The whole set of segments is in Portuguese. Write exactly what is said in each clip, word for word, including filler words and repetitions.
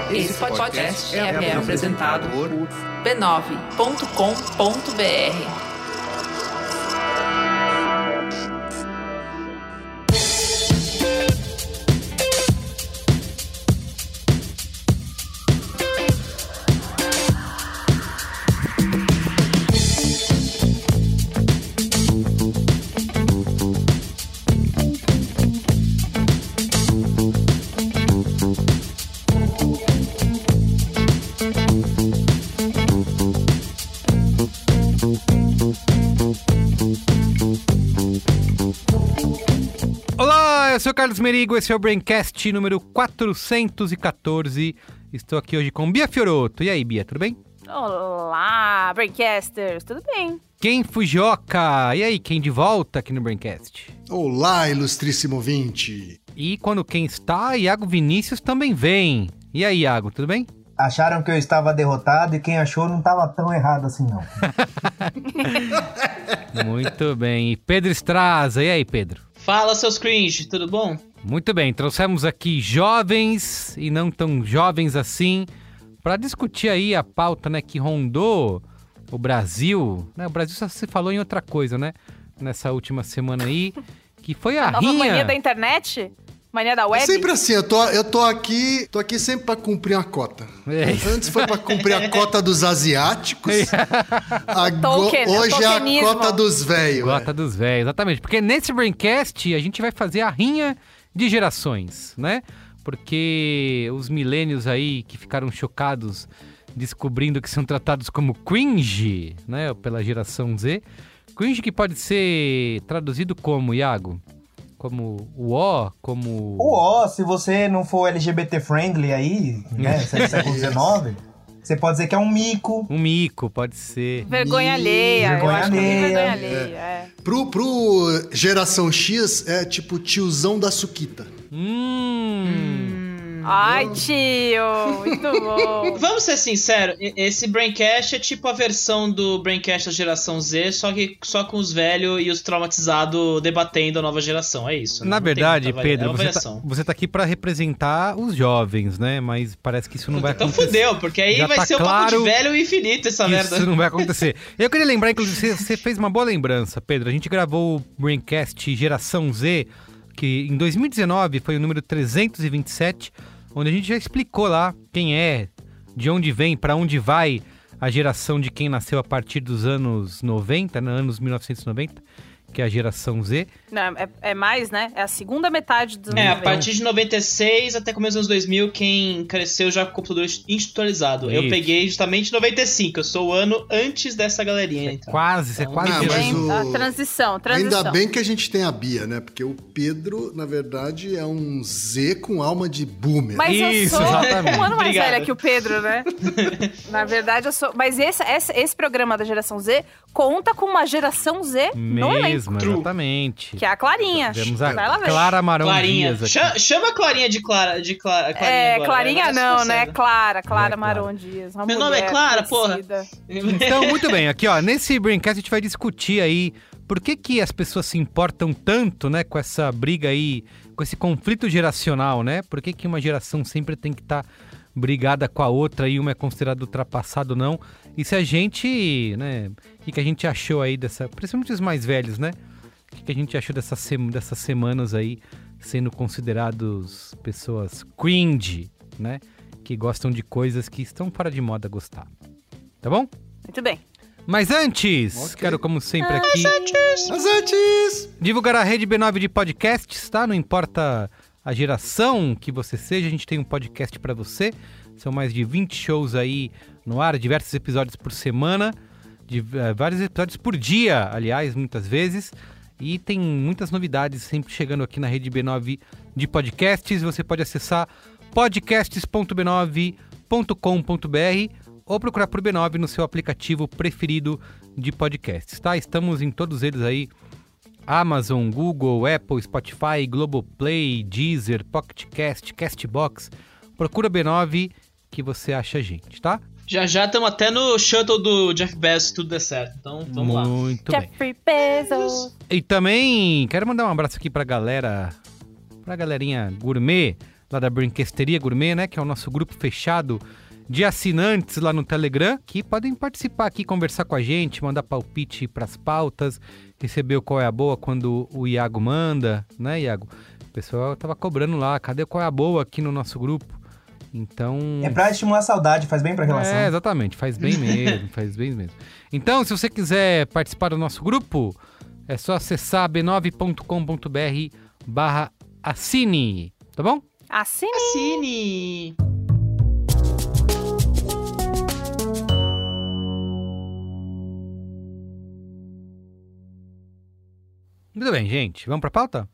Esse podcast é, é apresentado por b nove ponto com ponto b r. Eu sou o Carlos Merigo, esse é o Braincast número quatrocentos e catorze. Estou aqui hoje com Bia Fiorotto. E aí, Bia, tudo bem? Olá, Braincasters, tudo bem? Ken Fujioka. E aí, Ken de volta aqui no Braincast. Olá, ilustríssimo ouvinte. E quando Ken está, Iago Vinícius também vem. E aí, Iago, tudo bem? Acharam que eu estava derrotado e quem achou não estava tão errado assim, não. Muito bem. E Pedro Estraza. E aí, Pedro? Fala, seus cringe, tudo bom? Muito bem, trouxemos aqui jovens e não tão jovens assim para discutir aí a pauta, né, que rondou o Brasil. Né, o Brasil só se falou em outra coisa, né? Nessa última semana aí, que foi a, a nova rinha... mania da internet? Mania da web? É sempre assim, eu tô, eu tô aqui, tô aqui sempre pra cumprir uma cota. É. Antes foi pra cumprir a cota dos asiáticos, Ago- Token, hoje é a tokenismo. cota dos velhos. Gota dos velhos, exatamente. Porque nesse Braincast a gente vai fazer a rinha de gerações, né? Porque os milênios aí que ficaram chocados descobrindo que são tratados como cringe, né? Pela geração Z. Cringe que pode ser traduzido como, Iago? Como o O, como... O O, se você não for L G B T friendly aí, né, você é do século dezenove, você pode dizer que é um mico. Um mico, pode ser. Vergonha alheia. Vergonha eu acho que é alheia. vergonha alheia, é. Pro, pro geração X, é tipo tiozão da suquita. Hum... Ai, tio, muito bom. Vamos ser sinceros, e- esse Braincast é tipo a versão do Braincast da geração Z, só que só com os velhos e os traumatizados debatendo a nova geração, é isso. né? Na Não tem verdade, muita varia- Pedro, é uma você tá, variação. você tá aqui pra representar os jovens, né? Mas parece que isso não vai Então acontecer. fudeu, porque aí Já vai tá ser o papo claro de velho infinito essa merda. Isso não vai acontecer. Eu queria lembrar, inclusive, você, você fez uma boa lembrança, Pedro. A gente gravou o Braincast Geração Z, que em dois mil e dezenove foi o número trezentos e vinte e sete, onde a gente já explicou lá quem é, de onde vem, pra onde vai a geração de quem nasceu a partir dos anos noventa, né, anos mil novecentos e noventa, que é a geração Z. Não, é, é mais, né? É a segunda metade dos É, a anos partir de noventa e seis até começo dos anos dois mil, quem cresceu já com o computador institucionalizado. Eu Isso. peguei justamente noventa e cinco, eu sou o ano antes dessa galerinha. Então. Quase, você é Então, quase... ah, geração- mas o- A transição, transição. Ainda bem que a gente tem a Bia, né? Porque o Pedro, na verdade, é um Z com alma de boomer. Mas Isso, eu sou exatamente. um ano mais Obrigado. velha que o Pedro, né? Na verdade, eu sou... Mas esse, esse, esse programa da geração Z conta com uma geração Z no elenco. Mesmo, True. exatamente. Que é a Clarinha. Temos a Vai lá ver. Clara Marão Clarinha. Dias aqui. Cha- Chama a Clarinha de Clara. De Clara Clarinha É, agora, Clarinha vai, vai, não, vai, né? vai. Clara, Clara É, Maron Clara. Dias. Uma Meu nome é mulher Clara, porra. conhecida. Então, muito bem, aqui ó, nesse Braincast a gente vai discutir aí por que que as pessoas se importam tanto, né, com essa briga aí, com esse conflito geracional, né? Por que que uma geração sempre tem que estar brigada com a outra e uma é considerada ultrapassada ou não? E se a gente, né, o que que a gente achou aí dessa, principalmente os mais velhos, né? O que que a gente achou dessa sem- dessas semanas aí sendo considerados pessoas cringe, né? Que gostam de coisas que estão fora de moda gostar. Tá bom? Muito bem. Mas antes, Ok. quero como sempre aqui Mas antes... divulgar a rede B nove de podcasts, tá? Não importa a geração que você seja, a gente tem um podcast pra você. São mais de vinte shows aí no ar, diversos episódios por semana, de, eh, vários episódios por dia, aliás, muitas vezes. E tem muitas novidades sempre chegando aqui na rede B nove de podcasts. Você pode acessar podcasts ponto b nove ponto com ponto b r ou procurar por B nove no seu aplicativo preferido de podcasts, tá? Estamos em todos eles aí: Amazon, Google, Apple, Spotify, Globoplay, Deezer, Pocket Cast, Castbox. Procura B nove que você acha a gente, tá? Já já estamos até no shuttle do Jeff Bezos, se tudo der certo. Então, vamos lá. Muito bem. Jeffrey Bezos. E também quero mandar um abraço aqui pra galera, pra galerinha gourmet lá da Brinquesteria Gourmet, né? Que é o nosso grupo fechado de assinantes lá no Telegram, que podem participar aqui, conversar com a gente, mandar palpite pras pautas, receber o Qual é a Boa quando o Iago manda, né, Iago? O pessoal tava cobrando lá, cadê o Qual é a Boa aqui no nosso grupo? Então... É pra estimular a saudade, faz bem pra relação. É, exatamente, faz bem mesmo, faz bem mesmo. Então, se você quiser participar do nosso grupo, é só acessar b nove ponto com ponto b r barra assine, tá bom? Assine! Assine! Muito bem, gente. Vamos pra pauta?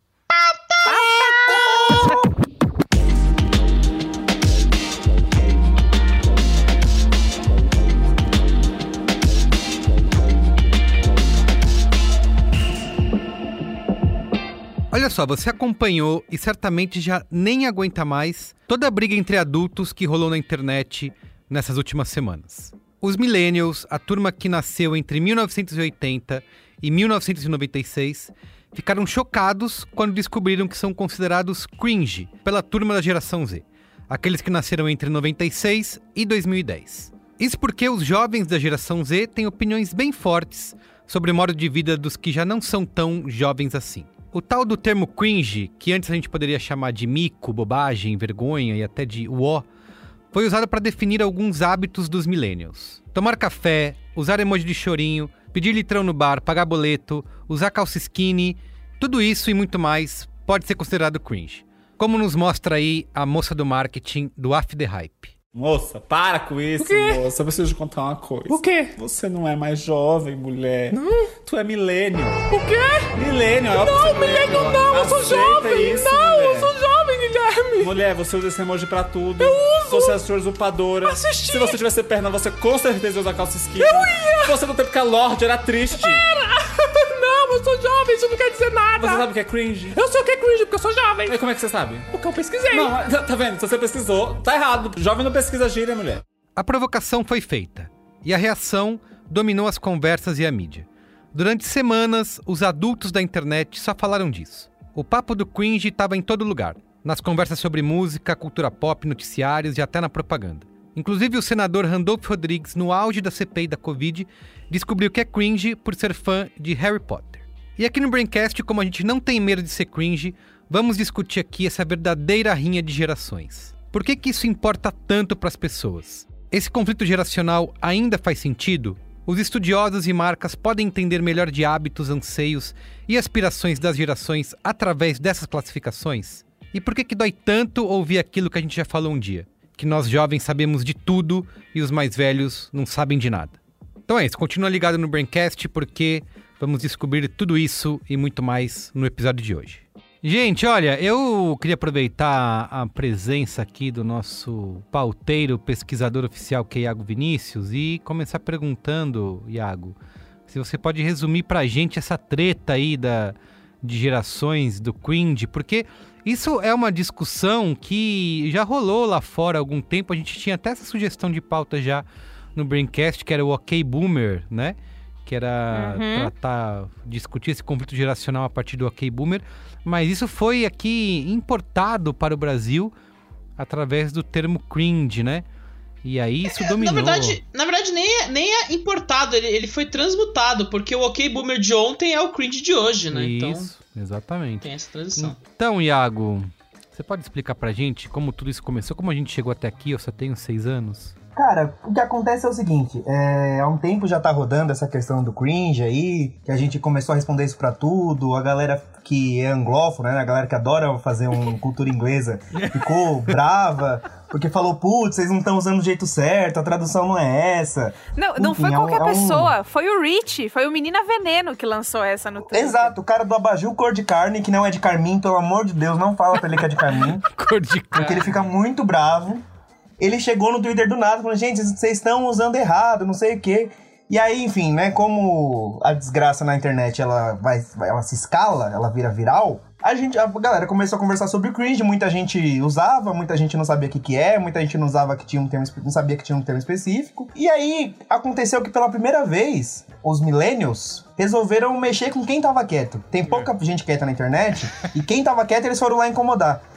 Olha só, você acompanhou e certamente já nem aguenta mais toda a briga entre adultos que rolou na internet nessas últimas semanas. Os millennials, a turma que nasceu entre mil novecentos e oitenta e mil novecentos e noventa e seis, ficaram chocados quando descobriram que são considerados cringe pela turma da geração Z, aqueles que nasceram entre noventa e seis e dois mil e dez. Isso porque os jovens da geração Z têm opiniões bem fortes sobre o modo de vida dos que já não são tão jovens assim. O tal do termo cringe, que antes a gente poderia chamar de mico, bobagem, vergonha e até de uó, foi usado para definir alguns hábitos dos millennials. Tomar café, usar emoji de chorinho, pedir litrão no bar, pagar boleto, usar calça skinny, tudo isso e muito mais pode ser considerado cringe. Como nos mostra aí a moça do marketing do After the Hype. Moça, para com isso, moça. Eu preciso te contar uma coisa. O quê? Você não é mais jovem, mulher. Não? Tu é millennial. O quê? Millennial. É não, millennial não, eu sou Aceita jovem. isso, não, mulher. eu sou jovem, Guilherme. Mulher, você usa esse emoji pra tudo. Eu uso. Você é a sua usurpadora. Assisti. Se você tivesse perna, você com certeza ia usar calça skinny. Eu ia. Você no tempo que a Lorde era triste. Pera. Não, eu sou jovem, isso não quer dizer nada. Você sabe o que é cringe? Eu sei o que é cringe, porque eu sou jovem. E como é que você sabe? Porque eu pesquisei. Não, tá tá vendo? Se você pesquisou, tá errado. Jovem não pesquisa gíria, mulher. A provocação foi feita, e a reação dominou as conversas e a mídia. Durante semanas, os adultos da internet só falaram disso. O papo do cringe estava em todo lugar, nas conversas sobre música, cultura pop, noticiários e até na propaganda. Inclusive o senador Randolph Rodrigues, no auge da C P I da Covid, descobriu que é cringe por ser fã de Harry Potter. E aqui no Braincast, como a gente não tem medo de ser cringe, vamos discutir aqui essa verdadeira rinha de gerações. Por que que isso importa tanto para as pessoas? Esse conflito geracional ainda faz sentido? Os estudiosos e marcas podem entender melhor de hábitos, anseios e aspirações das gerações através dessas classificações? E por que que dói tanto ouvir aquilo que a gente já falou um dia? Que nós jovens sabemos de tudo e os mais velhos não sabem de nada. Então é isso, continua ligado no Braincast porque vamos descobrir tudo isso e muito mais no episódio de hoje. Gente, olha, eu queria aproveitar a presença aqui do nosso pauteiro, pesquisador oficial, que é Iago Vinícius, e começar perguntando, Iago, se você pode resumir pra gente essa treta aí da, de gerações do cringe, porque isso é uma discussão que já rolou lá fora há algum tempo, a gente tinha até essa sugestão de pauta já no Braincast, que era o OK Boomer, né? Que era uhum. tratar, discutir esse conflito geracional a partir do OK Boomer, mas isso foi aqui importado para o Brasil através do termo cringe, né? E aí isso dominou. Na verdade, na verdade nem, é, nem é importado, ele, ele foi transmutado, porque o OK Boomer de ontem é o cringe de hoje, né? Isso, então, exatamente. Tem essa transição. Então, Iago, você pode explicar pra gente como tudo isso começou? Como a gente chegou até aqui? Eu só tenho seis anos. Cara, o que acontece é o seguinte, é, há um tempo já tá rodando essa questão do cringe aí, que a gente começou a responder isso pra tudo, a galera que é anglófona, né, a galera que adora fazer uma cultura inglesa, ficou brava, porque falou, putz, vocês não estão usando do jeito certo, a tradução não é essa. Não, não Enfim, foi qualquer é um, pessoa, é um... foi o Rich, foi o Menina Veneno que lançou essa no Twitter. Exato, o cara do abajur cor de carne, que não é de carmim, pelo amor de Deus, não fala pra ele que é de carmim. Cor de carne. Porque ele fica muito bravo. Ele chegou no Twitter do nada, falando, gente, vocês estão usando errado, não sei o quê. E aí, enfim, né, como a desgraça na internet, ela, vai, ela se escala, ela vira viral, a, gente, a galera começou a conversar sobre cringe, muita gente usava, muita gente não sabia o que que é, muita gente não usava que tinha um termo, não sabia que tinha um termo específico. E aí, aconteceu que pela primeira vez, os millennials resolveram mexer com quem tava quieto. Tem pouca gente quieta na internet, e quem tava quieto, eles foram lá incomodar.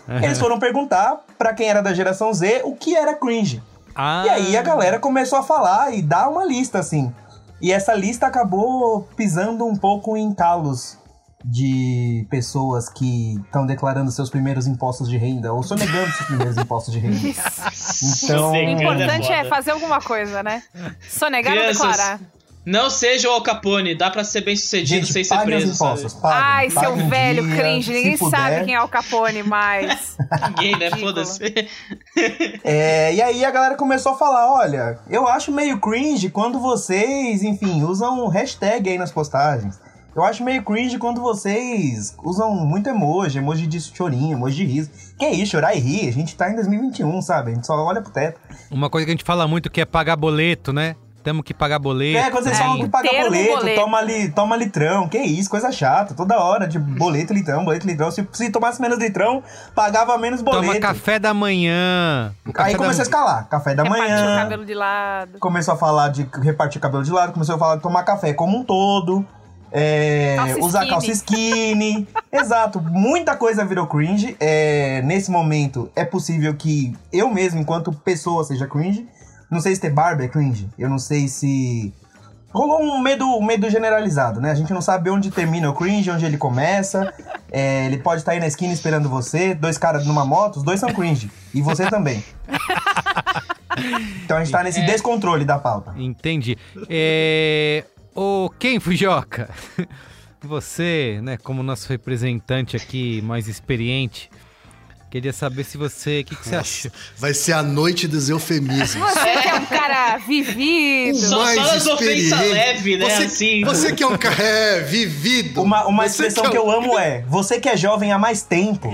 Eles foram perguntar pra quem era da geração Z o que era cringe. Ah. E aí a galera começou a falar e dar uma lista, assim. E essa lista acabou pisando um pouco em calos de pessoas que estão declarando seus primeiros impostos de renda ou sonegando seus primeiros impostos de renda. Então, o importante é fazer alguma coisa, né? Sonegar ou declarar. Não seja o Al Capone, dá pra ser bem sucedido gente, sem ser preso. Os impostos, paguem, Ai, seu paguem velho dia, cringe, ninguém puder. sabe quem é o Capone mais. Ninguém, né? Foda-se. É, e aí a galera começou a falar, olha, eu acho meio cringe quando vocês, enfim, usam hashtag aí nas postagens. Eu acho meio cringe quando vocês usam muito emoji, emoji de chorinho, emoji de riso. Que isso, chorar e rir? A gente tá em dois mil e vinte e um, sabe? A gente só olha pro teto. Uma coisa que a gente fala muito que é pagar boleto, né? Temos que pagar boleto. É, quando vocês falam que paga boleto, boleto. Toma, li, toma litrão. Que isso, coisa chata. Toda hora de boleto, litrão, boleto, litrão. Se, se tomasse menos litrão, pagava menos boleto. Toma café da manhã. Café Aí começou da... a escalar. Café da Repartiu manhã. Repartiu o cabelo de lado. Começou a falar de repartir cabelo de lado. Começou a falar de tomar café como um todo. É, calça usar skinny. calça skinny. Exato. Muita coisa virou cringe. É, nesse momento, é possível que eu mesmo, enquanto pessoa, seja cringe. Não sei se ter barba é cringe. Eu não sei se... Rolou um medo, um medo generalizado, né? A gente não sabe onde termina o cringe, onde ele começa. É, ele pode estar aí na esquina esperando você. Dois caras numa moto, os dois são cringe. E você também. Então a gente tá nesse é... descontrole da pauta. Entendi. É... Ô, Ken Fujioka, você, né, como nosso representante aqui mais experiente... Queria saber se você... O que, que você acha? Vai ser a noite dos eufemismos. Você que é um cara vivido. Só, mais só as ofensas leves, né? Você, assim. você que é um cara é, vivido. Uma, uma expressão que, é... que eu amo é... Você que é jovem há mais tempo.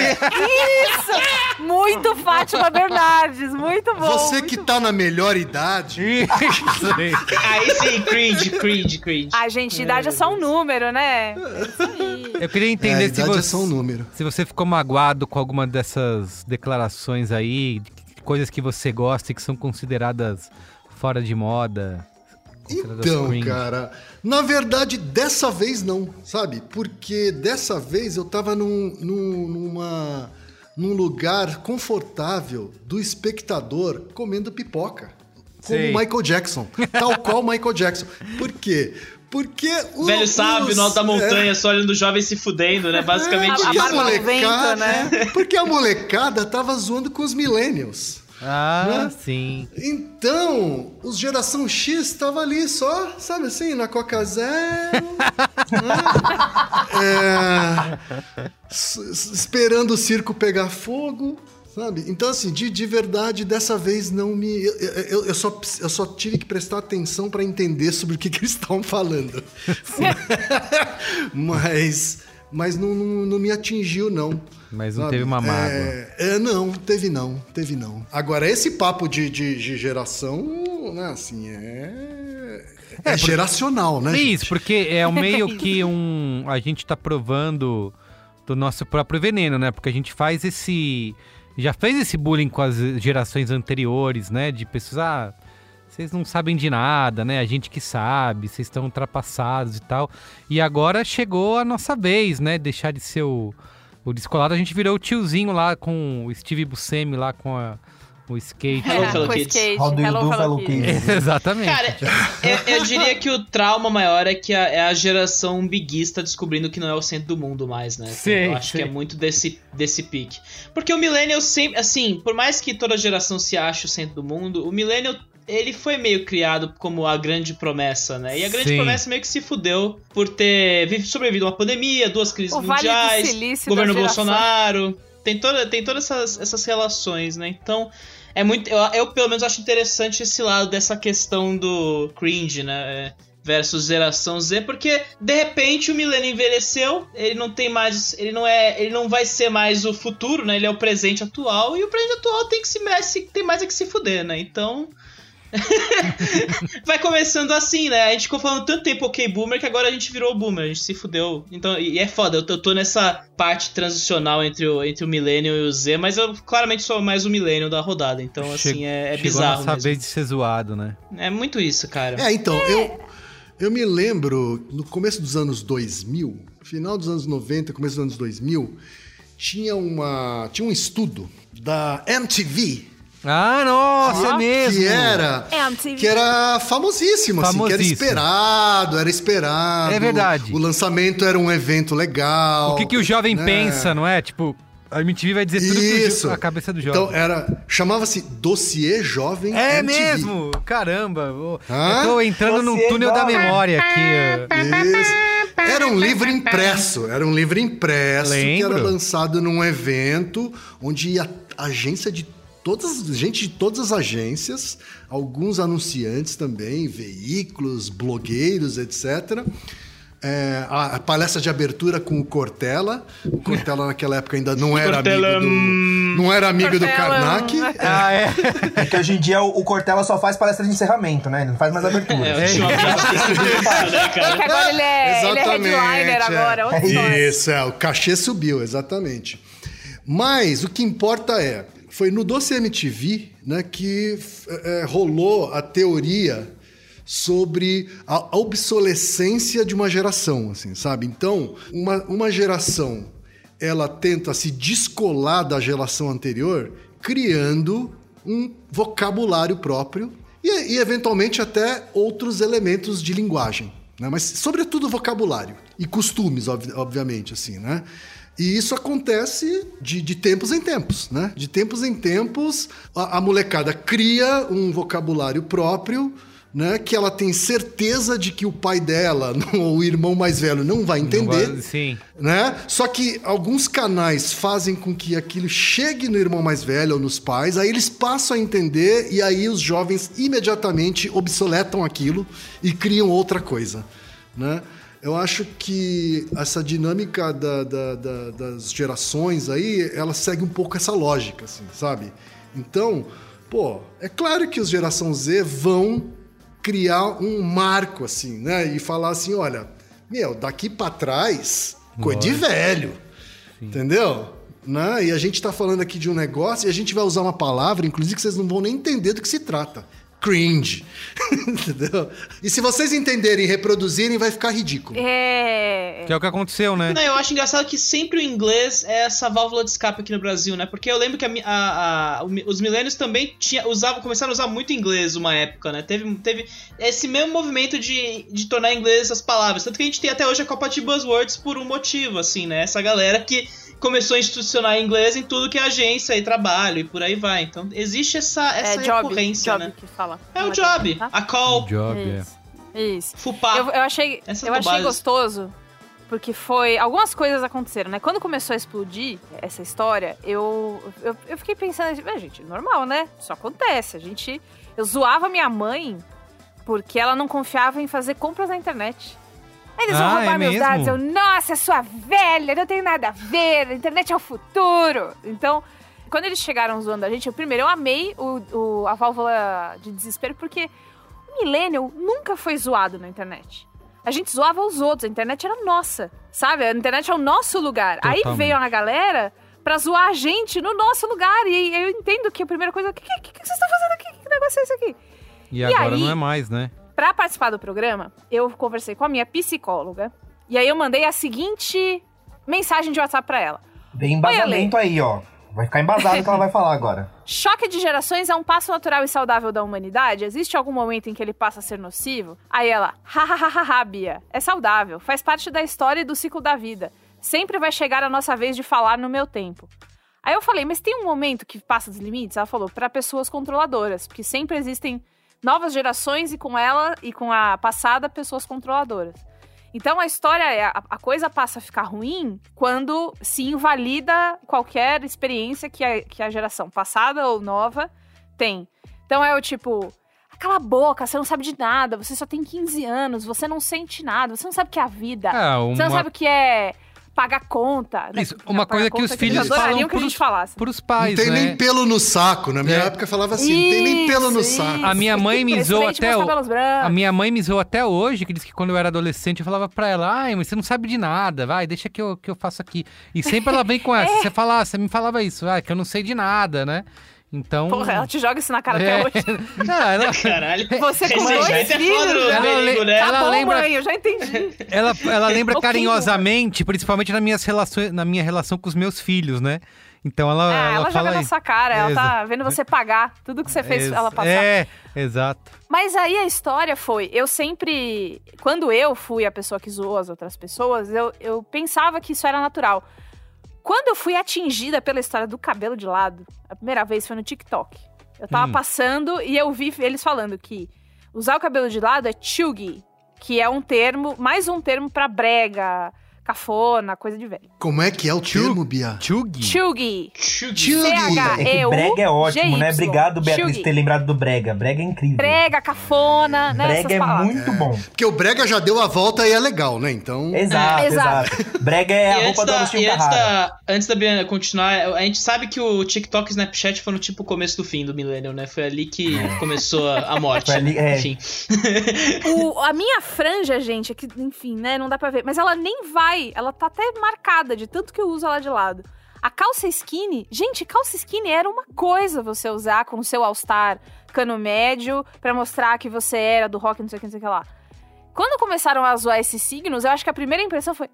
Isso! Muito Fátima Bernardes. Muito bom. Você muito que bom. tá na melhor idade. Aí sim, cringe, cringe, cringe. A gente, idade é só um número, né? É isso aí. Eu queria entender é, se, você, é só um número. se você ficou magoado com alguma dessas declarações aí, de coisas que você gosta e que são consideradas fora de moda. Então, cringe. Cara, na verdade, dessa vez não, sabe? Porque dessa vez eu tava num, num, numa, num lugar confortável do espectador comendo pipoca. Como o Michael Jackson. Tal qual Michael Jackson. Por quê? Porque o velho sábio no alto da montanha, é... só olhando o jovem se fudendo, né? Basicamente a, isso. A molecada, né? Porque a molecada tava zoando com os millennials. Ah, né? Sim. Então, os geração X tava ali só, sabe assim, na Coca Zero. Né? É... S- esperando o circo pegar fogo. Sabe? Então, assim, de, de verdade, dessa vez não me... Eu, eu, eu, só, eu só tive que prestar atenção para entender sobre o que, que eles estavam falando. mas mas não, não, não me atingiu, não. Mas não sabe? teve uma mágoa. É, é, não, teve não, teve não. Agora, esse papo de, de, de geração, né, assim, é... É, é geracional, né, Isso, gente? porque é meio que um... A gente tá provando do nosso próprio veneno, né? Porque a gente faz esse... Já fez esse bullying com as gerações anteriores, né? De pessoas, ah, vocês não sabem de nada, né? A gente que sabe, vocês estão ultrapassados e tal. E agora chegou a nossa vez, né? Deixar de ser o, o descolado. A gente virou o tiozinho lá com o Steve Buscemi lá com a, o skate. Hello, é, fellow com kids. skate. How do you Hello, do, fellow fellow kids. kids? Exatamente. Cara, eu, eu diria que o trauma maior é que a, é a geração biguista descobrindo que não é o centro do mundo mais, né? Sim, eu acho sim. que é muito desse, desse pique. Porque o millennial sempre, assim, por mais que toda geração se ache o centro do mundo, o millennial, ele foi meio criado como a grande promessa, né? E a grande Sim. promessa meio que se fudeu por ter sobrevivido a uma pandemia, duas crises O Vale do mundiais, Silício governo da geração. Bolsonaro, tem, toda, tem todas essas, essas relações, né? Então... É muito, eu, eu, pelo menos, acho interessante esse lado dessa questão do cringe, né? Versus geração Z, porque, de repente, o milênio envelheceu, ele não tem mais... Ele não, é, ele não vai ser mais o futuro, né? Ele é o presente atual, e o presente atual tem, que se, tem mais é que se fuder, né? Então... vai começando assim, né? A gente ficou falando tanto tempo ok boomer que agora a gente virou boomer, a gente se fudeu. Então, e é foda, eu tô, eu tô nessa parte transicional entre o, entre o millennial e o Z, mas eu claramente sou mais o millennial da rodada. Então, Che- assim, é, é chegou bizarro a nossa mesmo. vez de ser zoado, né? É muito isso, cara. É, então, eu, eu me lembro, no começo dos anos dois mil, final dos anos noventa, começo dos anos dois mil, tinha, uma, tinha um estudo da M T V. Ah, nossa, é mesmo. Que era, M T V. que era famosíssimo, assim, que era Famosíssimo. esperado, era esperado. É verdade. O lançamento era um evento legal. O que, que o jovem né? pensa, não é? Tipo, a M T V vai dizer tudo Isso. que a cabeça do jovem. Então, era, chamava-se Dossiê Jovem É M T V. mesmo! Caramba! Eu Hã? tô entrando num Você túnel da gosta? memória aqui. Isso. Era um livro impresso, era um livro impresso Lembro. que era lançado num evento onde ia agência de todas, gente de todas as agências, alguns anunciantes também, veículos, blogueiros, etcétera. É, a, a palestra de abertura com o Cortella. O Cortella naquela época ainda não era Cortella, amigo do, não era amigo do Cortella. Karnak. Ah, é? Porque hoje em dia o, o Cortella só faz palestra de encerramento, né? Ele não faz mais abertura. É, ultimamente tem sido isso, né, É que cara? agora ele é, ele é Exatamente, headliner é. agora. outra história. Isso, é, o cachê subiu, exatamente. Mas o que importa é, foi no Doce M T V, né, que é, rolou a teoria sobre a obsolescência de uma geração, assim, sabe? Então, uma, uma geração, ela tenta se descolar da geração anterior, criando um vocabulário próprio e, e eventualmente, até outros elementos de linguagem, né? Mas, sobretudo, vocabulário e costumes, ob- obviamente, assim, né? E isso acontece de, de tempos em tempos, né? De tempos em tempos, a, a molecada cria um vocabulário próprio, né, que ela tem certeza de que o pai dela ou o irmão mais velho não vai entender. Não, sim. Né? Só que alguns canais fazem com que aquilo chegue no irmão mais velho ou nos pais, aí eles passam a entender e aí os jovens imediatamente obsoletam aquilo e criam outra coisa, né? Eu acho que essa dinâmica da, da, da, das gerações aí, ela segue um pouco essa lógica, assim, sabe? Então, pô, é claro que os geração Z vão criar um marco, assim, né? E falar assim, olha, meu, daqui pra trás, coisa de velho, entendeu? Né? E a gente tá falando aqui de um negócio e a gente vai usar uma palavra, inclusive, que vocês não vão nem entender do que se trata. Cringe. Entendeu? E se vocês entenderem e reproduzirem, vai ficar ridículo. É. Que é o que aconteceu, né? Não, eu acho engraçado que sempre o inglês é essa válvula de escape aqui no Brasil, né? Porque eu lembro que a, mi- a, a, os milênios também tinha, usavam, começaram a usar muito inglês uma época, né? Teve, teve esse mesmo movimento de, de tornar inglês as palavras. Tanto que a gente tem até hoje a Copa de Buzzwords por um motivo, assim, né? Essa galera que começou a institucionar inglês em tudo que é agência e trabalho e por aí vai. Então existe essa, essa é job, recorrência, job né? que fala. É Não o job, tá? a call, Job, é. Isso. Isso. fupá. Eu, eu achei, Essas eu achei bobagens. gostoso, porque foi... Algumas coisas aconteceram, né? Quando começou a explodir essa história, eu, eu, eu fiquei pensando, ah, gente, normal, né? Isso acontece. A gente... Eu zoava minha mãe porque ela não confiava em fazer compras na internet. Eles vão Ah, roubar é meus mesmo? dados. Eu, nossa, sua velha, não tem nada a ver. A internet é o futuro. Então, quando eles chegaram zoando a gente, eu primeiro, eu amei o, o, a válvula de desespero, porque o millennial nunca foi zoado na internet. A gente zoava os outros, a internet era nossa, sabe? A internet é o nosso lugar. Aí Totalmente. veio a galera pra zoar a gente no nosso lugar. E eu entendo que a primeira coisa, o que, que, que vocês estão fazendo aqui? Que negócio é esse aqui? E agora aí- não é mais, né? Pra participar do programa, eu conversei com a minha psicóloga. E aí eu mandei a seguinte mensagem de WhatsApp pra ela. Tem embasamento aí, ó. Vai ficar embasado o que ela vai falar agora. Choque de gerações é um passo natural e saudável da humanidade? Existe algum momento em que ele passa a ser nocivo? Aí ela, hahaha, Bia, é saudável, faz parte da história e do ciclo da vida. Sempre vai chegar a nossa vez de falar no meu tempo. Aí eu falei, mas tem um momento que passa dos limites? Ela falou, pra pessoas controladoras, porque sempre existem novas gerações e com ela e com a passada, pessoas controladoras. Então a história é, a, a coisa passa a ficar ruim quando se invalida qualquer experiência que a, que a geração passada ou nova tem. Então é o tipo, cala a boca, você não sabe de nada, você só tem quinze anos, você não sente nada, você não sabe o que é a vida, Ah, você não uma- sabe o que é pagar conta. Isso, Não, uma pagar coisa que conta os eles filhos adorariam falam que a gente pros, falasse. pros pais, Não tem né? nem pelo no saco. Na minha É. época falava assim, não tem nem pelo no Isso, saco. isso. A minha mãe me zoou Respeite até meus o... cabelos brancos. A minha mãe me zoou até hoje, que disse que quando eu era adolescente eu falava pra ela, ai, mas você não sabe de nada, vai, deixa que eu, que eu faço aqui. E sempre ela vem com essa, você fala, ah, você me falava isso, ah, que eu não sei de nada, né? Então... Porra, ela te joga isso na cara É. até hoje. Ah, ela, Caralho. Você com Esse dois jeito é foda do filhos, ela perigo, le- né? Tá ela bom, lembra- mãe, eu já entendi. ela, ela lembra Pouquinho. carinhosamente, principalmente nas minhas relações, na minha relação com os meus filhos, né? Então ela, Ah, ela, ela fala joga na isso. sua cara, ela Exa- tá vendo você pagar tudo que você fez Ex- ela passar. É, exato. Mas aí a história foi, eu sempre, quando eu fui a pessoa que zoou as outras pessoas, eu, eu pensava que isso era natural. Quando eu fui atingida pela história do cabelo de lado, a primeira vez foi no TikTok. Eu tava Hum. passando e eu vi eles falando que usar o cabelo de lado é chuggy, que é um termo, mais um termo pra brega, cafona, coisa de velho. Como é que é o termo, Bia? Chug. Chuggy. Chuggy. É que brega é ótimo, né? Obrigado, Beatriz, Chuggy. por ter lembrado do brega. Brega é incrível. Brega, cafona, né? Brega essas é palavras. muito bom. Porque o brega já deu a volta e é legal, né? Então... Exato, É, exato. Brega é a E roupa antes do da, Agostinho e antes Carrara. da, antes da Biana continuar, a gente sabe que o TikTok e o Snapchat foram tipo o começo do fim do millennial, né? Foi ali que começou a, a morte. Foi ali, é. Enfim. O- a minha franja, gente, é que, enfim, né, não dá pra ver. Mas ela nem vai, ela tá até marcada de tanto que eu uso ela de lado. A calça skinny, gente, calça skinny era uma coisa você usar com o seu All-Star cano médio pra mostrar que você era do rock, não sei o que, não sei o que lá. Quando começaram a zoar esses signos, eu acho que a primeira impressão foi: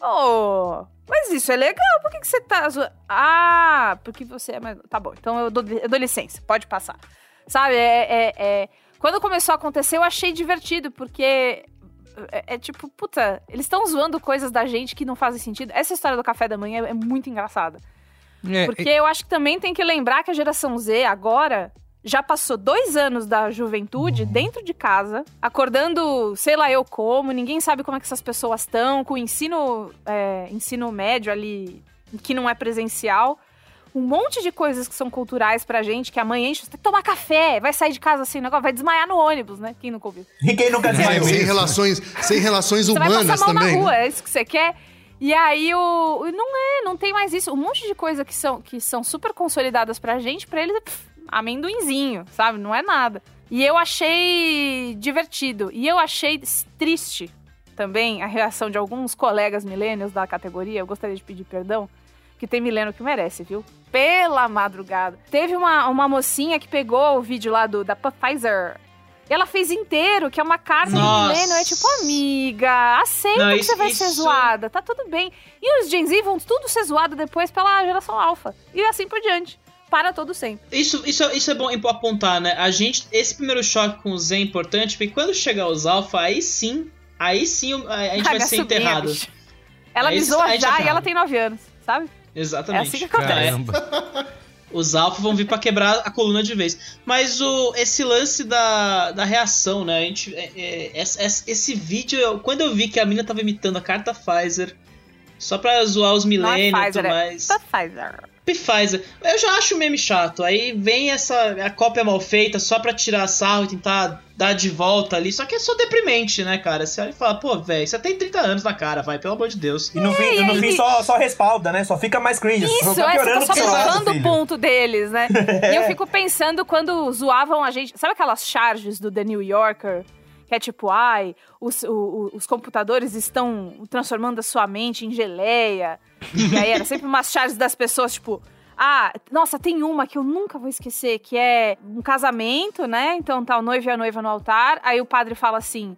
oh, mas isso é legal, por que, que você tá zoando? Ah, porque você é mais... Tá bom, então eu dou, eu dou licença, pode passar. Sabe, é... é, é... Quando começou a acontecer, eu achei divertido, porque... É, é tipo, puta, eles estão zoando coisas da gente que não fazem sentido. Essa história do café da manhã é muito engraçada. É, Porque eu acho que também tem que lembrar que a geração Z agora já passou dois anos da juventude dentro de casa, acordando, sei lá eu como, ninguém sabe como é que essas pessoas estão, com o ensino, é, ensino médio ali, que não é presencial. Um monte de coisas que são culturais pra gente, que a mãe enche, você tem que tomar café, vai sair de casa assim, negócio, vai desmaiar no ônibus, né? Quem nunca ouviu? E quem nunca Sem, desmaiou sem isso? relações, sem relações Você vai humanas passar mal também. na rua, né? é isso que você quer. E aí, o... não é, não tem mais isso. Um monte de coisa que são, que são super consolidadas pra gente, pra eles é pff, amendoinzinho, sabe? Não é nada. E eu achei divertido. E eu achei triste também a reação de alguns colegas millennials da categoria. Eu gostaria de pedir perdão, que tem milênio que merece, viu? Pela madrugada. Teve uma, uma mocinha que pegou o vídeo lá do, da Pfizer. E ela fez inteiro, que é uma carta Nossa. do milênio. É tipo, amiga, aceita Não, que isso- você vai ser isso- zoada, tá tudo bem. E os Gen Z vão tudo ser zoado depois pela geração alfa. E assim por diante. Para todo sempre. Isso, isso, isso é bom apontar, né? A gente, esse primeiro choque com o Z é importante, porque quando chegar os alfa, aí sim, aí sim a, a gente Ai, vai minha ser sobrinha, enterrado. bicho. Ela É me isso, zoa a gente já é e ferrado. ela tem nove anos, sabe? Exatamente. É assim que acontece. Caramba. Os alfa vão vir pra quebrar a coluna de vez. Mas o, esse lance da, da reação, né? A gente, é, é, esse, esse vídeo, eu- quando eu vi que a mina tava imitando a carta Pfizer, só pra zoar os Não é millennials e Pfizer, tudo é mais. Pfizer. Pfizer. Eu já acho o meme chato. Aí vem essa a cópia mal feita só pra tirar sarro e tentar dar de volta ali. Só que é só deprimente, né, cara? Você olha e fala, pô, velho, você tem trinta anos na cara, vai, pelo amor de Deus. E no fim, e no e fim aí- só, só respalda, né? Só fica mais cringe. Isso, só tá é, você piorando tá só pro seu lado, provando o filho. ponto deles, né? E eu fico pensando quando zoavam a gente... Sabe aquelas charges do The New Yorker? Que é tipo, ai, os, o- o- os computadores estão transformando a sua mente em geleia. E aí era sempre umas charges das pessoas, tipo... Ah, nossa, tem uma que eu nunca vou esquecer, que é um casamento, né? Então tá o noivo e a noiva no altar. Aí o padre fala assim...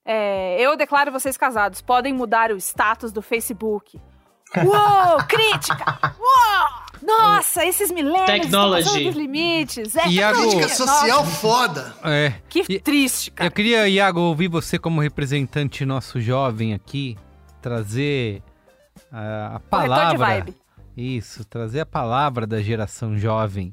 é, eu declaro vocês casados. Podem mudar o status do Facebook. Uou, crítica! Uou! Nossa, esses milênios estão Technology. passando dos limites. É, Iago- tecnologia. Crítica social Nossa, foda. É. que E- triste, cara. Eu queria, Iago, ouvir você como representante nosso jovem aqui, trazer a, a Corretor de palavra... vibe. Isso, trazer a palavra da geração jovem.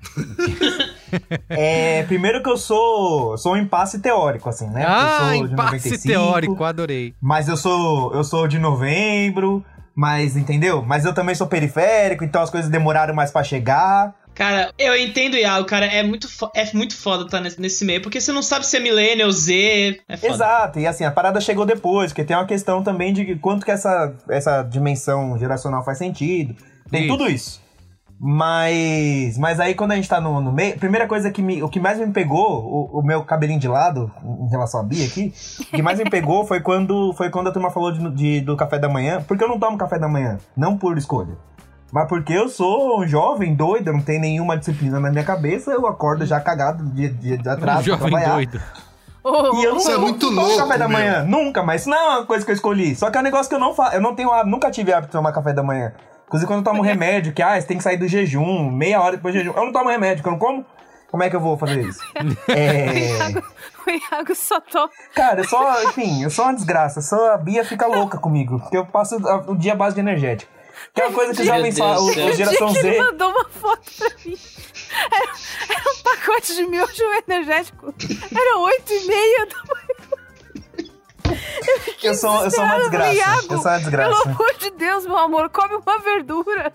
É, primeiro que eu sou, sou um impasse teórico, assim, né? Ah, eu sou de impasse noventa e cinco, teórico, adorei. Mas eu sou, eu sou de novembro, mas entendeu? Mas eu também sou periférico, então as coisas demoraram mais pra chegar. Cara, eu entendo o Iago, cara, é muito, fo- é muito foda estar nesse, nesse meio, porque você não sabe se é millennial, Z, é foda. Exato, e assim, a parada chegou depois, porque tem uma questão também de quanto que essa, essa dimensão geracional faz sentido. Tem Isso. tudo isso. Mas, mas aí quando a gente tá no, no meio, primeira coisa que me, o que mais me pegou, o, o meu cabelinho de lado, em relação a Bia aqui, o que mais me pegou foi quando, foi quando a turma falou de, de- do café da manhã, porque eu não tomo café da manhã, não por escolha. Mas porque eu sou um jovem doido, não tem nenhuma disciplina na minha cabeça, eu acordo já cagado de, de, de atraso Um jovem pra trabalhar. doido. E eu Isso não, é muito não tomo louco, café da meu. manhã, nunca, mas isso não é uma coisa que eu escolhi. Só que é um negócio que eu não faço, eu não tenho hábito, nunca tive hábito de tomar café da manhã. Inclusive quando eu tomo remédio, que ah, você tem que sair do jejum, meia hora depois do jejum. Eu não tomo remédio, que eu não como. Como é que eu vou fazer isso? é... O Iago só toma. Cara, eu só, enfim, eu sou uma desgraça. Só a Bia fica louca comigo, porque eu passo o dia à base de energético. Que é uma coisa que os Meu jovens Deus falam, do céu. o geração O dia que ele Z. mandou uma foto pra mim. Era, era um pacote de miojo energético. Era oito e meia da manhã. Eu, fiquei Eu sou, eu sou uma desesperada. desgraça. Iago, Eu sou uma desgraça. pelo amor de Deus, meu amor, come uma verdura.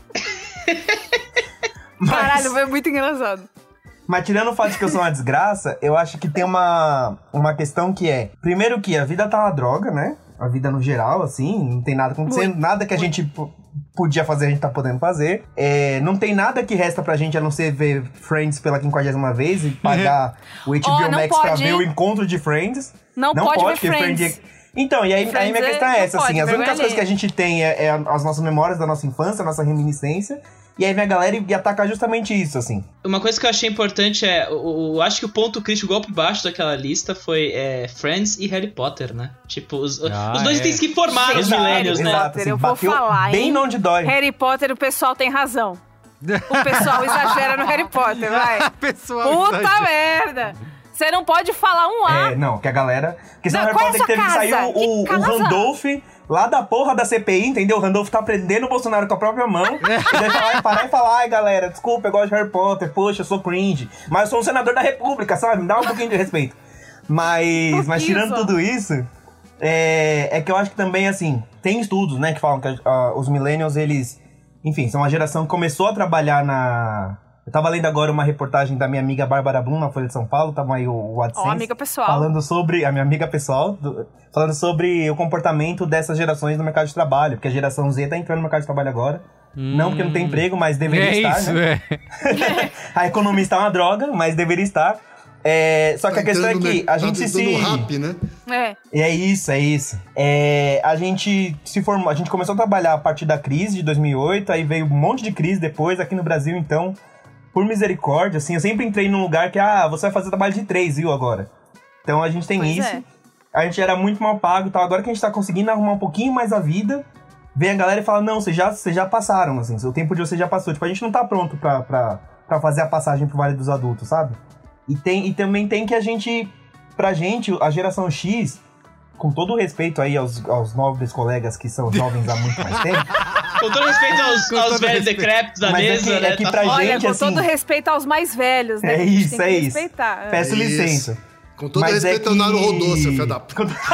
Mas- Caralho, foi muito engraçado. Mas tirando o fato de que eu sou uma desgraça, eu acho que tem uma, uma questão que é... Primeiro que a vida tá uma droga, né? A vida no geral, assim, não tem nada acontecendo. Muito, nada que a gente p- podia fazer, a gente tá podendo fazer. É, não tem nada que resta pra gente a não ser ver Friends pela quinquagésima vez e pagar o H B O Oh, não Max pra pode, ver hein? o encontro de Friends. Não pode ver porque Friends. é- Então, e aí, aí Friends minha é- questão é não essa, pode, assim, as vergonha únicas coisas que a alheia. gente tem é, é as nossas memórias da nossa infância, a nossa reminiscência, e aí minha galera ia atacar justamente isso, assim. Uma coisa que eu achei importante é, o, o- acho que o ponto crítico, o golpe baixo daquela lista foi é, Friends e Harry Potter, né? Tipo, os, Ah, os dois é. itens que formaram os Exato, millennials, né? exato. eu vou bateu falar, bem hein? onde dói. Harry Potter, o pessoal tem razão. O pessoal exagera no Harry Potter, vai. Pessoal, Puta exagera. merda. Você não pode falar um A. É, não, que a galera... Porque senão o Não, Harry qual é Potter a sua teve que sair casa? o, o, Que o casa? Randolph lá da porra da C P I, entendeu? O Randolph tá prendendo o Bolsonaro com a própria mão. E daí vai parar e falar, ai galera, desculpa, eu gosto de Harry Potter, poxa, eu sou cringe. Mas eu sou um senador da República, sabe? Me dá um pouquinho de respeito. Mas, mas tirando Pouquinho só. tudo isso, é, é que eu acho que também, assim, tem estudos, né, que falam que ah, os millennials, eles... Enfim, são uma geração que começou a trabalhar na... Eu tava lendo agora uma reportagem da minha amiga Bárbara Blum, na Folha de São Paulo, tava aí o, o AdSense. Ó, amiga pessoal. Falando sobre, a minha amiga pessoal, do- falando sobre o comportamento dessas gerações no mercado de trabalho, porque a geração Z tá entrando no mercado de trabalho agora. Não porque não tem emprego, mas deveria É estar, isso, né? é. A economia está uma droga, mas deveria estar. É, só que Tá a questão é entrando que no- a tá gente entrando se... no rap, né? É. É isso, é isso. É, a gente se formou, a gente começou a trabalhar a partir da crise de dois mil e oito, aí veio um monte de crise depois aqui no Brasil, então, por misericórdia, assim, eu sempre entrei num lugar que, ah, você vai fazer trabalho de três, viu, agora. Então a gente tem Pois isso. é. A gente era muito mal pago e tal, agora que a gente tá conseguindo arrumar um pouquinho mais a vida, vem a galera e fala, não, vocês já, vocês já passaram, assim, o tempo de vocês já passou. Tipo, a gente não tá pronto pra, pra, pra fazer a passagem pro Vale dos Adultos, sabe? E, tem, e também tem que a gente, pra gente, a geração X, com todo o respeito aí aos, aos nobres colegas que são jovens há muito mais tempo, Com todo respeito aos, Com aos todo velhos respeito. decrépitos da Mas é mesa, que- né? é que Tá pra foda. Olha, gente, com assim- todo respeito aos mais velhos, né? É que a gente isso, tem é que isso. respeitar. peço Isso. licença. Com todo Mas respeito é ao que... Naro Rodô, seu filho da...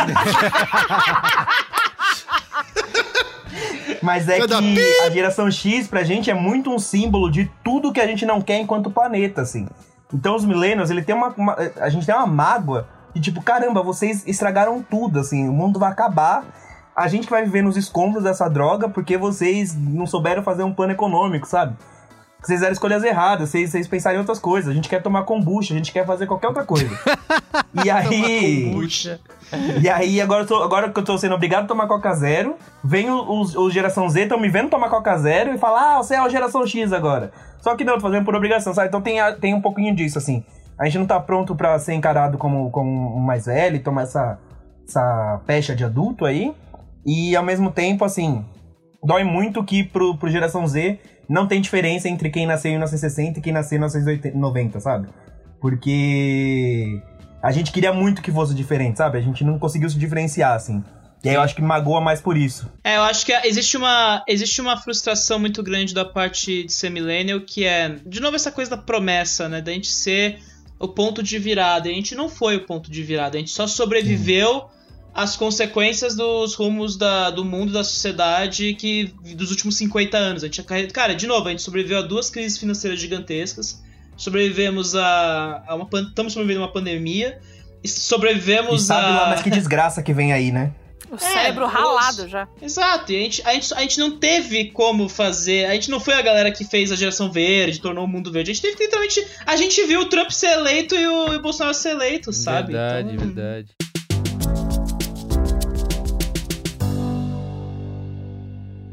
Mas é Filho da que pi- a geração X, pra gente, é muito um símbolo de tudo que a gente não quer enquanto planeta, assim. Então os millennials, ele tem uma, uma- a gente tem uma mágoa de tipo, caramba, vocês estragaram tudo, assim, o mundo vai acabar. A gente que vai viver nos escombros dessa droga porque vocês não souberam fazer um plano econômico, sabe? Vocês fizeram escolhas erradas, vocês, vocês pensaram em outras coisas. A gente quer tomar kombucha, a gente quer fazer qualquer outra coisa. E aí... Puxa. E aí, agora, eu tô- agora que eu tô sendo obrigado a tomar Coca Zero, vem os, os geração Z, estão me vendo tomar Coca Zero e falam, ah, você é a geração X agora. Só que não, tô fazendo por obrigação, sabe? Então tem, a- tem um pouquinho disso, assim. A gente não tá pronto pra ser encarado como, como um mais velho e tomar essa, essa pecha de adulto aí. E ao mesmo tempo, assim, dói muito que pro, pro geração Z não tem diferença entre quem nasceu em mil novecentos e sessenta e quem nasceu em mil novecentos e noventa, sabe? Porque a gente queria muito que fosse diferente, sabe? A gente não conseguiu se diferenciar, assim. E aí eu acho que magoa mais por isso. É, eu acho que existe uma, existe uma frustração muito grande da parte de ser millennial, que é, de novo, essa coisa da promessa, né? Da gente ser o ponto de virada. E a gente não foi o ponto de virada, a gente só sobreviveu às consequências dos rumos da, do mundo, da sociedade que dos últimos cinquenta anos. A gente, cara, de novo, a gente sobreviveu a duas crises financeiras gigantescas, sobrevivemos a, a uma... Estamos sobrevivendo a uma pandemia, e sobrevivemos E sabe a... lá, mas que desgraça que vem aí, né? O cérebro É, ralado já. Exato, e a gente, a, gente, a gente não teve como fazer. A gente não foi a galera que fez a geração verde, tornou o mundo verde. A gente teve literalmente. A gente viu o Trump ser eleito e o, e o Bolsonaro ser eleito, sabe? Verdade, Então, verdade.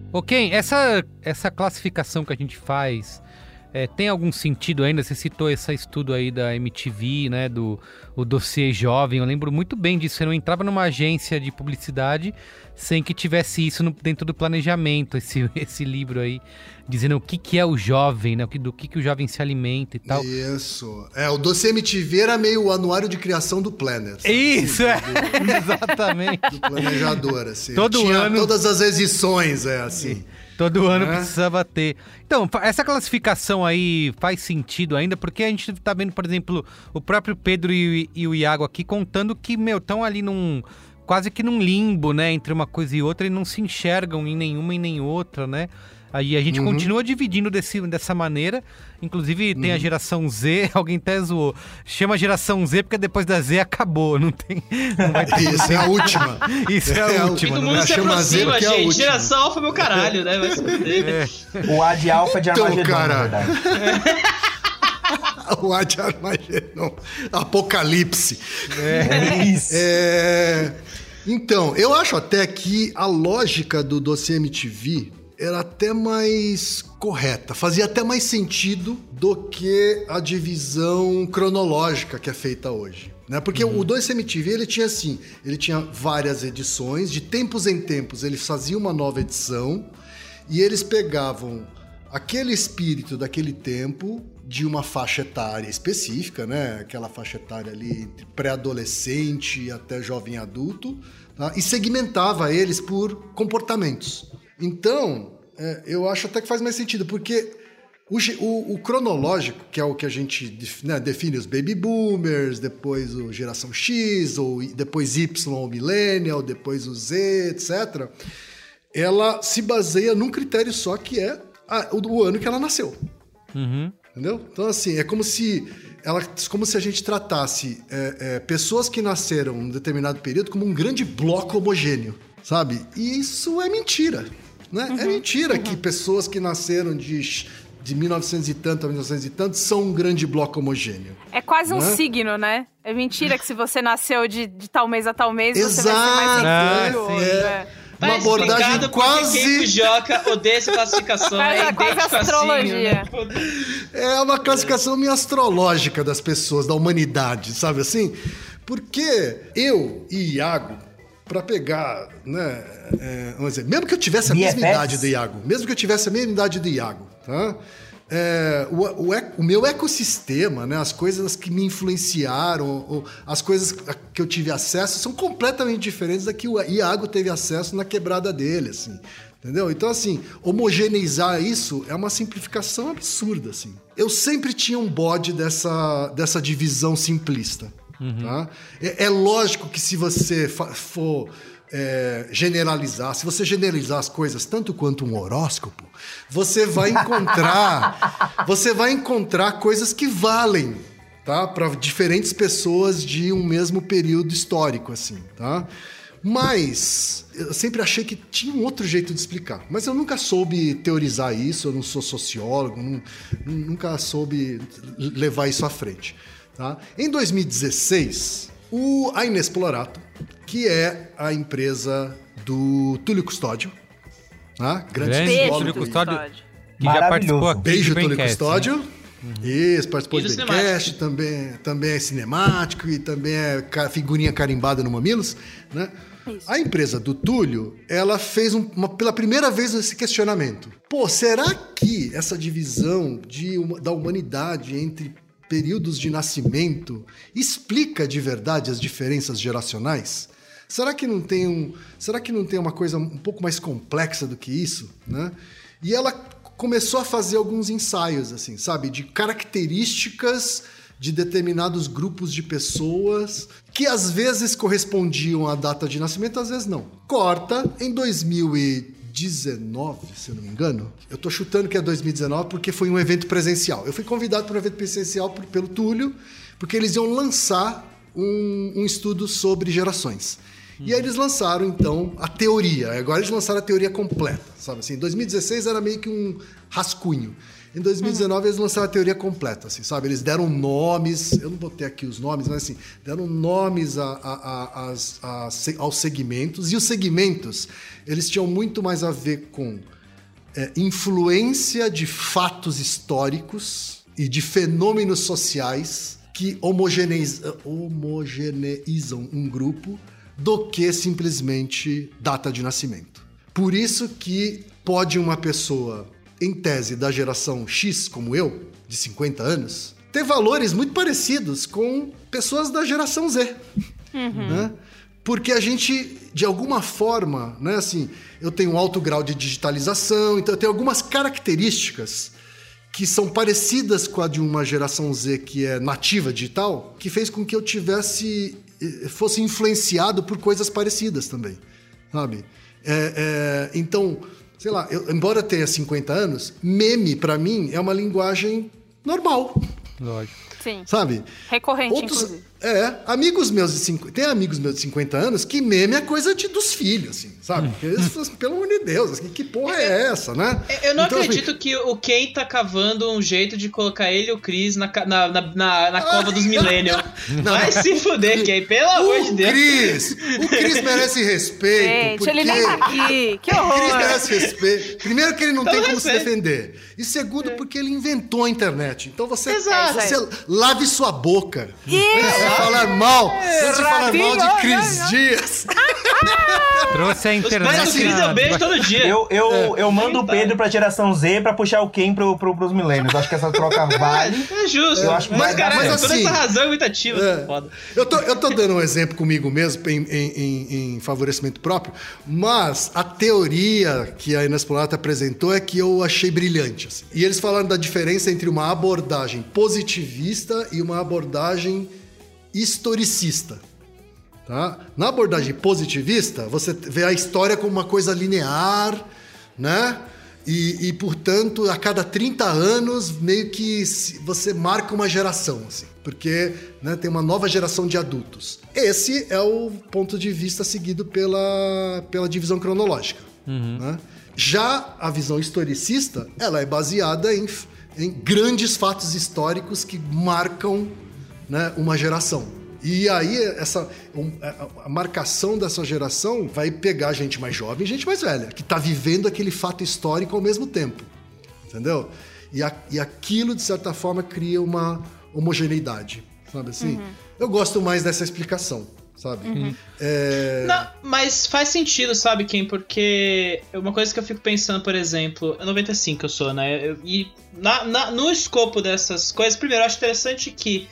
Ok, essa, essa classificação que a gente faz, é, tem algum sentido ainda? Você citou esse estudo aí da M T V, né, do o dossiê jovem, eu lembro muito bem disso, você não entrava numa agência de publicidade sem que tivesse isso no, dentro do planejamento, esse, esse livro aí, dizendo o que, que é o jovem, né, do que, que o jovem se alimenta e tal. Isso, é, o dossiê M T V era meio o anuário de criação do Planner. Sabe? Isso, assim, é, do, exatamente. Do planejador, assim. Todo Tinha ano... todas as edições, é, assim. Todo ano é? precisava ter. Então, essa classificação aí faz sentido ainda, porque a gente tá vendo, por exemplo, o próprio Pedro e, e o Iago aqui contando que, meu, estão ali num... quase que num limbo, né, entre uma coisa e outra, e não se enxergam em nenhuma e nem outra, né? Aí a gente uhum. continua dividindo desse, dessa maneira. Inclusive tem uhum. a geração Z, alguém até zoou. Chama geração Z porque depois da Z acabou, não tem... Não vai ter Isso é a última. Isso é, é a última. Todo mundo se aproxima, gente. É geração alfa, meu caralho, né? Vai se é. O A de alfa de Armagedon, então, cara... na verdade. O A de Armagedon. Apocalipse. É. Isso. É... Então, eu acho até que a lógica do dossiê M T V... era até mais correta, fazia até mais sentido do que a divisão cronológica que é feita hoje, né? Porque uhum. o dossiê M T V, ele tinha assim, ele tinha várias edições, de tempos em tempos eles faziam uma nova edição e eles pegavam aquele espírito daquele tempo, de uma faixa etária específica, né? Aquela faixa etária ali entre pré-adolescente até jovem adulto, tá? E segmentava eles por comportamentos. Então, é, eu acho até que faz mais sentido, porque o, o, o cronológico, que é o que a gente né, define os baby boomers, depois o geração X, ou depois Y, ou millennial, depois o Z, etcétera, ela se baseia num critério só, que é a, o, o ano que ela nasceu. Uhum. Entendeu? Então, assim, é como se, ela, como se a gente tratasse é, é, pessoas que nasceram em um determinado período como um grande bloco homogêneo, sabe? E isso é mentira. Né? Uhum, é mentira uhum. que pessoas que nasceram de, de mil e novecentos e tanto a mil e novecentos e tanto são um grande bloco homogêneo. É quase um né? signo, né? É mentira que se você nasceu de, de tal mês a tal mês, Exato. você vai ser mais sensível. Ah, é. É. Uma abordagem quase... Quem Fujioka odeia essa classificação. É, é quase astrologia. Né? É uma classificação meio astrológica das pessoas, da humanidade, sabe assim? Porque eu e Iago, pra pegar, né, é, vamos dizer, mesmo que eu tivesse a B F mesma S? idade do Iago, mesmo que eu tivesse a mesma idade do Iago, tá? É, o, o, o meu ecossistema, né, as coisas que me influenciaram, as coisas que eu tive acesso são completamente diferentes da que o Iago teve acesso na quebrada dele, assim, entendeu? Então, assim, homogeneizar isso é uma simplificação absurda, assim. Eu sempre tinha um bode dessa, dessa divisão simplista. Uhum. Tá? É, é lógico que se você for é, generalizar, se você generalizar as coisas tanto quanto um horóscopo, você vai encontrar, você vai encontrar coisas que valem, tá? Para diferentes pessoas de um mesmo período histórico, assim, tá? Mas eu sempre achei que tinha um outro jeito de explicar. Mas eu nunca soube teorizar isso, eu não sou sociólogo, não, nunca soube levar isso à frente. Tá? Em dois mil e dezesseis, o, a Inexplorato, que é a empresa do Túlio Custódio, tá? grande Grande Túlio Custódio, que já participou aqui. Beijo, de Túlio Braincast, Custódio. Né? Uhum. Isso, participou e do Braincast, também, também é cinemático e também é figurinha carimbada no Mamilos, né? Isso. A empresa do Túlio, ela fez um, uma, pela primeira vez esse questionamento. Pô, será que essa divisão de uma, da humanidade entre períodos de nascimento explica de verdade as diferenças geracionais? Será que não tem um, será que não tem uma coisa um pouco mais complexa do que isso, né? E ela começou a fazer alguns ensaios, assim, sabe, de características de determinados grupos de pessoas que às vezes correspondiam à data de nascimento, às vezes não. Corta em dois mil e dezenove, se eu não me engano. Eu tô chutando que é dois mil e dezenove porque foi um evento presencial. Eu fui convidado para um evento presencial por, pelo Túlio, porque eles iam lançar um, um estudo sobre gerações. Uhum. E aí eles lançaram, então, a teoria. Agora eles lançaram a teoria completa, sabe assim? Em dois mil e dezesseis era meio que um rascunho. Em dois mil e dezenove, uhum. eles lançaram a teoria completa, assim, sabe? Eles deram nomes, eu não botei aqui os nomes, mas assim, deram nomes a, a, a, a, a, aos segmentos, e os segmentos, eles tinham muito mais a ver com é, influência de fatos históricos e de fenômenos sociais que homogeneiza, homogeneizam um grupo do que simplesmente data de nascimento. Por isso que pode uma pessoa, em tese, da geração X, como eu, de cinquenta anos, ter valores muito parecidos com pessoas da geração Z. Uhum. Né? Porque a gente, de alguma forma, né, assim, eu tenho um alto grau de digitalização, então eu tenho algumas características que são parecidas com a de uma geração Z que é nativa digital, que fez com que eu tivesse, fosse influenciado por coisas parecidas também, sabe? É, é, então, sei lá, eu, embora eu tenha cinquenta anos, meme, pra mim, é uma linguagem normal. Lógico. Sim. Sabe? Recorrente, Outros, inclusive. É, amigos meus de cinquenta, tem amigos meus de cinquenta anos que meme é coisa de, dos filhos, assim, sabe? Porque eles falam assim, pelo amor de Deus, assim, que porra é essa, né? Eu não então, acredito assim, que o Ken tá cavando um jeito de colocar ele e o Chris na, na, na, na, na cova dos Millennials. Vai se fuder, Ken, pelo amor de Deus. Chris, o Chris merece respeito. Gente, porque ele nem tá aqui. Que horror. O Chris merece respeito. Primeiro que ele não Então, tem como respeito. se defender. E segundo, é. porque ele inventou a internet. Então você, Exato. você lave sua boca. Antes de falar mal, antes de falar mal de Cris Dias. Trouxe a Os internet. pais do Chris eu beijo todo dia. Eu, eu, eu mando o Pedro pra geração Z pra puxar o Ken pro, pro, pros milênios. Acho que essa troca vale. É justo. Eu acho que mas, vai dar caralho, certo. toda Mas, essa assim, razão é muito ativa. É. Foda. Eu tô, eu tô dando um exemplo comigo mesmo, em, em, em, em favorecimento próprio, mas a teoria que a Inês Polato apresentou é que eu achei brilhante. Assim. E eles falaram da diferença entre uma abordagem positivista e uma abordagem historicista. Tá? Na abordagem positivista, você vê a história como uma coisa linear, né? E, e, portanto, a cada trinta anos, meio que você marca uma geração, assim, porque, né, tem uma nova geração de adultos. Esse é o ponto de vista seguido pela, pela divisão cronológica. Uhum. Né? Já a visão historicista, ela é baseada em, em grandes fatos históricos que marcam, né, uma geração. E aí, essa, a marcação dessa geração vai pegar gente mais jovem e gente mais velha, que está vivendo aquele fato histórico ao mesmo tempo. Entendeu? E, a, e aquilo, de certa forma, cria uma homogeneidade. Sabe assim? Uhum. Eu gosto mais dessa explicação, sabe? Uhum. É... Não, mas faz sentido, sabe, Ken? Porque uma coisa que eu fico pensando, por exemplo, é noventa e cinco eu sou, né? Eu, e na, na, no escopo dessas coisas, primeiro, eu acho interessante que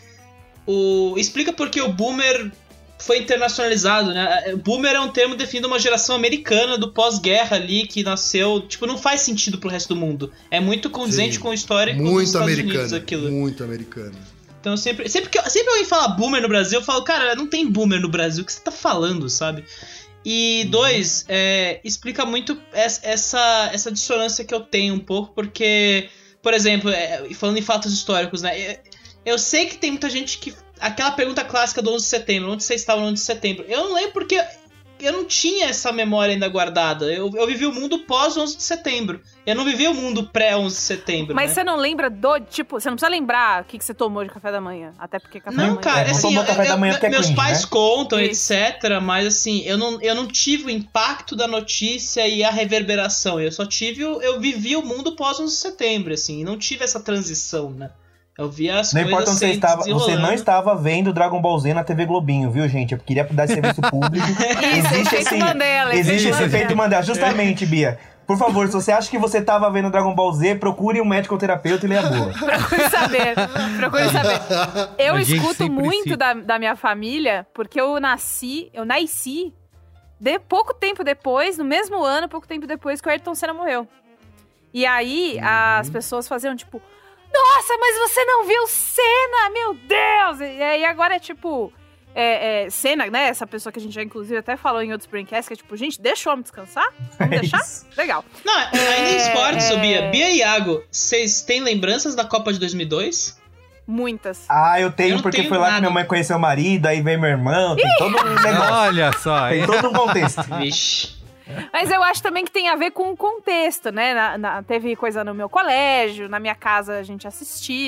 O, explica porque o boomer foi internacionalizado, né? Boomer é um termo definido uma geração americana do pós-guerra ali, que nasceu... Tipo, não faz sentido pro resto do mundo. É muito condizente Sim, com o histórico dos Estados americano, Unidos, aquilo. Muito americano. Então, sempre, sempre que sempre alguém fala boomer no Brasil, eu falo, cara, não tem boomer no Brasil, o que você tá falando, sabe? E uhum. dois, é, explica muito essa, essa dissonância que eu tenho um pouco, porque, por exemplo, é, falando em fatos históricos, né? É, Eu sei que tem muita gente que... Aquela pergunta clássica do onze de setembro. Onde você estava no onze de setembro? Eu não lembro porque eu não tinha essa memória ainda guardada. Eu, eu vivi o mundo pós onze de setembro. Eu não vivi o mundo pré onze de setembro, Mas né? você não lembra do... Tipo, você não precisa lembrar o que, que você tomou de café da manhã. Até porque café não, da manhã... cara, é, assim, não eu, café eu, da manhã eu, porque é meus cringe, pais né? contam, Isso. etcétera. Mas assim, eu não, eu não tive o impacto da notícia e a reverberação. Eu só tive... O, eu vivi o mundo pós onze de setembro, assim. E não tive essa transição, né? Eu vi as não coisas importa onde você estava, você não estava vendo Dragon Ball Z na T V Globinho, viu, gente? Eu queria dar esse serviço público. Isso, existe efeito esse, Mandela, existe efeito esse efeito Mandela. Justamente, Bia. Por favor, se você acha que você estava vendo Dragon Ball Z, procure um médico ou terapeuta e leia a boa. Procure saber. Procure saber. Eu A gente escuto sempre muito cita. da, da minha família, porque eu nasci, eu nasci de pouco tempo depois, no mesmo ano, pouco tempo depois que o Ayrton Senna morreu. E aí, uhum. as pessoas faziam, tipo... Nossa, mas você não viu Senna, meu Deus! E aí agora é tipo... É, é, Senna, né? Essa pessoa que a gente já, inclusive, até falou em outros Braincasts, que é tipo, gente, deixa o homem descansar? Vamos É deixar? isso. Legal. Não, ainda em esportes, é... Bia. Bia e Iago, vocês têm lembranças da Copa de dois mil e dois? Muitas. Ah, eu tenho, Eu não porque tenho foi lá nada. que minha mãe conheceu o marido, aí veio meu irmão, tem todo um negócio. Olha só. Tem todo um contexto. Vixe. Mas eu acho também que tem a ver com o contexto, né? Na, na, teve coisa no meu colégio, na minha casa a gente assistia.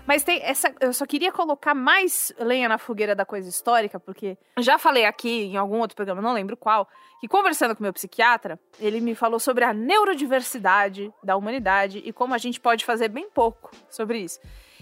Mas tem essa, eu só queria colocar mais lenha na fogueira da coisa histórica, porque já falei aqui em algum outro programa, não lembro qual, que conversando com meu psiquiatra, ele me falou sobre a neurodiversidade da humanidade e como a gente pode fazer bem pouco sobre isso.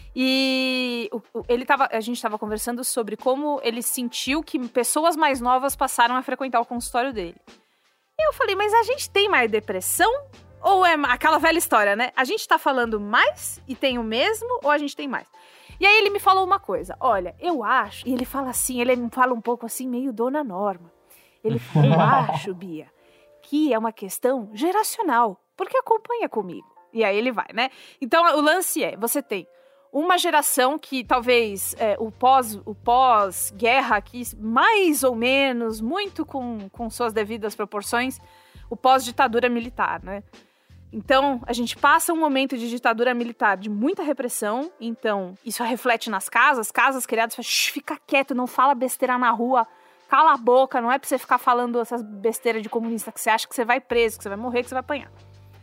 E ele tava, a gente estava conversando sobre como ele sentiu que pessoas mais novas passaram a frequentar o consultório dele. E eu falei, mas a gente tem mais depressão? Ou é aquela velha história, né? A gente tá falando mais e tem o mesmo, ou a gente tem mais? E aí ele me falou uma coisa. Olha, eu acho... E ele fala assim, ele me fala um pouco assim, meio Dona Norma. Ele fala, eu acho, Bia, que é uma questão geracional. Porque acompanha comigo. E aí ele vai, né? Então, o lance é, você tem uma geração que talvez é, o, pós, o pós-guerra aqui, mais ou menos, muito com, com suas devidas proporções, o pós-ditadura militar, né? Então, a gente passa um momento de ditadura militar de muita repressão, então isso reflete nas casas, casas criadas, fica quieto, não fala besteira na rua, cala a boca, não é pra você ficar falando essas besteiras de comunista que você acha que você vai preso, que você vai morrer, que você vai apanhar.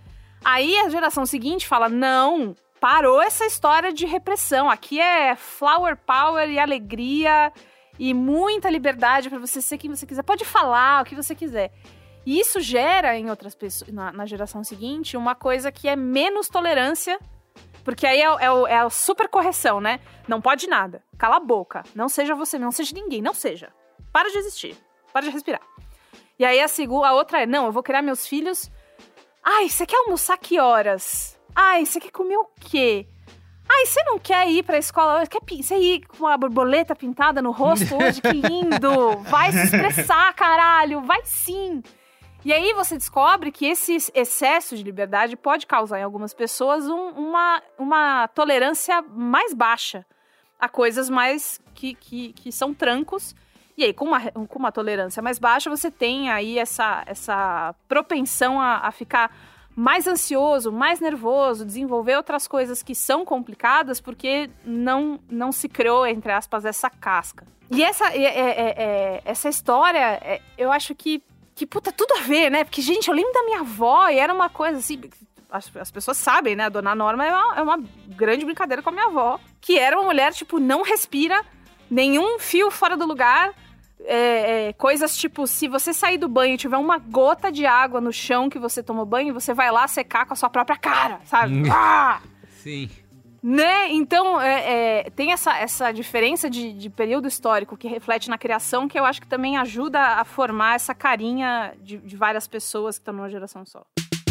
Aí a geração seguinte fala, não, parou essa história de repressão, aqui é flower power e alegria e muita liberdade pra você ser quem você quiser, pode falar o que você quiser. E isso gera em outras pessoas, na, na geração seguinte, uma coisa que é menos tolerância, porque aí é, é, é a super correção, né? Não pode nada. Cala a boca. Não seja você, não seja ninguém. Não seja. Para de existir. Para de respirar. E aí a, segunda, a outra é, não, eu vou criar meus filhos. Ai, você quer almoçar que horas? Ai, você quer comer o quê? Ai, você não quer ir pra escola hoje? Quer você ir com uma borboleta pintada no rosto hoje? Que lindo! Vai se expressar, caralho! Vai sim! E aí você descobre que esse excesso de liberdade pode causar em algumas pessoas um, uma, uma tolerância mais baixa a coisas mais que, que, que são trancos. E aí, com uma, com uma tolerância mais baixa, você tem aí essa, essa propensão a, a ficar mais ansioso, mais nervoso, desenvolver outras coisas que são complicadas porque não, não se criou, entre aspas, essa casca. E essa, é, é, é, essa história, é, eu acho que Que, puta, tudo a ver, né? Porque, gente, eu lembro da minha avó e era uma coisa assim... As, as pessoas sabem, né? A Dona Norma é uma, é uma grande brincadeira com a minha avó. Que era uma mulher, tipo, não respira, nenhum fio fora do lugar. É, é, coisas tipo, se você sair do banho e tiver uma gota de água no chão que você tomou banho, você vai lá secar com a sua própria cara, sabe? ah! Sim. Né? Então, é, é, tem essa, essa diferença de, de período histórico que reflete na criação, que eu acho que também ajuda a formar essa carinha de, de várias pessoas que estão numa geração só.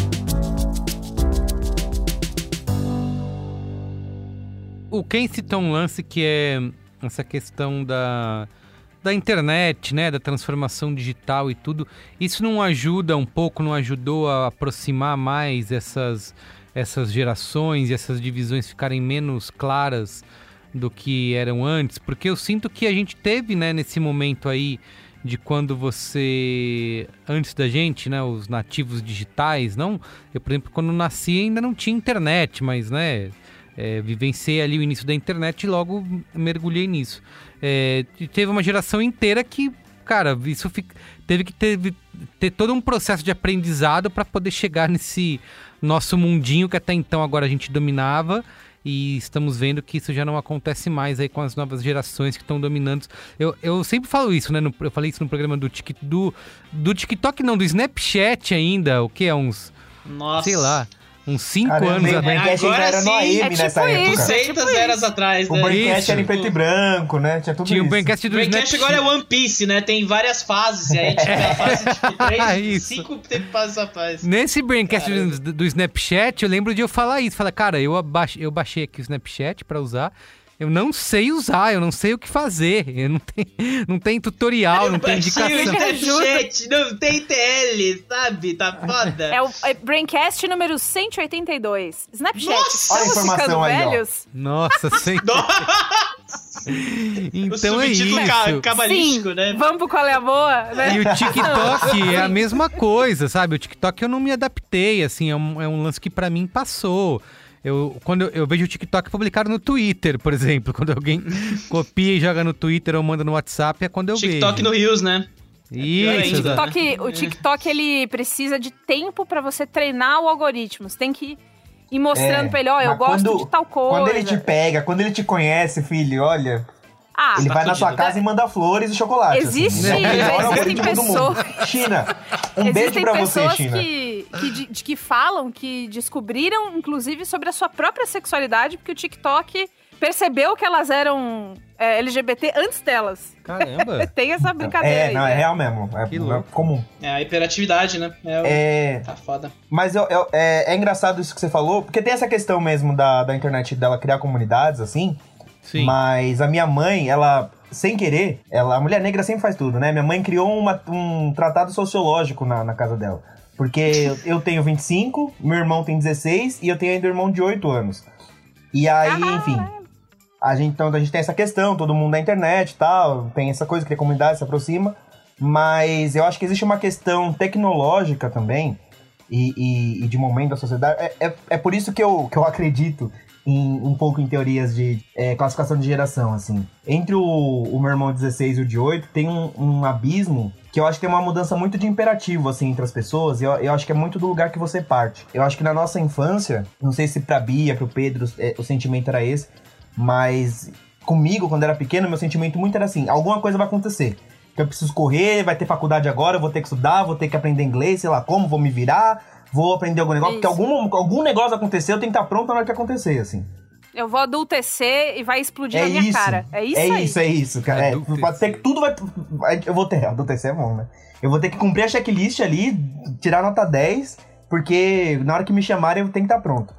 O Ken citou um lance que é essa questão da, da internet, né? Da transformação digital e tudo. Isso não ajuda um pouco, não ajudou a aproximar mais essas... essas gerações e essas divisões ficarem menos claras do que eram antes, porque eu sinto que a gente teve, né, nesse momento aí de quando você, antes da gente, né, os nativos digitais, não, eu, por exemplo, quando nasci ainda não tinha internet, mas, né, é, vivenciei ali o início da internet e logo mergulhei nisso. É, teve uma geração inteira que, cara, isso fica, teve que ter, ter todo um processo de aprendizado para poder chegar nesse nosso mundinho que até então agora a gente dominava, e estamos vendo que isso já não acontece mais aí com as novas gerações que estão dominando. Eu, eu sempre falo isso, né? No, eu falei isso no programa do, TikTok, do, do TikTok, não, do Snapchat ainda, o que é uns... Nossa. Sei lá, uns cinco Cara, anos o atrás. Braincast Agora era no sim, A M é tipo nessa época. isso. duzentas eras atrás, O né? Braincast Isso. era em preto e branco, né? Tinha tudo Tinha o isso. Braincast O do Braincast Snapchat. agora é One Piece, né? Tem várias fases. E aí tiver a fase tipo três, Isso. cinco fases a fase. Nesse Braincast do, do Snapchat, eu lembro de eu falar isso. Falar, cara, eu, abaixei, eu baixei aqui o Snapchat pra usar. Eu não sei usar, eu não sei o que fazer. Eu não tenho, não tem tutorial, Eu não tem baixei o indicação. Snapchat, não tem T L, sabe? Tá foda. É o é Braincast número cento e oitenta e dois. Snapchat, Nossa! Olha a estamos informação ficando aí, ó. velhos? Nossa, sem... Então o é subtítulo isso. ca- cabalístico, Sim, né? vamos pro qual é a boa, né? E o TikTok é a mesma coisa, sabe? O TikTok eu não me adaptei, assim, é um, é um lance que pra mim passou. Eu, quando eu, eu vejo o TikTok publicado no Twitter, por exemplo, quando alguém copia e joga no Twitter ou manda no WhatsApp, é quando eu TikTok vejo. no Reels, né? Isso, ainda. exato. TikTok, o TikTok, ele precisa de tempo pra você treinar o algoritmo. Você tem que E mostrando É, pra ele, ó, eu mas gosto quando- de tal coisa. Quando ele te pega, quando ele te conhece, filho, olha... Ah, Ele tá vai na sua fudido. casa e manda flores e chocolate. Existe- assim. É o melhor existem algoritmo do mundo. China, um beijo Existem pra você, pessoas China. que, que, de- de- que falam que descobriram, inclusive, sobre a sua própria sexualidade, porque o TikTok percebeu que elas eram é, L G B T antes delas. Caramba. Tem essa brincadeira É, aí. não, né? é real mesmo. É, Que é louco. comum. É a hiperatividade, né? É, o- É, Tá foda. mas eu, eu- é, é engraçado isso que você falou, porque tem essa questão mesmo da, da internet dela criar comunidades, assim. Sim. Mas a minha mãe, ela, sem querer, ela, a mulher negra sempre faz tudo, né? Minha mãe criou uma- um tratado sociológico na, na casa dela. Porque eu tenho vinte e cinco, meu irmão tem dezesseis e eu tenho ainda um irmão de oito anos. E aí, enfim, a gente, então, a gente tem essa questão, todo mundo na internet e tal, tem essa coisa que a comunidade se aproxima. Mas eu acho que existe uma questão tecnológica também e, e- e de momento da sociedade. É, é, é por isso que eu, que eu acredito em, um pouco em teorias de é, classificação de geração, assim. Entre o, o meu irmão de dezesseis e o de oito, tem um, um abismo que eu acho que tem uma mudança muito de imperativo, assim, entre as pessoas. E eu, eu acho que é muito do lugar que você parte. Eu acho que na nossa infância, não sei se pra Bia, pro Pedro, é, o sentimento era esse, mas comigo, quando era pequeno, meu sentimento muito era assim, alguma coisa vai acontecer. Eu preciso correr, vai ter faculdade agora, eu vou ter que estudar, vou ter que aprender inglês, sei lá como, vou me virar, vou aprender algum negócio, Isso. porque algum, algum negócio acontecer, eu tenho que estar pronto na hora que acontecer, assim. Eu vou adultecer e vai explodir É na minha isso, cara. É isso é aí. isso, é isso, cara. É, Adultecer. pode ter que tudo vai, vai- eu vou ter, adultecer é bom, né? Eu vou ter que cumprir a checklist ali, tirar nota dez, porque na hora que me chamarem eu tenho que estar pronto.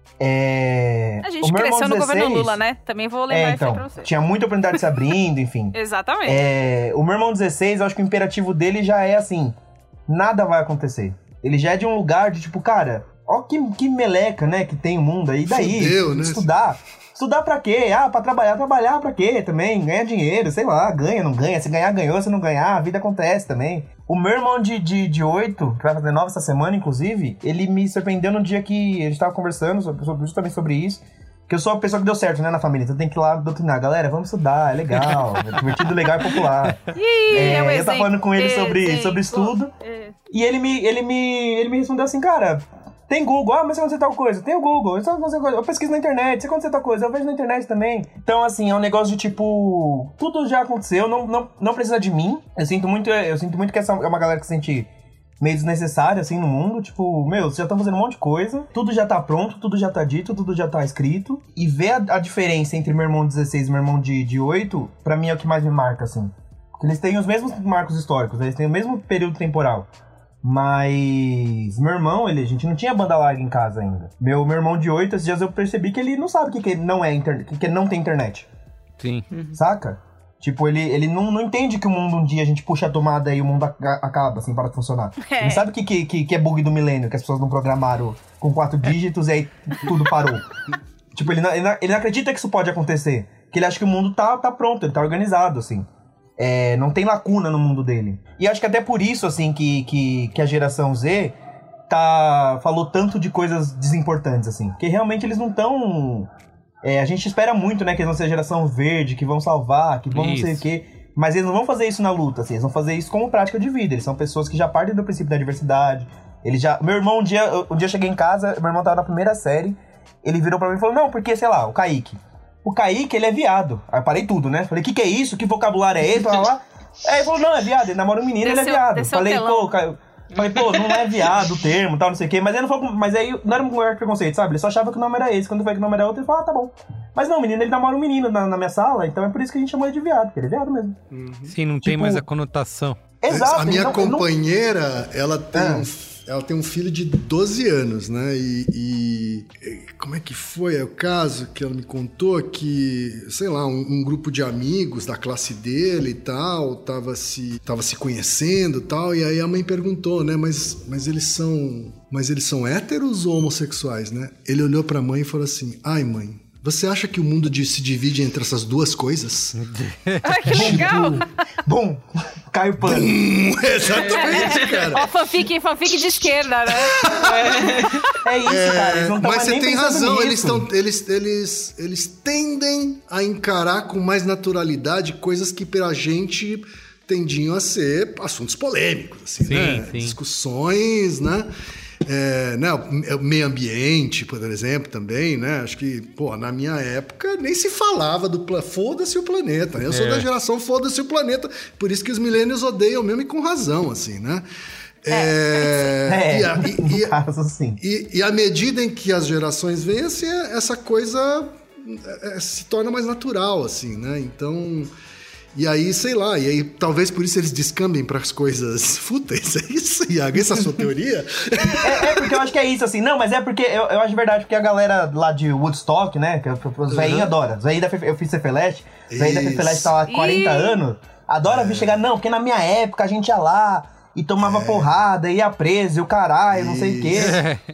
É... A o gente meu irmão cresceu no governo dezesseis, Lula, né? Também vou lembrar É, isso aí então, pra você. tinha muita oportunidade se abrindo, enfim. Exatamente. É, o meu irmão dezesseis, eu acho que o imperativo dele já é assim, nada vai acontecer. Ele já é de um lugar de tipo, cara, ó que, que meleca, né, que tem o mundo aí. E daí, Fudeu, né? estudar. Estudar pra quê? Ah, pra trabalhar. Trabalhar pra quê também? Ganhar dinheiro, sei lá, ganha, não ganha. Se ganhar, ganhou. Se não ganhar, a vida acontece também. O meu irmão de, de, de oito, que vai fazer nove essa semana, inclusive, ele me surpreendeu no dia que a gente tava conversando sobre, sobre- justamente sobre isso. Que eu sou a pessoa que deu certo, né, na família. Então tem que ir lá doutrinar. Galera, vamos estudar, é legal. É divertido, legal e popular. Ih, É, é um eu tava falando com ele sobre, exemplo. sobre estudo. É. E ele me, ele, me, ele me respondeu assim, cara, tem Google. Ah, mas você aconteceu tal coisa? Tem o Google. Eu, só fazer coisa. Eu pesquiso na internet. Se aconteceu tal coisa, eu vejo na internet também. Então, assim, é um negócio de tipo... Tudo já aconteceu, não, não, não precisa de mim. Eu sinto muito, eu sinto muito que essa é uma galera que se sente meio desnecessária, assim, no mundo. Tipo, meu, vocês já estão fazendo um monte de coisa. Tudo já tá pronto, tudo já tá dito, tudo já tá escrito. E ver a, a diferença entre meu irmão de dezesseis e meu irmão de, de oito, pra mim é o que mais me marca, assim. Porque eles têm os mesmos marcos históricos, eles têm o mesmo período temporal. Mas meu irmão, ele, a gente não tinha banda larga em casa ainda. Meu, meu irmão de oito, esses dias eu percebi que ele não sabe o que, que não é internet, que, que não tem internet. Sim. Saca? Tipo, ele, ele não, não entende que o mundo um dia a gente puxa a tomada e o mundo a- acaba, assim, para de funcionar. É. Ele sabe o que, que, que, que é bug do milênio, que as pessoas não programaram com quatro dígitos e aí tudo parou. Tipo, ele não, ele, não, ele não acredita que isso pode acontecer. Que ele acha que o mundo tá, tá pronto, ele tá organizado, assim. É, não tem lacuna no mundo dele. E acho que até por isso, assim, que, que, que a geração Z tá, falou tanto de coisas desimportantes, assim. Porque realmente eles não estão... É, a gente espera muito, né, que eles vão ser a geração verde, que vão salvar, que vão não sei o Isso. quê. Mas eles não vão fazer isso na luta, assim. Eles vão fazer isso como prática de vida. Eles são pessoas que já partem do princípio da diversidade. Eles já... Meu irmão, um dia, um dia eu cheguei em casa, meu irmão tava na primeira série, ele virou pra mim e falou, não, porque, sei lá, o Kaique. O Kaique, ele é viado. Aí eu parei tudo, né? Falei, o que que é isso? Que vocabulário é esse? Blá, blá, blá. Aí ele falou, não, é viado. Ele namora um menino, ele é Desceu- viado. desceu o Falei, telão. pô, Caio... Falei, pô, não é viado o termo, tal, não sei o quê. Mas ele não falou, mas aí não era um lugar de preconceito, sabe? Ele só achava que o nome era esse. Quando eu falei que o nome era outro, ele falou, ah, tá bom. Mas não, o menino, ele namora um menino na, na minha sala, então é por isso que a gente chamou ele de viado, porque ele é viado mesmo. Sim, não tem Tipo, mais a conotação. Exato. A minha então, eu não- companheira, ela tem, Ah. um, ela tem um filho de doze anos, né? E, e- e como é que foi é o caso que ela me contou que, sei lá, um, um grupo de amigos da classe dele e tal, tava se, tava se conhecendo e tal, e aí a mãe perguntou, né? Mas, mas eles são, mas eles são héteros ou homossexuais, né? Ele olhou pra mãe e falou assim, ai mãe, você acha que o mundo de- se divide entre essas duas coisas? Ai, que legal. Bum! Cai o pano. Exatamente, cara. Ó, fanfic, fanfic de esquerda, né? É isso, cara. Eles não tão Mas mais você nem tem pensando razão, nisso. eles, tão, eles, eles, eles tendem a encarar com mais naturalidade coisas que pra gente tendiam a ser assuntos polêmicos, assim, Sim, né? sim. Discussões, né? É, né, o meio ambiente, por exemplo, também, né? Acho que, pô, na minha época nem se falava do pla... foda-se o planeta. Eu sou É. da geração foda-se o planeta. Por isso que os millennials odeiam mesmo e com razão, assim, né? É, É, e, a, e, no e, caso, sim. e, e à medida em que as gerações vencem, essa coisa é, se torna mais natural, assim, né? Então... E aí, sei lá, e aí talvez por isso eles descambem para as coisas fúteis, é isso, Iago? Essa é a sua teoria? É, é porque eu acho que é isso, assim. Não, mas é porque eu, eu acho de verdade, porque a galera lá de Woodstock, né? Que os velhinhos Uhum. adoram. Os velhinhos da Fe- eu fiz Cefeleste, os velhinhos da Isso. Cefeleste tá lá há quarenta Ih. anos. Adora vir chegar, não, porque na minha época a gente ia lá e tomava porrada, ia preso, e o caralho, não sei o quê.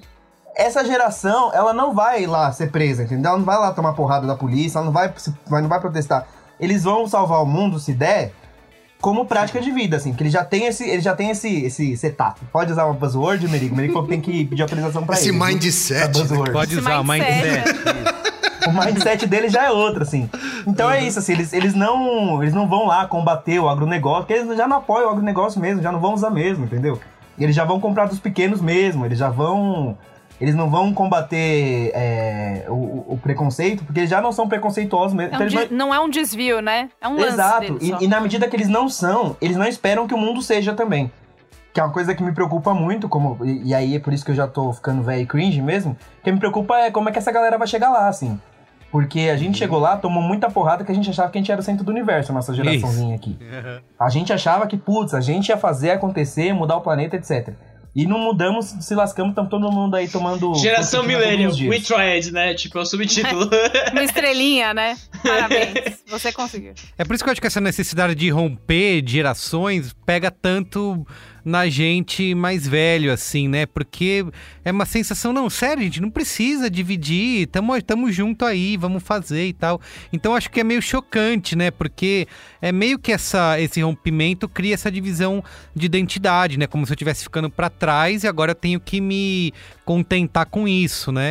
Essa geração, ela não vai lá ser presa, entendeu? Ela não vai lá tomar porrada da polícia, ela não vai, se- vai- não vai protestar. Eles vão salvar o mundo, se der, como prática de vida, assim, porque eles já têm esse, eles já têm esse, esse setup. Pode usar uma buzzword, Merigo? Merigo falou que tem que pedir autorização pra Esse eles. viu? mindset, Pra buzzword. Pode Esse usar o mindset, mindset. O mindset dele já é outro, assim. Então é isso, assim, eles, eles, não, eles não vão lá combater o agronegócio, porque eles já não apoiam o agronegócio mesmo, já não vão usar mesmo, entendeu? E eles já vão comprar dos pequenos mesmo, eles já vão... Eles não vão combater é, o, o preconceito, porque eles já não são preconceituosos mesmo. É um Então eles de- Não é um desvio, né? É um não... lance Exato, deles só. e, e na medida que eles não são, eles não esperam que o mundo seja também. Que é uma coisa que me preocupa muito, como, e, e aí é por isso que eu já tô ficando velho e cringe mesmo, o que me preocupa é como é que essa galera vai chegar lá, assim. Porque a gente chegou lá, tomou muita porrada que a gente achava que a gente era o centro do universo, a nossa geraçãozinha aqui. A gente achava que, putz, a gente ia fazer acontecer, mudar o planeta, etcétera. E não mudamos, se lascamos, estamos todo mundo aí tomando... Geração Concertina todos Millennial, os dias. We Tried, né? Tipo, é o subtítulo. Uma estrelinha, né? Parabéns. Você conseguiu. É por isso que eu acho que essa necessidade de romper de gerações pega tanto na gente mais velho, assim, né? Porque é uma sensação, não, sério, gente, não precisa dividir, tamo, tamo junto aí, vamos fazer e tal. Então acho que é meio chocante, né? Porque é meio que essa, esse rompimento cria essa divisão de identidade, né? Como se eu estivesse ficando pra trás e agora eu tenho que me contentar com isso, né?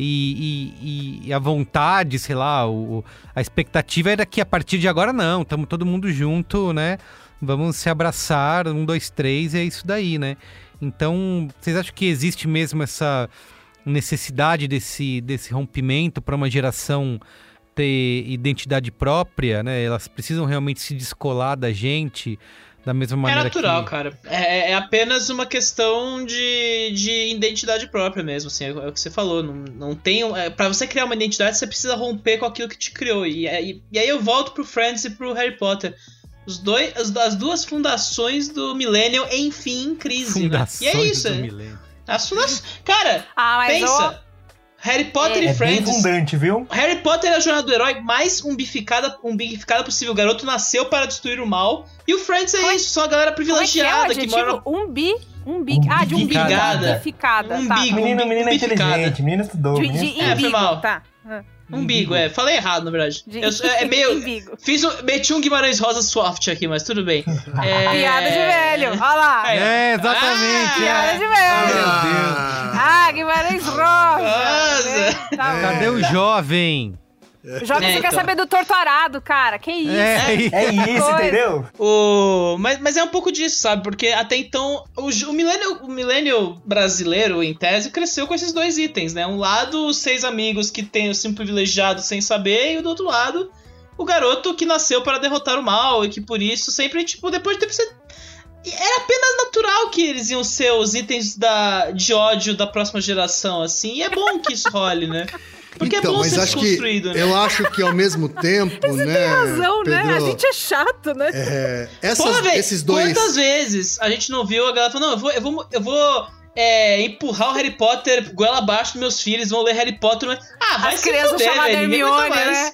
E, e, e a vontade, sei lá, o, a expectativa era que a partir de agora não, estamos todo mundo junto, né? Vamos se abraçar, um, dois, três, e é isso daí, né? Então, vocês acham que existe mesmo essa necessidade desse, desse rompimento para uma geração ter identidade própria, né? Elas precisam realmente se descolar da gente da mesma É maneira natural, que... cara. É, é apenas uma questão de, de identidade própria mesmo, assim, é, é o que você falou. Não, não tem, é, pra você criar uma identidade, você precisa romper com aquilo que te criou. E, e, e aí eu volto pro Friends e pro Harry Potter. Os dois, as, as duas fundações do Millennium, enfim, em crise, Fundações né? E é isso. do é. milênio. As fundações... Cara, Ah, mas pensa... Harry Potter É e bem Friends... abundante, viu? Harry Potter é a jornada do herói mais umbificada, umbificada possível. O garoto nasceu para destruir o mal. E o Friends é Como é- isso, só a galera Como é que é o privilegiada que, adjetivo? mora... Umbi... Umbi... Ah, de umbigo. Umbigada. Umbificada. Tá. Umbigo. Menino, menino é umbificada. inteligente, menino estudou. De, menino de estudou. É, foi imbigo, mal. tá. Umbigo, é. Falei errado, na verdade. De Eu, é meio... imbigo. Fiz um, meti um Guimarães Rosa soft aqui, mas tudo bem. É... Piada de velho. Olha lá. É, exatamente. Piada é. de velho. Meu Deus. Ah, Guimarães Rosa. Nossa. Tá bom. Cadê o jovem? Jovem, É, você quer então. saber do torturado, cara. Que isso? É, É isso, Coisa. entendeu? O... Mas, mas é um pouco disso, sabe? Porque até então o, o, millennial, o millennial brasileiro, em tese, cresceu com esses dois itens, né? Um lado, os seis amigos que tem o sim privilegiado sem saber, e do outro lado, o garoto que nasceu para derrotar o mal e que por isso sempre, tipo, depois de ter sido... Era apenas natural que eles iam ser os itens da, de ódio da próxima geração, assim. E é bom que isso role, né? Porque então, é bom mas ser acho que desconstruído, né? eu acho que ao mesmo tempo, né, Tem razão, né? A Pedro, gente é chato, né? é, essas, Porra, véi, esses dois... quantas vezes a gente não viu a galera falando, não, eu vou, eu vou, eu vou é, empurrar o Harry Potter goela abaixo dos meus filhos, vão ler Harry Potter, mas... Ah, vai As se crianças fuder, chamadas velho, ninguém aguenta Hermione, mais.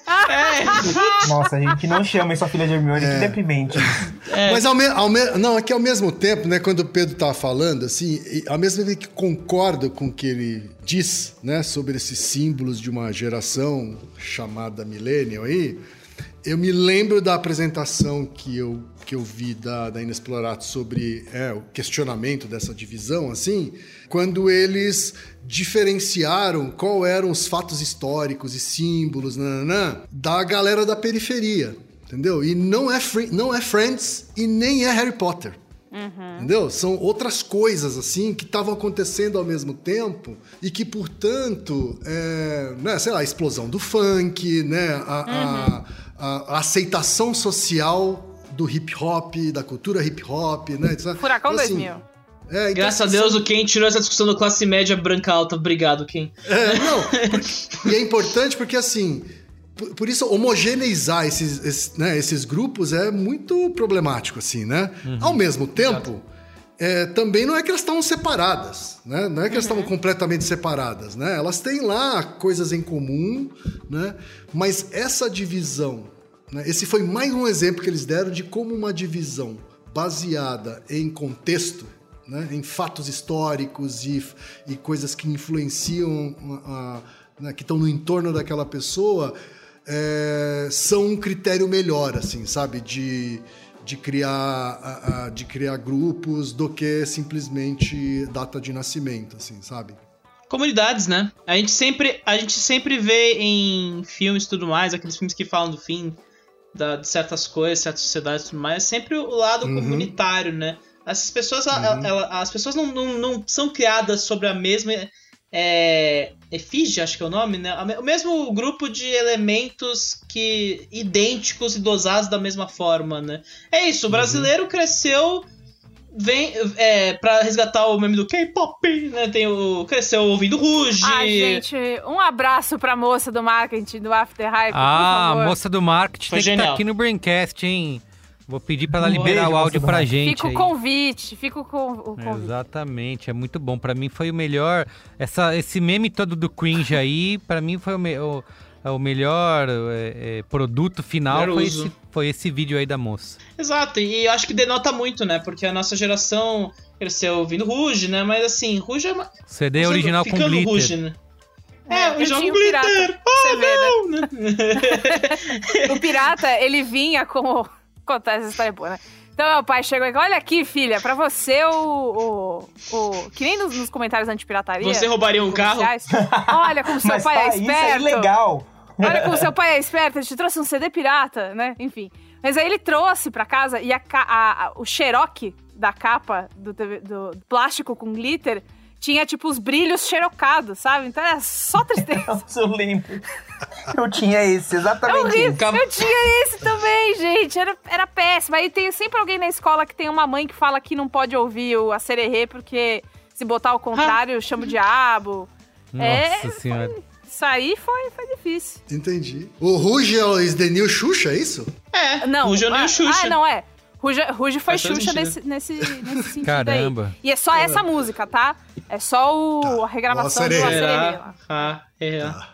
É. Nossa, gente, não chama sua filha de Hermione, que deprimente. Mas ao, me, ao me, não, é que ao mesmo tempo, né, quando o Pedro tava falando, assim, e ao mesmo tempo que concordo com o que ele diz, né, sobre esses símbolos de uma geração chamada Millennial aí, eu me lembro da apresentação que eu, que eu vi da, da Inexplorato sobre é, o questionamento dessa divisão, assim, quando eles diferenciaram qual eram os fatos históricos e símbolos nananã, da galera da periferia. Entendeu? E não é, free, não é Friends e nem é Harry Potter. Uhum. Entendeu? São outras coisas, assim, que estavam acontecendo ao mesmo tempo e que, portanto, é, né, sei lá, a explosão do funk, né, a, uhum. a, a, a aceitação social do hip-hop, da cultura hip-hop, né? Furacão então, assim, dois mil. É, então, Graças a Deus, o Ken tirou essa discussão do classe média branca alta. Obrigado, Ken. É, não, porque, e é importante porque, assim... Por, por isso, homogeneizar esses, esses, né, esses grupos é muito problemático, assim, né? Uhum. Ao mesmo tempo, é, também não é que elas estavam separadas, né? Não é que elas estavam uhum. completamente separadas, né? Elas têm lá coisas em comum, né? Mas essa divisão, né? Esse foi mais um exemplo que eles deram de como uma divisão baseada em contexto, né? Em fatos históricos e, e coisas que influenciam, a, a, né? que estão no entorno daquela pessoa... É, são um critério melhor, assim, sabe? De, de, criar, a, a, de criar grupos do que simplesmente data de nascimento, assim, sabe? Comunidades, né? A gente sempre, a gente sempre vê em filmes e tudo mais, aqueles filmes que falam do fim da, de certas coisas, certas sociedades e tudo mais, sempre o lado uhum. comunitário, né? Essas pessoas, uhum. ela, ela, as pessoas não, não, não são criadas sobre a mesma... É, efígie, acho que é o nome, né? O mesmo grupo de elementos que idênticos e dosados da mesma forma, né? É isso, o brasileiro uhum. cresceu vem, é, pra resgatar o meme do K-pop, né? Tem o, cresceu ouvindo Ruge. Ah, gente, um abraço pra moça do marketing do After Hype, Ah, a moça do marketing Foi tem genial. que estar aqui no Braincast, hein? Vou pedir pra ela liberar o áudio pra gente. Fica o convite, fica o, con- o convite. Exatamente, é muito bom. Pra mim foi o melhor. Essa, esse meme todo do cringe aí, pra mim foi o, me, o, o melhor é, é, produto final. Foi esse, foi esse vídeo aí da moça. Exato, e eu acho que denota muito, né? Porque a nossa geração cresceu ouvindo Ruge, né? Mas assim, Ruge é uma. C D original com glitter. Ruge, né? É, é original com glitter. Oh, não, né? O pirata, ele vinha com. Contar essa história boa, né? Então meu pai chegou e falou: olha aqui, filha, pra você o... o, o que nem nos, nos comentários anti-pirataria. Você roubaria um carro? Olha como seu Mas, pai pai, é esperto. Isso é ilegal. Olha como seu pai é esperto, ele te trouxe um C D pirata, né? Enfim. Mas aí ele trouxe pra casa e a, a, a, o xeroque da capa do, do, do plástico com glitter tinha, tipo, os brilhos xerocados, sabe? Então era só tristeza. Eu lembro. Eu tinha esse, exatamente é isso. Eu tinha esse também, gente. Era, era péssimo. Aí tem sempre alguém na escola que tem uma mãe que fala que não pode ouvir o Acererê porque se botar ao contrário, chama o diabo. Nossa é, senhora. Foi, isso aí foi, foi difícil. Entendi. O Ruge é o Isdenil Xuxa, é isso? É, não, Ruge é o ah, Xuxa. Ah, não, é. Ruge, Ruge foi Faz Xuxa sentido. nesse, nesse, nesse sentido Caramba. aí. E é só essa música, tá? É só o, a regravação do Acererê lá. Ah, é. Tá.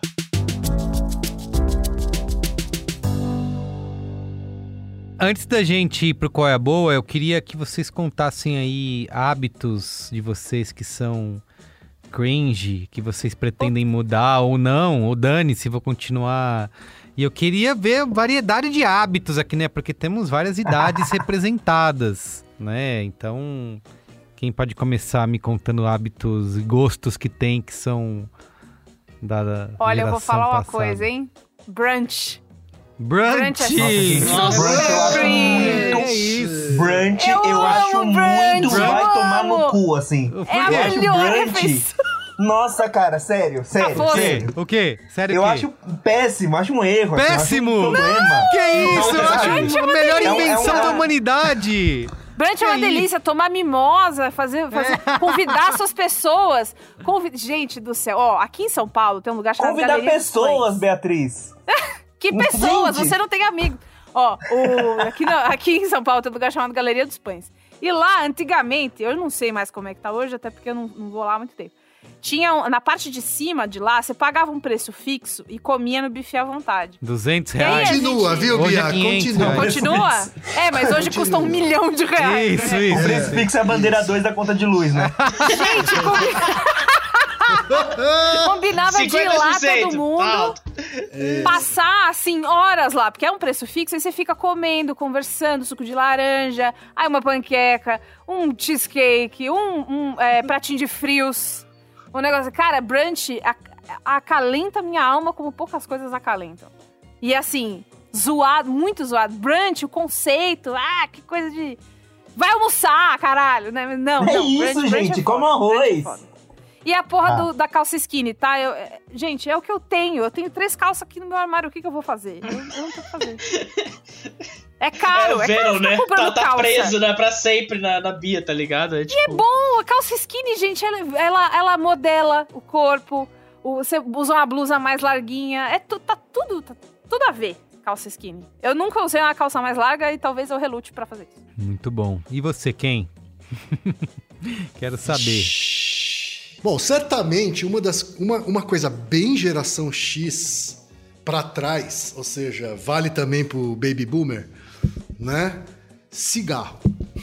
Antes da gente ir pro Qual é a Boa, eu queria que vocês contassem aí hábitos de vocês que são cringe, que vocês pretendem mudar ou não, ou dane-se, vou continuar. E eu queria ver variedade de hábitos aqui, né? Porque temos várias idades representadas, né? Então, quem pode começar me contando hábitos e gostos que tem que são da, da Olha, eu vou falar uma passada. coisa, hein? Brunch. Brunch! Nossa, brunch eu acho muito... É isso. Brunch Eu eu, acho amo muito... brunch, Vai eu tomar amo. no cu, assim. Por É a quê? Eu acho melhor brunch... refeição. Nossa, cara, sério, sério, fosse. sério. O quê? Sério Eu o quê? acho péssimo, acho um erro. assim, Péssimo? acho um problema. Que isso? Eu acho Brunch a melhor É um- é invenção uma- da humanidade. Brunch é uma Que delícia, tomar mimosa, fazer, fazer convidar suas pessoas. Convi... Gente do céu, ó, aqui em São Paulo tem um lugar chamado Convidar Galeria dos pessoas, Pães. Beatriz. Que pessoas? Gente. Você não tem amigo. Ó, o... aqui, no... aqui em São Paulo tem um lugar chamado Galeria dos Pães. E lá, antigamente, eu não sei mais como é que tá hoje, até porque eu não, não vou lá há muito tempo. Tinha, na parte de cima de lá, você pagava um preço fixo e comia no buffet à vontade. duzentos E aí, reais. a Continua, gente- viu, Hoje Bia? é quinhentos Continua. reais. Continua? É, mas hoje Continua. custa um milhão de reais. Isso, né? isso. O preço fixo é a bandeira dois da conta de luz, né? Gente, combi... combinava de ir lá cinquenta por cento, todo mundo, alto. passar, assim, horas lá, porque é um preço fixo, aí você fica comendo, conversando, suco de laranja, aí uma panqueca, um cheesecake, um, um é, pratinho de frios, um negócio... Cara, brunch ac- acalenta minha alma como poucas coisas acalentam. E assim, zoado, muito zoado. Brunch, o conceito, ah, que coisa de... Vai almoçar, caralho. Né? Não, É não. isso, brunch, brunch gente, é como foda, brunch é arroz. foda. E a porra Ah. do- da calça skinny, tá? Eu, é- gente, é o que eu tenho. Eu tenho três calças aqui no meu armário. O que, que eu vou fazer? Eu, eu não tenho o que fazer. É caro, é, é, o Venom, caro ficar né? comprando Tá, tá calça. preso, né? Pra sempre na, na Bia, tá ligado? É, tipo... É bom, a calça skinny, gente, ela, ela, ela modela o corpo. O, você usa uma blusa mais larguinha. É tu, tá tudo, tá tudo a ver, calça skinny. Eu nunca usei uma calça mais larga e talvez eu relute pra fazer isso. Muito bom. E você, quem? Quero saber. Bom, certamente uma, das, uma, uma coisa bem geração X pra trás, ou seja, vale também pro Baby Boomer, né? Cigarro.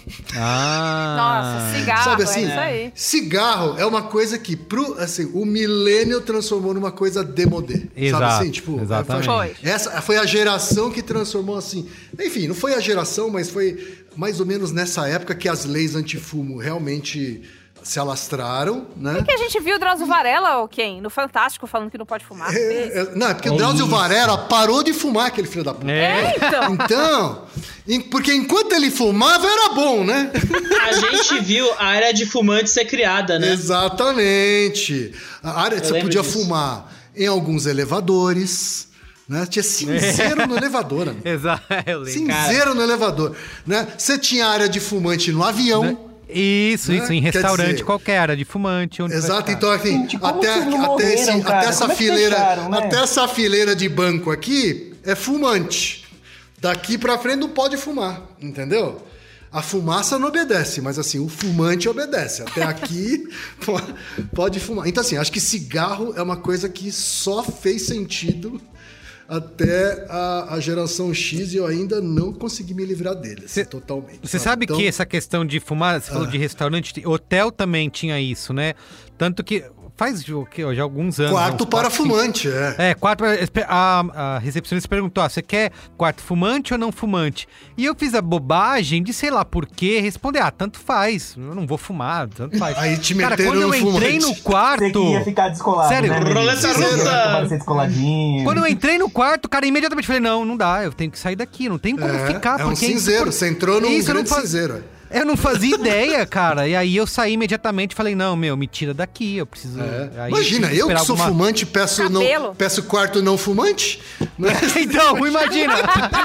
Ah. Nossa, cigarro, Sabe assim? é isso aí. Cigarro é uma coisa que pro, assim, o millennial transformou numa coisa demodê. Exato, Sabe assim? Tipo, exatamente. Foi. Essa foi a geração que transformou assim. Enfim, não foi a geração, mas foi mais ou menos nessa época que as leis antifumo realmente se alastraram, né? Que a gente viu o Drauzio Varela, ou quem? No Fantástico, falando que não pode fumar. É, é, não, é porque É o Drauzio isso. Varela parou de fumar, aquele filho da puta. É. Então, Então, em- porque enquanto ele fumava era bom, né? A gente viu a área de fumante ser criada, né? Exatamente. A área, você lembro podia disso. fumar em alguns elevadores, né? Tinha cinzeiro no elevador, amigo. Exato. Eu lembro. Cinzeiro no elevador, né? Você tinha área de fumante no avião. Isso, Né? isso, em Quer restaurante dizer- qualquer, área de fumante. Onde Exato, vai então assim, Gente, como até, vocês não até, esse- morreram, cara? até essa Como é que fileira, fecharam, né? até essa fileira de banco aqui é fumante. Daqui pra frente não pode fumar, entendeu? A fumaça não obedece, mas assim, o fumante obedece. Até aqui po- pode fumar. Então assim, acho que cigarro é uma coisa que só fez sentido até a, a geração X e eu ainda não consegui me livrar dele, assim, Cê- totalmente. Você sabe Então, que essa questão de fumar, você falou de restaurante, hotel também tinha isso, né? Tanto que faz o quê? Já alguns anos. quarto uns para quatro, cinco- fumante, é. É, quarto. A, a recepcionista perguntou: ah, você quer quarto fumante ou não fumante? E eu fiz a bobagem de sei lá por quê responder: ah, tanto faz, eu não vou fumar, tanto faz. Aí te Cara, meteram quando eu no entrei fumante. no quarto. Você queria ficar descolado, Sério, né? menino? roleta Você russa. queria parecer descoladinho. Quando eu entrei no quarto, cara, imediatamente falei: não, não dá, eu tenho que sair daqui, não tem como É, ficar. é um porque isso- cinzeiro, você entrou num Isso, eu não grande faz- cinzeiro. é. Eu não fazia ideia, cara. E aí eu saí imediatamente e falei: não, meu, me tira daqui, eu preciso. É. Aí Imagina, tive eu que esperar sou alguma- fumante peço, Cabelo. não, peço quarto não fumante? Né? Então, imagina.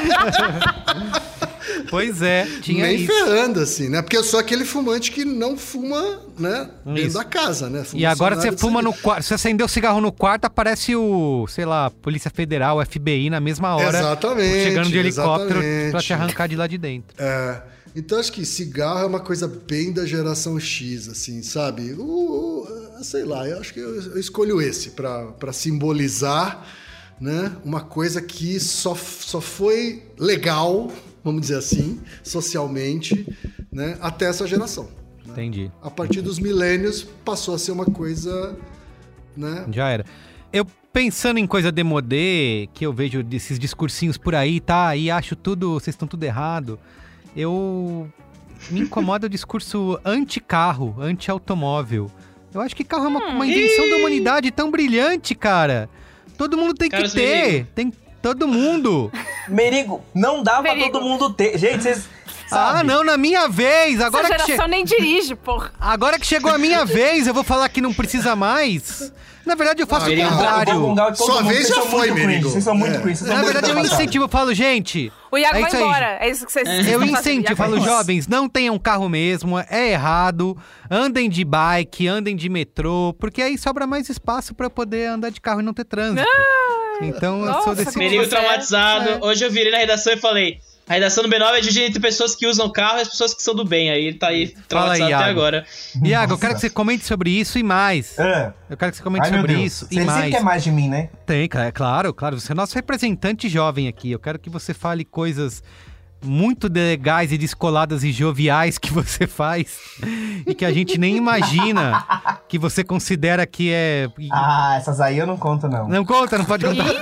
Pois é, tinha Nem isso. ferrando, assim, né? Porque eu sou aquele fumante que não fuma, né? Dentro Isso. da casa, né? Fuma E agora você cenário de fuma no serviço. quarto. Você acendeu o cigarro no quarto, aparece o, sei lá, Polícia Federal, o F B I na mesma hora. Exatamente, Chegando de helicóptero exatamente. pra te arrancar de lá de dentro. É. Então acho que cigarro é uma coisa bem da geração X, assim, sabe? O, o- sei lá, eu acho que eu, eu escolho esse pra pra simbolizar, né? Uma coisa que só, só foi legal, vamos dizer assim, socialmente, né? Até essa geração. Entendi. A partir dos milênios passou a ser uma coisa, né? Já era. Eu pensando em coisa demodê, que eu vejo desses discursinhos por aí, tá? E acho tudo, vocês estão tudo errado. Eu me incomoda o discurso anti-carro, anti-automóvel. Eu acho que carro é uma, uma invenção da humanidade tão brilhante, cara. Todo mundo tem que Carlos ter. Merigo. Tem todo mundo. Merigo, não dá pra Merigo. todo mundo ter. Gente, vocês. Ah, sabe? não, na minha vez. Agora essa que, che- geração nem dirige, porra. agora que chegou a minha vez, eu vou falar que não precisa mais. Na verdade, eu faço Ah, o Merigo, Eu vou contrário. gongar todo Sua mundo, vez vocês já são foi, muito cringe, Merigo. Vocês são muito É. cringe. vocês são Na muito verdade, eu ultrapassados. incentivo, eu falo, gente. O Iago é vai isso aí. embora. É isso que vocês vocês Eu estão fazendo. incentivo, Iago vai falo, embora. jovens, não tenham carro mesmo, é errado. Andem de bike, andem de metrô, porque aí sobra mais espaço pra eu poder andar de carro e não ter trânsito. Então eu sou Nossa, desse como Merigo você traumatizado. é. Hoje eu virei na redação e falei: a redação do B nove é dividida entre pessoas que usam carro e as pessoas que são do bem. Aí ele tá aí traumatizado Iago. até agora. Iago, eu quero que você comente sobre isso e mais. É. Eu quero que você comente Ai, meu sobre Deus. isso Você e sempre mais. quer mais de mim, né? Tem, cara, é claro, claro. Você é nosso representante jovem aqui. Eu quero que você fale coisas muito legais e descoladas e joviais que você faz e que a gente nem imagina que você considera que é... Ah, essas aí eu não conto, não. Não conta, não pode contar.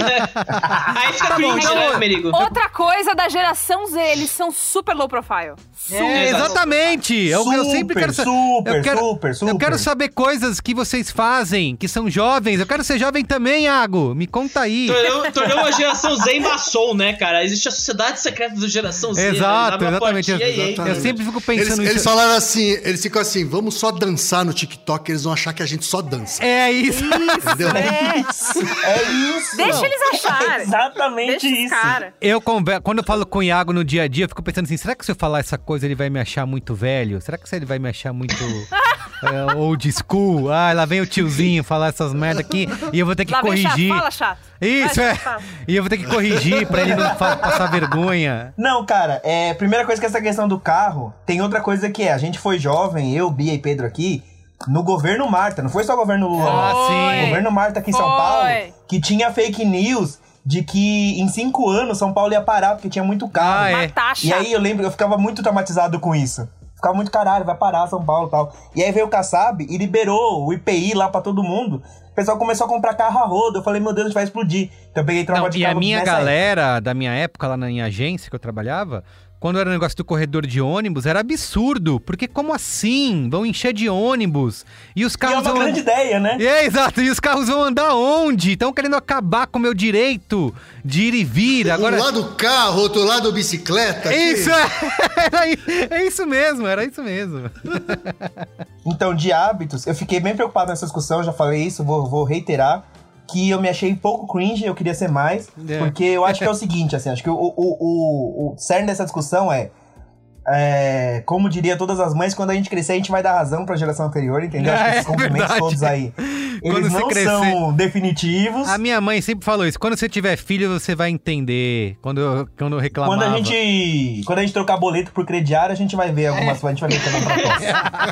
Aí fica Tá bom, cringe, então- né, Merigo? Outra coisa da geração Z, eles são super low profile. É, exatamente. Eu, eu sempre quero sa- super, eu quero, super, super. Eu quero saber coisas que vocês fazem, que são jovens. Eu quero ser jovem também, Iago. Me conta aí. Tornou, tornou uma geração zen maçom, né, cara? Existe a sociedade secreta dos geração Z. Exato, né? exatamente. Portinha, exatamente. Eu sempre fico pensando Eles, nisso. eles falaram assim, eles ficam assim, vamos só dançar no TikTok, eles vão achar que a gente só dança. É isso. Entendeu? É. É isso. Deixa eles acharem. Exatamente Deixa isso. Cara. Eu conver... Quando eu falo com o Iago no dia a dia, eu fico pensando assim, será que se eu falar essa coisa ele vai me achar muito velho? Será que ele vai me achar muito é, old school? Ah, lá vem o tiozinho falar essas merda aqui e eu vou ter que Lá vem corrigir. chato, fala chato. Isso, Vai, é. chato. E eu vou ter que corrigir pra ele não fa- passar vergonha. Não, cara, é, primeira coisa que essa questão do carro, tem outra coisa que é, a gente foi jovem, eu, Bia e Pedro aqui, no governo Marta, não foi só o governo Lula. Ah, não. sim. O governo Marta aqui em São Foi. Paulo, que tinha fake news de que em cinco anos São Paulo ia parar, porque tinha muito carro. Ah, é. Uma taxa. E aí eu lembro, eu ficava muito traumatizado com isso. Ficava muito, caralho, vai parar São Paulo e tal. E aí veio o Kassab e liberou o I P I lá pra todo mundo. O pessoal começou a comprar carro a rodo. Eu falei, meu Deus, a gente vai explodir. Então eu peguei trauma Não, de e a carro minha nessa galera da minha época, lá na minha agência que eu trabalhava, quando era o negócio do corredor de ônibus, era absurdo. Porque como assim? Vão encher de ônibus. E os época. E é carros uma vão... grande ideia, né? É, exato. E os carros vão andar onde? Estão querendo acabar com o meu direito de ir e vir. Agora... Um lado carro, outro lado bicicleta. aqui. Isso, é, era i- é isso mesmo, era isso mesmo. Então, de hábitos, eu fiquei bem preocupado nessa discussão, eu já falei isso, vou, vou reiterar, que eu me achei pouco cringe, eu queria ser mais, É. porque eu acho que é o seguinte, assim, acho que o, o, o, o cerne dessa discussão é, é, como diria todas as mães, quando a gente crescer, a gente vai dar razão pra geração anterior, entendeu? Acho que É, esses cumprimentos verdade. todos aí, Quando eles você não crescer- são definitivos. A minha mãe sempre falou isso. Quando você tiver filho, você vai entender. Quando eu, quando eu reclamava. Quando a gente, quando a gente trocar boleto por crediário, a gente vai ver algumas, a gente vai ver também proposta.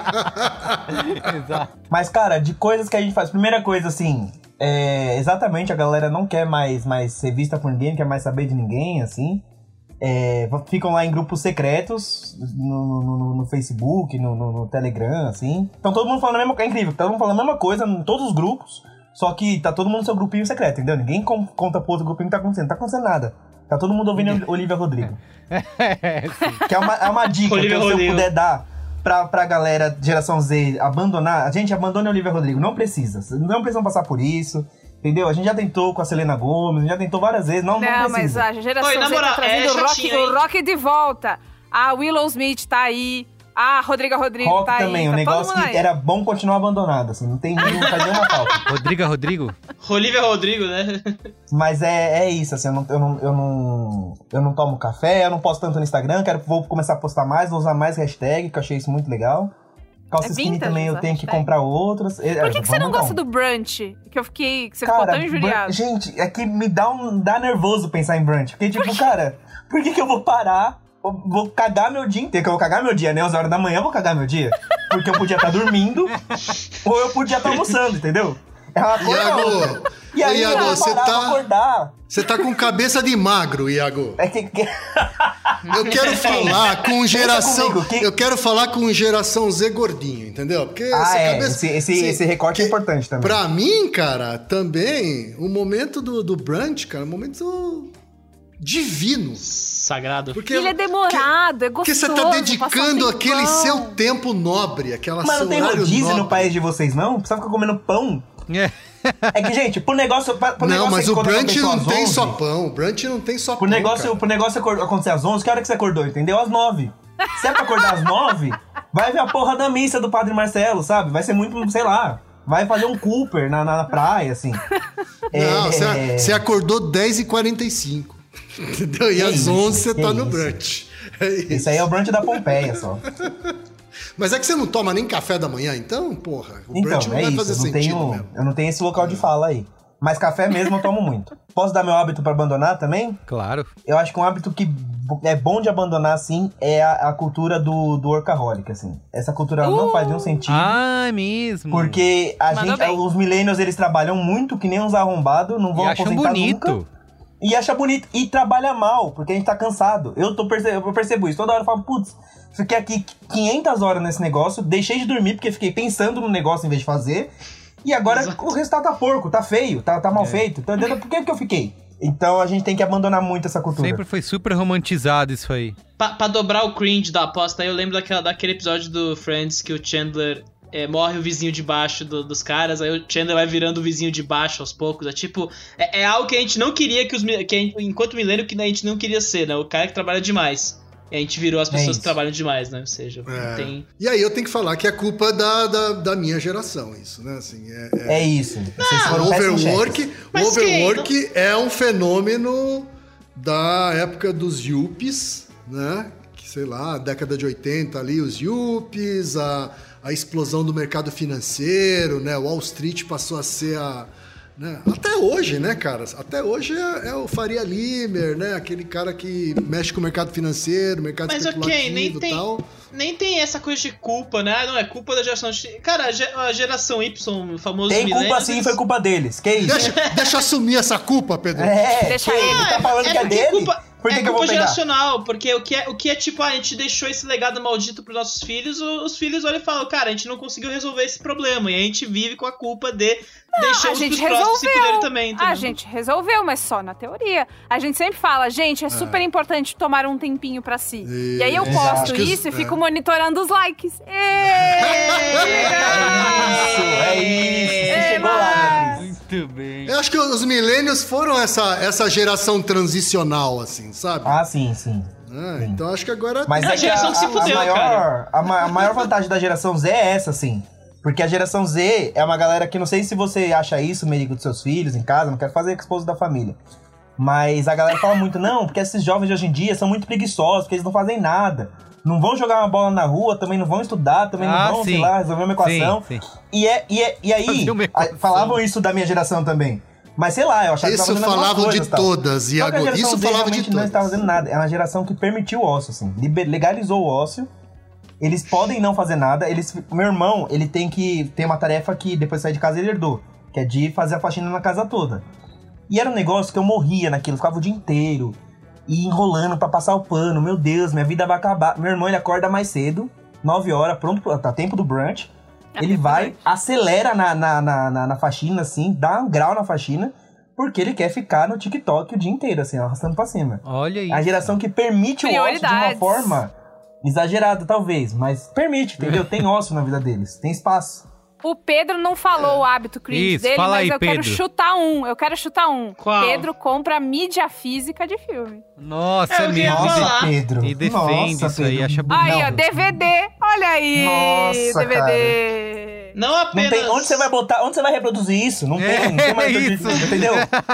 Exato. Mas, cara, de coisas que a gente faz. Primeira coisa, assim, é, exatamente, a galera não quer mais, mais ser vista por ninguém, não quer mais saber de ninguém, assim. É, ficam lá em grupos secretos, no, no, no Facebook, no, no, no Telegram, assim. Então todo mundo falando a mesma coisa, é incrível, todo mundo falando a mesma coisa em todos os grupos, só que tá todo mundo no seu grupinho secreto, entendeu? Ninguém com, conta pro outro grupinho o que tá acontecendo, não tá acontecendo nada. Tá todo mundo ouvindo Olivia Rodrigo. Que é uma, é uma dica que Olivia eu, se eu Rodrigo. puder dar pra, pra galera geração Z abandonar. A gente abandone a Olivia Rodrigo, não precisa. Não precisam passar por isso, entendeu? A gente já tentou com a Selena Gomez, a gente já tentou várias vezes, não, não, Não, mas precisa. a geração Oi, na Z moral, tá trazendo é o, rock, chatinho, hein? o rock de volta. A Willow Smith tá aí. A Rodriga Rodrigo Rock tá aí. também, um tá negócio todo mundo que aí. era bom continuar abandonado, assim, não tem não faz nenhuma falta. Rodriga Rodrigo? Olivia Rodrigo, né? Mas é, é isso, assim, eu não, eu, não, eu, não, eu não tomo café, eu não posto tanto no Instagram, quero, vou começar a postar mais, vou usar mais hashtag, que eu achei isso muito legal. Calça É skinny vintage também eu essa tenho que hashtag. comprar outras. Por que, que você não gosta do brunch? Que eu fiquei. Que você ficou Cara, tão injuriado. brunch- gente, é que me dá um dá nervoso pensar em brunch. Porque, tipo, cara, por que que eu vou parar? Eu vou cagar meu dia inteiro, que eu vou cagar meu dia, né? Às horas da manhã eu vou cagar meu dia. Porque eu podia estar dormindo, ou eu podia estar almoçando, entendeu? É uma coisa ou outra. Iago, E aí Iago, eu vou você parar, vou tá, acordar. você tá com cabeça de magro, Iago. É que... que- Eu quero falar com geração. comigo, que- Eu quero falar com geração Z gordinho, entendeu? Porque Ah, essa é, cabeça. esse, esse, Sim, esse recorte é que- importante também. Pra mim, cara, também, o momento do, do brunch, cara, é um momento divino. Sagrado. Porque, Ele é demorado, é porque gostoso. você tá passa um dedicando aquele tempão. seu tempo nobre, aquela Mas seu não tem horário rodízio nobre. no país de vocês, não? Precisa ficar comendo pão? É. É que, gente, pro negócio... Pro Não, negócio mas o acontecer brunch às não tem onze, só pão. O brunch não tem só Pro pão. negócio, cara. pro negócio acor- acontecer às onze, que hora que você acordou, entendeu? Às nove. Se é pra acordar às nove, vai ver a porra da missa do Padre Marcelo, sabe? Vai ser muito, sei lá... Vai fazer um Cooper na, na praia, assim. Não, É, você, é, você acordou dez e quarenta e cinco. Entendeu? E Que às isso, onze você que tá no isso. brunch. É isso. Isso aí é o brunch da Pompeia, só. Mas é que você não toma nem café da manhã, então, porra. O Então, brunch não é vai isso. fazer Eu não, sentido tenho, mesmo. eu não tenho esse local de fala aí. Mas café mesmo eu tomo muito. Posso dar meu hábito pra abandonar também? Claro. Eu acho que um hábito que é bom de abandonar, assim, é a, a cultura do, do workaholic, assim. Essa cultura ela não faz nenhum sentido. Ah, é mesmo. Porque a Mandou gente, bem. os millennials, eles trabalham muito, que nem uns arrombados, não vão E acham aposentar bonito. nunca. E acha bonito. E trabalha mal, porque a gente tá cansado. Eu, tô perce... eu percebo isso. Toda hora eu falo, putz, fiquei aqui quinhentas horas nesse negócio, deixei de dormir porque fiquei pensando no negócio em vez de fazer. E agora Exato. o resultado tá porco, tá feio, tá, tá mal feito. Então, entendeu? Por que, que eu fiquei? Então a gente tem que abandonar muito essa cultura. Sempre foi super romantizado isso aí. Pra, pra dobrar o cringe da aposta, eu lembro daquela, daquele episódio do Friends que o Chandler é, morre o vizinho de baixo do, dos caras, aí o Chandler vai virando o vizinho de baixo aos poucos. É tipo, é, é algo que a gente não queria que os que a gente, enquanto milênio, que a gente não queria ser, né? O cara que trabalha demais. E a gente virou as pessoas é que trabalham demais, né? Ou seja, é. tem... E aí eu tenho que falar que é culpa da, da, da minha geração, isso, né? Assim, é, é... é isso. Vocês foram o overwork, o overwork quem? é um fenômeno da época dos yuppies, né? Que, sei lá, década de oitenta ali, os yuppies, a, a explosão do mercado financeiro, né? Wall Street passou a ser a... Né? Até hoje, né, cara? Até hoje é, é o Faria Limer, né? Aquele cara que mexe com o mercado financeiro, mercado Mas especulativo ok, nem e tem, tal. Nem tem essa coisa de culpa, né? Não é culpa da geração... Cara, a geração Y, o famoso Tem culpa milênios, sim, eles... foi culpa deles. Que isso? Deixa, deixa eu assumir essa culpa, Pedro. É, Deixa que ele. ele tá falando é que é porque dele. culpa- Por que é que eu culpa vou pegar? geracional, porque o que, é, o que é tipo, ah, a gente deixou esse legado maldito pros nossos filhos, o- os filhos olham e falam, cara, a gente não conseguiu resolver esse problema, e a gente vive com a culpa de a deixar os gente pros próximos se resolveu. fuderem também, entendeu? A gente resolveu, mas só na teoria. A gente sempre fala, gente, é super importante tomar um tempinho pra si. E, aí eu Exato. posto Acho que os- isso e é. fico monitorando os likes. Ê, Isso, é isso. Você chegou lá, Beatriz. Muito bem. Eu acho que os millennials foram essa, essa geração transicional, assim, sabe? Ah, sim, sim. É, então acho que agora... Mas É a é que geração que se fudeu, maior, cara. A, ma- a maior vantagem da geração Z é essa, assim. Porque a geração Z é uma galera que, não sei se você acha isso, Merigo, dos seus filhos em casa, não quero fazer expose da família. Mas a galera fala muito, não, porque esses jovens de hoje em dia são muito preguiçosos, porque eles não fazem nada. Não vão jogar uma bola na rua, também não vão estudar, também Ah, não vão, sim. sei lá, resolver uma equação. Sim, sim. E, é, e, é, e aí, Fazer uma equação. a- falavam isso da minha geração também. Mas sei lá, eu achava que Isso tava fazendo as falavam coisas, de tal. todas, Só que a Iago. geração Isso Z falava de realmente não todas. está fazendo nada. É uma geração que permitiu o ócio, assim. liber- Legalizou o ócio. Eles podem não fazer nada. Eles, meu irmão, ele tem que tem uma tarefa que depois de sair de casa ele herdou, que é de fazer a faxina na casa toda. E era um negócio que eu morria naquilo, ficava o dia inteiro e enrolando pra passar o pano. Meu Deus, minha vida vai acabar. Meu irmão, ele acorda mais cedo, nove horas, pronto, pro- tá tempo do brunch. É Ele tempo vai, do brunch. acelera na, na, na, na, na faxina, assim, dá um grau na faxina, porque ele quer ficar no TikTok o dia inteiro, assim, arrastando pra cima. Olha isso. É a geração que permite o ócio de uma Prioridades. forma exagerada, talvez, mas permite, entendeu? Tem ócio na vida deles, tem espaço. O Pedro não falou o hábito cringe Isso, dele, fala mas aí, eu quero Pedro. chutar um. Eu quero chutar um. Qual? Pedro compra mídia física de filme. Nossa, É, é eu queria mesmo. falar. Pedro. E defende Nossa, isso aí, Pedro. acha bonito. Aí, Não. ó, D V D. Olha aí. Nossa, D V D. Não Não apenas... tem, onde você vai botar, onde você vai reproduzir isso? Não tem, não tem mais É reproduzir, isso. entendeu?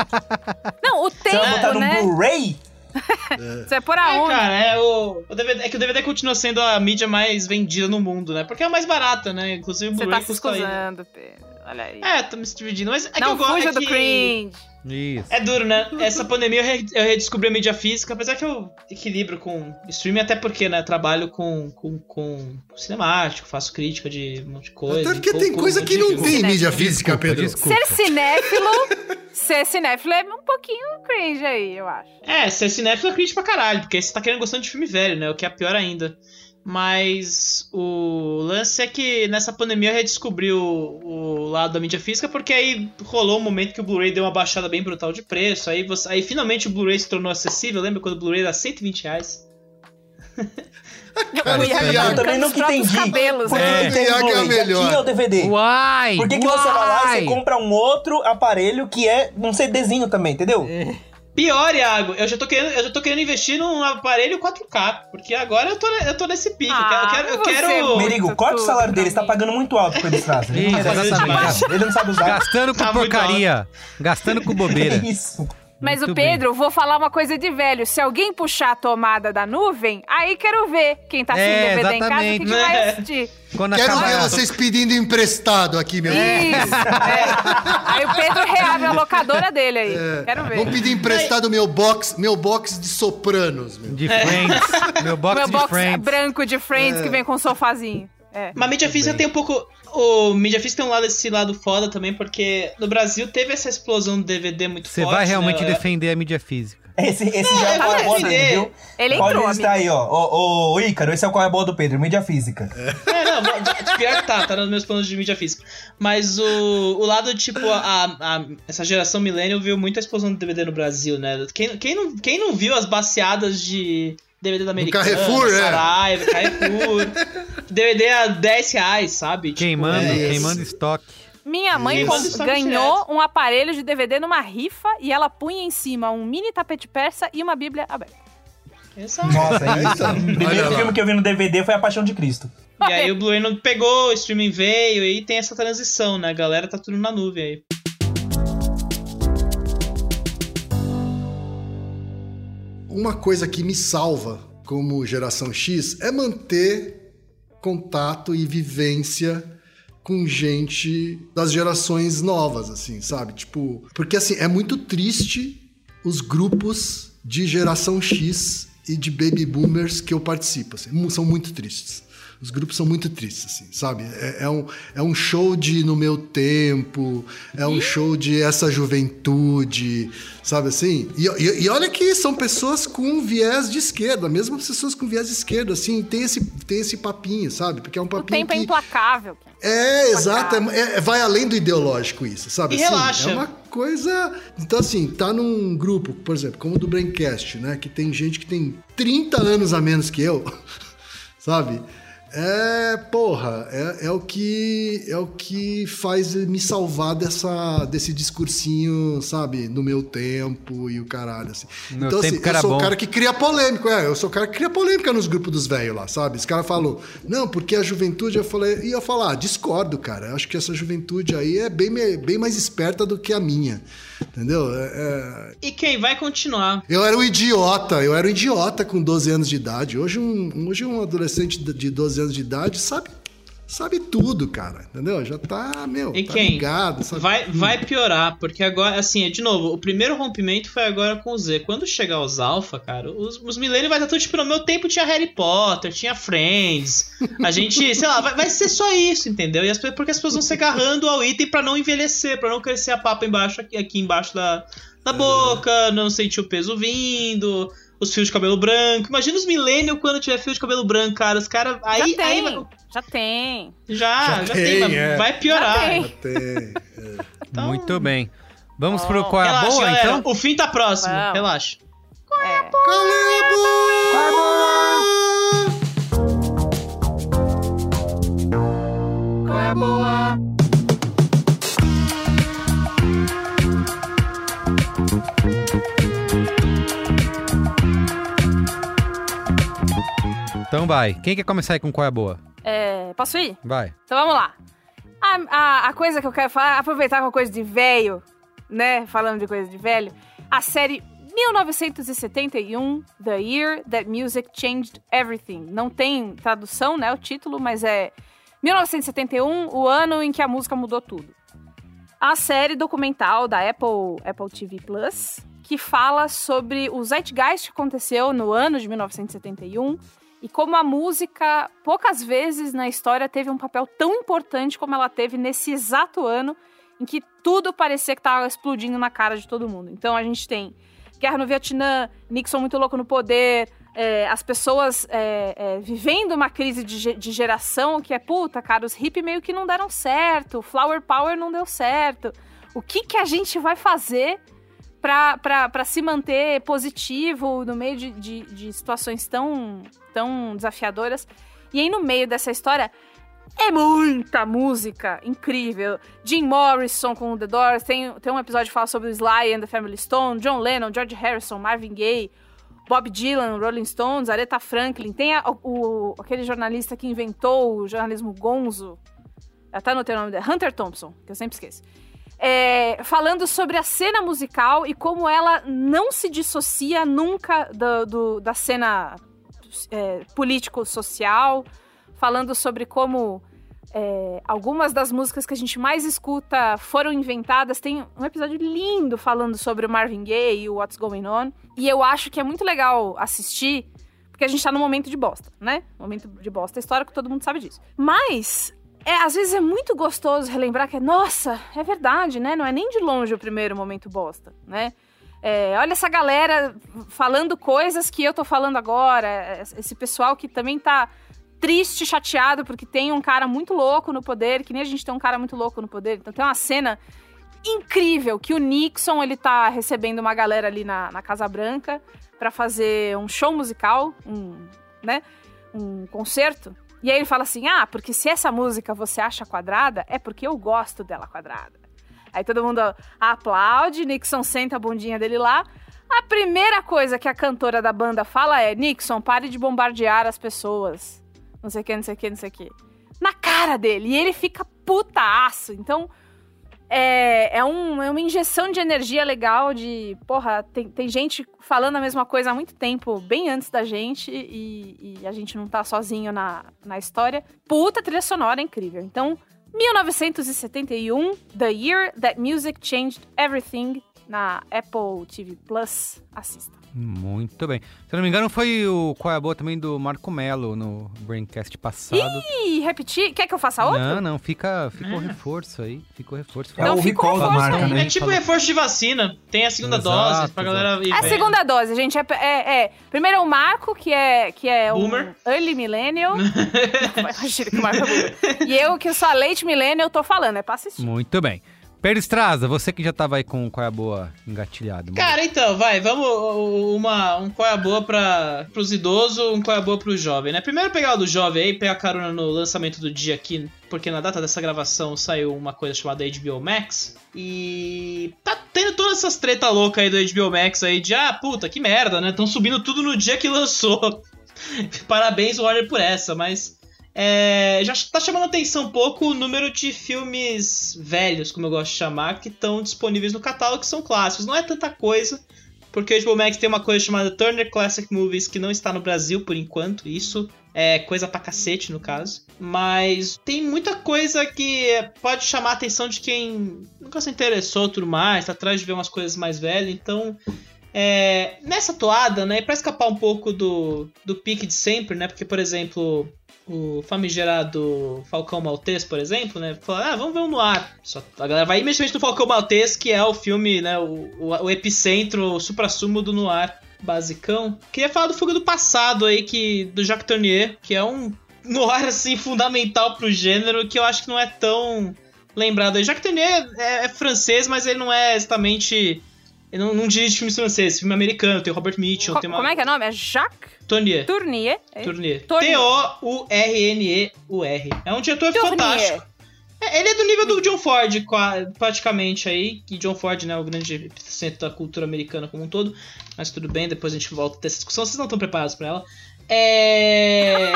Não, o Você vai botar tempo, num né? Blu-ray? Você é por É, aonde? cara, é o, o D V D, é que o D V D continua sendo a mídia mais vendida no mundo, né? Porque é a mais barata, né? Inclusive o Você Blu-ray tá se custa aí. escusando, Pedro. Olha aí. É, tô me dividindo, mas é que não eu gosto fuja é do que... cringe. Isso. É duro, né? Essa pandemia eu, re- eu redescobri a mídia física, apesar que eu equilibro com streaming, até porque, né, trabalho com, com, com cinemático, faço crítica de um monte de coisa. Até porque com- tem com coisa um que monte de não filme. tem mídia Desculpa, física, Pedro. desculpa. Ser cinéfilo... ser cinéfilo é um pouquinho cringe aí, eu acho. É, ser cinéfilo é crítico pra caralho, porque aí você tá querendo gostando de filme velho, né? O que é pior ainda. Mas o lance é que nessa pandemia eu redescobri o, o lado da mídia física, porque aí rolou um momento que o Blu-ray deu uma baixada bem brutal de preço, aí, você, aí finalmente o Blu-ray se tornou acessível. Lembra quando o Blu-ray era cento e vinte reais? Cara, Eu ia esse arrancando Iago- Eu também os nunca próprios entendi. cabelos, Por que né? que tem o Iago é Blu-ray? melhor. Aqui é o D V D. Uai! Por que, que uai. você vai lá e você compra um outro aparelho que é um CDzinho também, entendeu? Pior, Iago, eu já tô querendo, eu já tô querendo investir num aparelho quatro K, porque agora eu tô, eu tô nesse pique. Ah, eu quero, eu você quero, é muito Merigo, corta o tudo salário pra dele, você tá mim. pagando muito alto por eles trazem. Ele, não Isso, sabe exatamente. usar. Ele não sabe usar. Gastando com Tá muito porcaria. Gastando com bobeira. É isso. Mas Muito o Pedro, vou falar uma coisa de velho. Se alguém puxar a tomada da nuvem, aí quero ver quem tá sem É, D V D em casa, o que, exatamente. que vai É. assistir. Quando Quero acabar... ver vocês pedindo emprestado aqui, meu. Isso. é. Aí o Pedro reabre a locadora dele aí. Quero ver. Vou pedir emprestado meu box, meu box de Sopranos, meu. De Friends. Meu box Meu de box Friends. branco de Friends que vem com um sofazinho. É. Mas mídia física tem um pouco. O mídia física tem um lado esse lado foda também, porque no Brasil teve essa explosão do D V D muito Você forte. vai realmente né? defender a mídia física. Esse, esse já é o tá corre boa bem. dele, viu? Ele Pode entrou, registrar amigo. aí, ó. Ô, ô, Ícaro, esse é o corre boa do Pedro, mídia física. É, não, pior que tá, tá nos meus planos de mídia física. Mas o, o lado, tipo, a, a- essa geração millennial viu muita explosão do D V D no Brasil, né? Quem, quem, não, quem não viu as baseadas de D V D da Americana, Carrefour, é. Saraiva, Carrefour... D V D a dez reais, sabe? Queimando, é isso. queimando estoque. Minha mãe Isso. com- Isso. ganhou um aparelho de D V D numa rifa e ela punha em cima um mini tapete persa e uma bíblia aberta. Exato. Nossa, é isso. Então, O primeiro olha lá. filme que eu vi no D V D foi A Paixão de Cristo. E aí o Blu-ray não pegou, o streaming veio, e tem essa transição, né? A galera tá tudo na nuvem aí. Uma coisa que me salva como geração X é manter contato e vivência com gente das gerações novas, assim, sabe? Tipo, porque assim, é muito triste os grupos de geração X e de baby boomers que eu participo, assim, são muito tristes. Os grupos são muito tristes, assim, sabe? É, é, um, é um show de No Meu Tempo, é um show de Essa Juventude, sabe assim? E, e, e olha que são pessoas com viés de esquerda, mesmo pessoas com viés de esquerda, assim, tem esse, tem esse papinho, sabe? Porque é um O papinho tempo é que... implacável. É, exato, é, é- vai além do ideológico isso, sabe? E assim? relaxa. É uma coisa... Então, assim, tá num grupo, por exemplo, como o do Braincast, né? Que tem gente que tem trinta anos a menos que eu, sabe? É, porra, é, é, o que, é o que faz me salvar dessa, desse discursinho, sabe? No meu tempo e o caralho, assim. No então, tempo assim, que era eu sou bom. o cara que cria polêmica, é, eu sou o cara que cria polêmica nos grupos dos velhos lá, sabe? Esse cara falou, não, porque a juventude, eu falei, e eu falo, ah, discordo, cara, eu acho que essa juventude aí é bem, me- bem mais esperta do que a minha, entendeu? É, é... E quem vai continuar? Eu era um idiota, eu era um idiota com doze anos de idade, hoje um, hoje um adolescente de doze anos de idade sabe, sabe tudo, cara, entendeu? Já tá, meu, E tá quem? ligado, sabe? Vai, vai piorar, porque agora, assim, de novo, o primeiro rompimento foi agora com o Z. Quando chegar os alfa, cara, os, os milênios vai estar tudo, tipo, no meu tempo tinha Harry Potter, tinha Friends, a gente, sei lá, vai, vai ser só isso, entendeu? E as, pe- porque as pessoas vão se agarrando ao item pra não envelhecer, pra não crescer a papa embaixo, aqui, aqui embaixo da, da boca, não sentir o peso vindo, os fios de cabelo branco. Imagina os milênios quando tiver fio de cabelo branco, cara, os caras... Aí, já tem, aí vai- já tem. já, já, Já tem, tem, mas é. vai piorar. Já tem. Tem, é. Então- Muito bem. Vamos Ó, pro qual é a Relaxa, boa, galera, então? o fim tá próximo, Vamos. relaxa. É. Qual é a boa? Então vai. Quem quer começar aí com qual é a boa? É, posso ir? Vai. Então vamos lá. A, a, a coisa que eu quero falar, aproveitar com a coisa de velho, né? Falando de coisa de velho. A série mil novecentos e setenta e um, The Year That Music Changed Everything. Não tem tradução, né? O título, mas é mil novecentos e setenta e um, o ano em que a música mudou tudo. A série documental da Apple, Apple T V Plus, que fala sobre o zeitgeist que aconteceu no ano de mil novecentos e setenta e um e como a música, poucas vezes na história, teve um papel tão importante como ela teve nesse exato ano em que tudo parecia que estava explodindo na cara de todo mundo. Então a gente tem guerra no Vietnã, Nixon muito louco no poder, é, as pessoas é, é, vivendo uma crise de, ge- de geração que é, puta, cara, os hippies meio que não deram certo, Flower Power não deu certo. O que, que a gente vai fazer pra, pra, pra se manter positivo no meio de, de, de situações tão, tão desafiadoras? E aí, no meio dessa história, é muita música incrível. Jim Morrison com The Doors, tem, tem um episódio que fala sobre o Sly and the Family Stone, John Lennon, George Harrison, Marvin Gaye, Bob Dylan, Rolling Stones, Aretha Franklin. Tem a, o, aquele jornalista que inventou o jornalismo gonzo, até anotei o nome dele, Hunter Thompson, que eu sempre esqueço. É, falando sobre a cena musical e como ela não se dissocia nunca do, do, da cena é, político-social, falando sobre como é, algumas das músicas que a gente mais escuta foram inventadas. Tem um episódio lindo falando sobre o Marvin Gaye e o What's Going On. E eu acho que é muito legal assistir, porque a gente tá num momento de bosta, né? Momento de bosta histórico, todo mundo sabe disso. Mas, é, às vezes é muito gostoso relembrar que, nossa, é verdade, né? Não é nem de longe o primeiro momento bosta, né? É, olha essa galera falando coisas que eu tô falando agora, esse pessoal que também tá triste, chateado, porque tem um cara muito louco no poder, que nem a gente tem um cara muito louco no poder. Então tem uma cena incrível que o Nixon, ele tá recebendo uma galera ali na, na Casa Branca pra fazer um show musical, um, né, um concerto. E aí ele fala assim, ah, porque se essa música você acha quadrada, é porque eu gosto dela quadrada. Aí todo mundo aplaude, Nixon senta a bundinha dele lá. A primeira coisa que a cantora da banda fala é, Nixon, pare de bombardear as pessoas. Não sei o que, não sei o que, não sei o que. Na cara dele. E ele fica putaço. Então, é, é, um, é uma injeção de energia legal de... Porra, tem, tem gente falando a mesma coisa há muito tempo, bem antes da gente, e, e a gente não tá sozinho na, na história. Puta trilha sonora incrível. Então, mil novecentos e setenta e um, The Year That Music Changed Everything, na Apple T V Plus. Assista. Muito bem. Se eu não me engano, foi o Qual é a Boa também do Marco Melo no Braincast passado. Ih, repetir? Quer que eu faça outro? Não, não, fica, fica o reforço aí. Fica o reforço. É o recall da marca, né? É tipo reforço de vacina. Tem a segunda Exato, dose pra galera ir É a bem. segunda dose, gente. É, é, é. Primeiro o Marco, que é, que é um Boomer. early millennial. Imagina que o Marco é boomer. E eu, que sou a late millennial, tô falando. É pra assistir. Muito bem. Pedro Estraza, você que já tava aí com Qual é a Boa engatilhado. Mano. Cara, então, vai, vamos uma, um qual é a boa pra, pros idosos, um qual é a boa pro jovem, né? Primeiro pegar o do jovem aí, pegar carona no lançamento do dia aqui, porque na data dessa gravação saiu uma coisa chamada H B O Max, e tá tendo todas essas treta louca aí do H B O Max aí, de ah, puta, que merda, né? Tão subindo tudo no dia que lançou. Parabéns, Warner, por essa, mas... É, já tá chamando a atenção um pouco o número de filmes velhos, como eu gosto de chamar, que estão disponíveis no catálogo, que são clássicos. Não é tanta coisa, porque o H B O Max tem uma coisa chamada Turner Classic Movies, que não está no Brasil por enquanto. Isso é coisa pra cacete, no caso. Mas tem muita coisa que pode chamar a atenção de quem nunca se interessou e tudo mais, tá atrás de ver umas coisas mais velhas. Então, é, nessa toada, né, pra escapar um pouco do, do pique de sempre, né, porque, por exemplo... O famigerado Falcão Maltês, por exemplo, né? Fala, ah, vamos ver um noir. Só a galera vai imediatamente no Falcão Maltês, que é o filme, né? O, o, o epicentro, o suprassumo do noir basicão. Queria falar do Fuga do Passado aí, que, do Jacques Tourneur, que é um noir, assim, fundamental pro gênero, que eu acho que não é tão lembrado aí. Jacques Tourneur é, é francês, mas ele não é exatamente... Ele não, não dirige filmes franceses, filme americano, tem o Robert Mitchum. Co- tem uma... Como é que é o nome? É Jacques Tourneur. Tourneur. É? Tourneur. Tourneur. T O U R N E U R. É um diretor Tourneur. fantástico. É, ele é do nível do John Ford, qua- praticamente aí. Que John Ford, né, é o grande centro da cultura americana como um todo. Mas tudo bem, depois a gente volta a ter essa discussão. Vocês não estão preparados pra ela. É...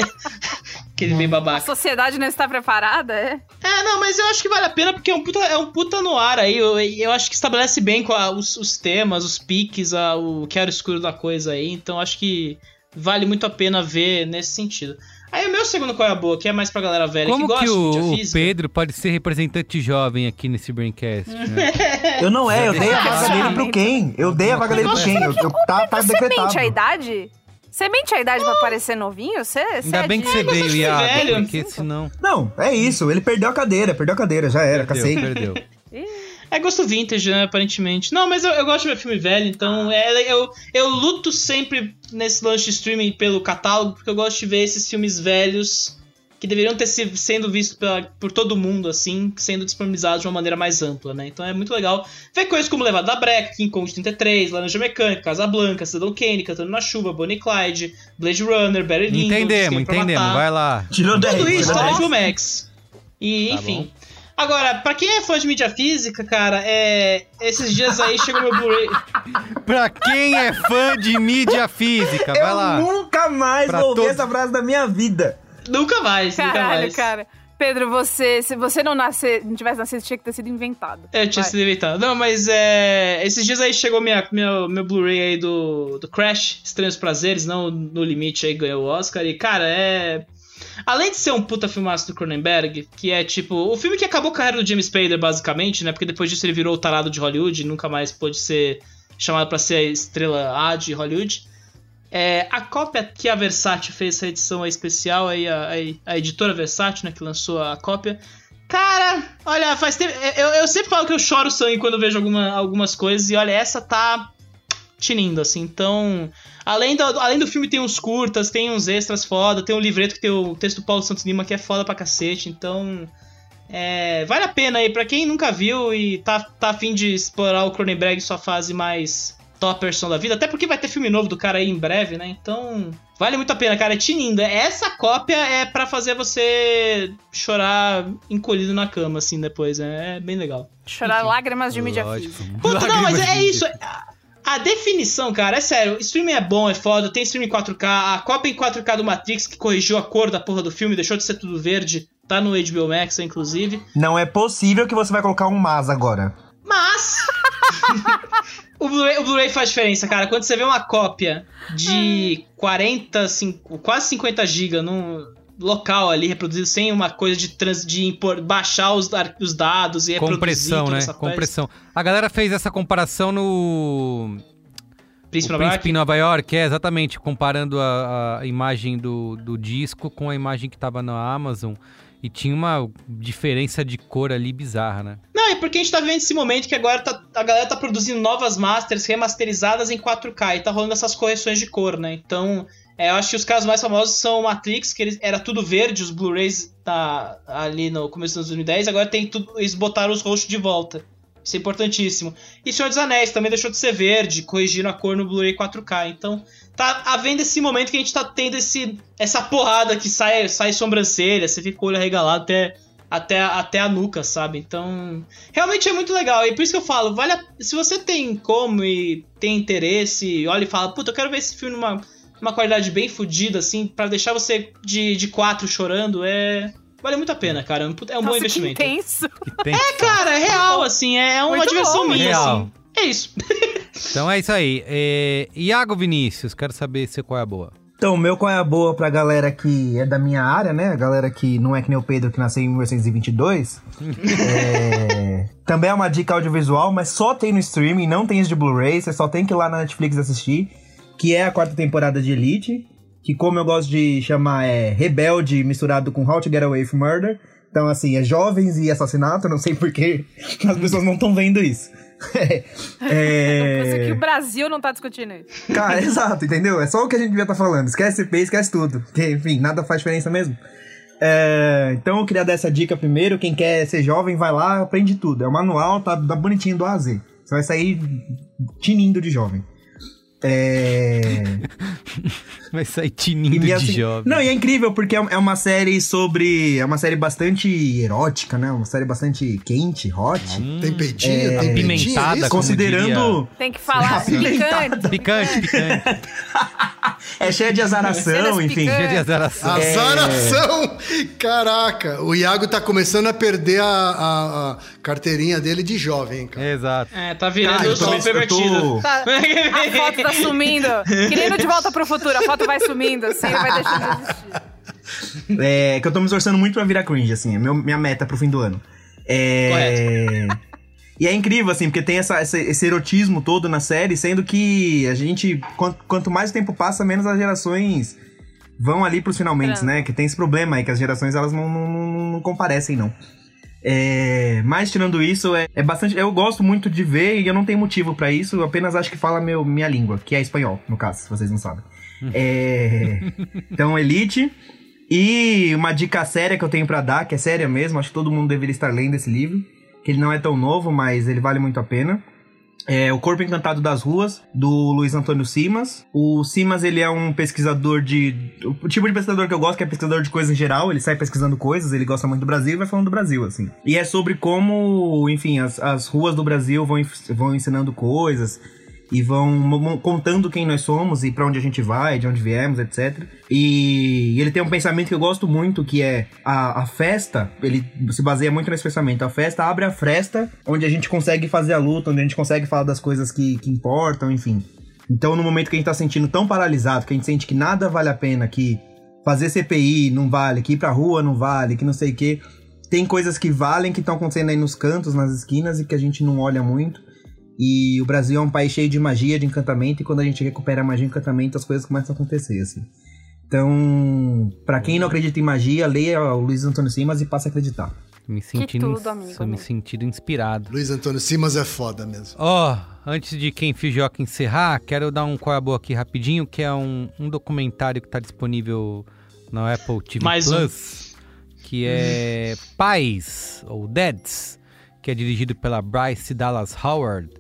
Aquele bem A babaca. sociedade não está preparada, é? É, não, mas eu acho que vale a pena porque é um puta, é um puta no ar aí. Eu, eu acho que estabelece bem com a, os, os temas, os piques, a, o que era o escuro da coisa aí. Então acho que vale muito a pena ver nesse sentido. Aí o meu segundo qual é a boa, que é mais pra galera velha Como que gosta que o, de o física. Pedro pode ser representante jovem aqui nesse Braincast? Né? Eu não é, eu dei a deixa vaga dele claro. pro Ken. Eu dei a vaga dele pro Ken. Eu, eu, tá, tá Você decretado. mente a idade? Você mente a idade pra parecer novinho? Você, você Ainda é bem de- que você mas veio, acho que Iago, velho. porque senão... Não, é isso. Ele perdeu a cadeira, perdeu a cadeira, já era, Perdeu, cacei. perdeu. É gosto vintage, né, aparentemente. Não, mas eu, eu gosto de ver filme velho, então é, eu, eu luto sempre nesse lance de streaming pelo catálogo, porque eu gosto de ver esses filmes velhos que deveriam ter sido sendo vistos pela, por todo mundo, assim, sendo disponibilizados de uma maneira mais ampla, né? Então é muito legal ver coisas como Levado da Breca, King Kong de trinta e três, Laranja Mecânica, Casablanca, Cidadão Kane, Cantando na Chuva, Bonnie e Clyde, Blade Runner, Barry Lyndon, Entendemos, Escape pra entendemos, Matar. vai lá. Tirou dez. Tudo isso, tirou tá no dez. H B O Max. E, Tá enfim. Agora, pra quem é fã de mídia física, cara, é... esses dias aí chegou meu Blu-ray. Pra quem é fã de mídia física, vai Eu lá. nunca mais Pra vou ouvir todos. essa frase da minha vida. Nunca mais, nunca Caralho, mais. cara. Pedro, você, se você não, nascer, não tivesse nascido, tinha que ter sido inventado. Eu tinha Vai. sido inventado. Não, mas é... esses dias aí chegou minha, meu, meu Blu-ray aí do, do Crash, Estranhos Prazeres, não No Limite aí ganhou o Oscar. E, cara, é... Além de ser um puta filmaço do Cronenberg, que é tipo... O filme que acabou a carreira do James Spader, basicamente, né? Porque depois disso ele virou o tarado de Hollywood e nunca mais pôde ser chamado pra ser a estrela A de Hollywood. É, a cópia que a Versace fez, essa edição aí especial, aí, a, a, a editora Versace, né, que lançou a cópia. Cara, olha, faz tempo. Eu, eu sempre falo que eu choro sangue quando eu vejo alguma, algumas coisas, e olha, essa tá tinindo, assim. Então, além do, além do filme, tem uns curtas, tem uns extras foda, tem um livreto que tem o texto do Paulo Santos Lima que é foda pra cacete, então. É, vale a pena aí, pra quem nunca viu e tá, tá a fim de explorar o Cronenberg em sua fase mais topperson da vida. Até porque vai ter filme novo do cara aí em breve, né? Então, vale muito a pena, cara. É tinindo. Essa cópia é pra fazer você chorar encolhido na cama, assim, depois. É bem legal. Chorar Enfim. lágrimas de mídia Lógico. física. Puta, não, mas é isso. A definição, cara, é sério. Streaming é bom, é foda. Tem streaming em quatro K. A cópia em quatro K do Matrix, que corrigiu a cor da porra do filme, deixou de ser tudo verde. Tá no H B O Max, inclusive. Não é possível que você vai colocar um mas agora. Mas... o Blu-ray, o Blu-ray faz diferença, cara. Quando você vê uma cópia de quarenta, cinco, quase cinquenta gigas num local ali, reproduzido sem uma coisa de, trans, de impor, baixar os, os dados e reproduzir compressão, toda né? essa Compressão. A galera fez essa comparação no... Príncipe o Nova Príncipe York? em Nova York, é, exatamente. Comparando a, a imagem do, do disco com a imagem que tava na Amazon. E tinha uma diferença de cor ali bizarra, né? Não, é porque a gente tá vivendo esse momento que agora tá, a galera tá produzindo novas masters remasterizadas em quatro K e tá rolando essas correções de cor, né? Então, é, eu acho que os casos mais famosos são o Matrix, que eles, era tudo verde, os Blu-rays tá ali no começo dos anos dois mil e dez, agora tem tudo, eles botaram os roxos de volta. Isso é importantíssimo. E Senhor dos Anéis também deixou de ser verde, corrigiram a cor no Blu-ray quatro K. Então, tá havendo esse momento que a gente tá tendo esse, essa porrada que sai, sai sobrancelha, você fica com o olho arregalado até, até, até a nuca, sabe? Então, realmente é muito legal. E por isso que eu falo, vale a, se você tem como e tem interesse, olha e fala, puta, eu quero ver esse filme numa, numa qualidade bem fodida, assim, pra deixar você de, de quatro chorando, é... Vale muito a pena, cara. É um Nossa, bom investimento. Que intenso. Que é, cara, é real, assim. É uma muito diversão bom, minha, real. assim. É isso. Então é isso aí. É... Iago Vinícius, quero saber se qual é a boa. Então, o meu qual é a boa pra galera que é da minha área, né? A galera que não é que nem o Pedro, que nasceu em mil novecentos e vinte e dois. é... Também é uma dica audiovisual, mas só tem no streaming, não tem isso de Blu-ray. Você só tem que ir lá na Netflix assistir. Que é a quarta temporada de Elite. Que, como eu gosto de chamar, é Rebelde misturado com How to Get Away with Murder. Então, assim, é jovens e assassinato. Não sei por que as pessoas não estão vendo isso. é... Coisa que o Brasil não tá discutindo isso. Cara, exato, entendeu? É só o que a gente devia estar falando. Esquece C P I, esquece tudo. Porque, enfim, nada faz diferença mesmo. É... Então, eu queria dar essa dica primeiro. Quem quer ser jovem, vai lá, aprende tudo. É o manual, tá, tá bonitinho do A a Z. Você vai sair tinindo de jovem. É... Vai sair tinindo de assim, jovem. Não, e é incrível porque é uma série sobre... É uma série bastante erótica, né? Uma série bastante quente, hot. Hum, tem peitinho, é... tem apimentada, peitinho, considerando... Tem que falar picante. Picante, picante. É cheia de azaração, enfim. Cheia de azaração. Azaração! É... Caraca, o Iago tá começando a perder a, a, a carteirinha dele de jovem, hein, cara. Exato. É, tá virando Cara, só um pervertido. tô... Tá, a foto tá sumindo. Querendo De Volta pro Futuro, a foto vai sumindo, assim, vai deixando de existir. É, que eu tô me esforçando muito pra virar cringe, assim. É meu, minha meta pro fim do ano. É... Correto. E é incrível, assim, porque tem essa, esse, esse erotismo todo na série, sendo que a gente, quanto, quanto mais o tempo passa, menos as gerações vão ali pros finalmente, né? Que tem esse problema aí, que as gerações, elas não, não, não, não comparecem, não. É, mas tirando isso, é, é bastante... Eu gosto muito de ver e eu não tenho motivo pra isso, eu apenas acho que fala meu, minha língua, que é espanhol, no caso, se vocês não sabem. É, então, Elite. E uma dica séria que eu tenho pra dar, que é séria mesmo, acho que todo mundo deveria estar lendo esse livro, que ele não é tão novo, mas ele vale muito a pena. É O Corpo Encantado das Ruas, do Luiz Antônio Simas. O Simas, ele é um pesquisador de... O tipo de pesquisador que eu gosto, que é pesquisador de coisas em geral. Ele sai pesquisando coisas, ele gosta muito do Brasil e vai falando do Brasil, assim. E é sobre como, enfim, as, as ruas do Brasil vão, vão ensinando coisas... E vão contando quem nós somos e pra onde a gente vai, de onde viemos, etcétera. E ele tem um pensamento que eu gosto muito, que é a, a festa, ele se baseia muito nesse pensamento. A festa abre a fresta, onde a gente consegue fazer a luta, onde a gente consegue falar das coisas que, que importam, enfim. Então, no momento que a gente tá sentindo tão paralisado, que a gente sente que nada vale a pena, que fazer C P I não vale, que ir pra rua não vale, que não sei o quê... Tem coisas que valem, que estão acontecendo aí nos cantos, nas esquinas, e que a gente não olha muito. E o Brasil é um país cheio de magia, de encantamento, e quando a gente recupera a magia e encantamento, as coisas começam a acontecer, assim. Então, pra quem não acredita em magia, leia o Luiz Antônio Simas e passe a acreditar. Me sentindo, tudo, amigo, me amigo. sentindo inspirado. Luiz Antônio Simas é foda mesmo. Ó, oh, antes de quem Feijoca encerrar, quero dar um qual é a boa aqui rapidinho, que é um, um documentário que tá disponível na Apple T V Mais Plus, um. que é Pais, ou Dads, que é dirigido pela Bryce Dallas Howard.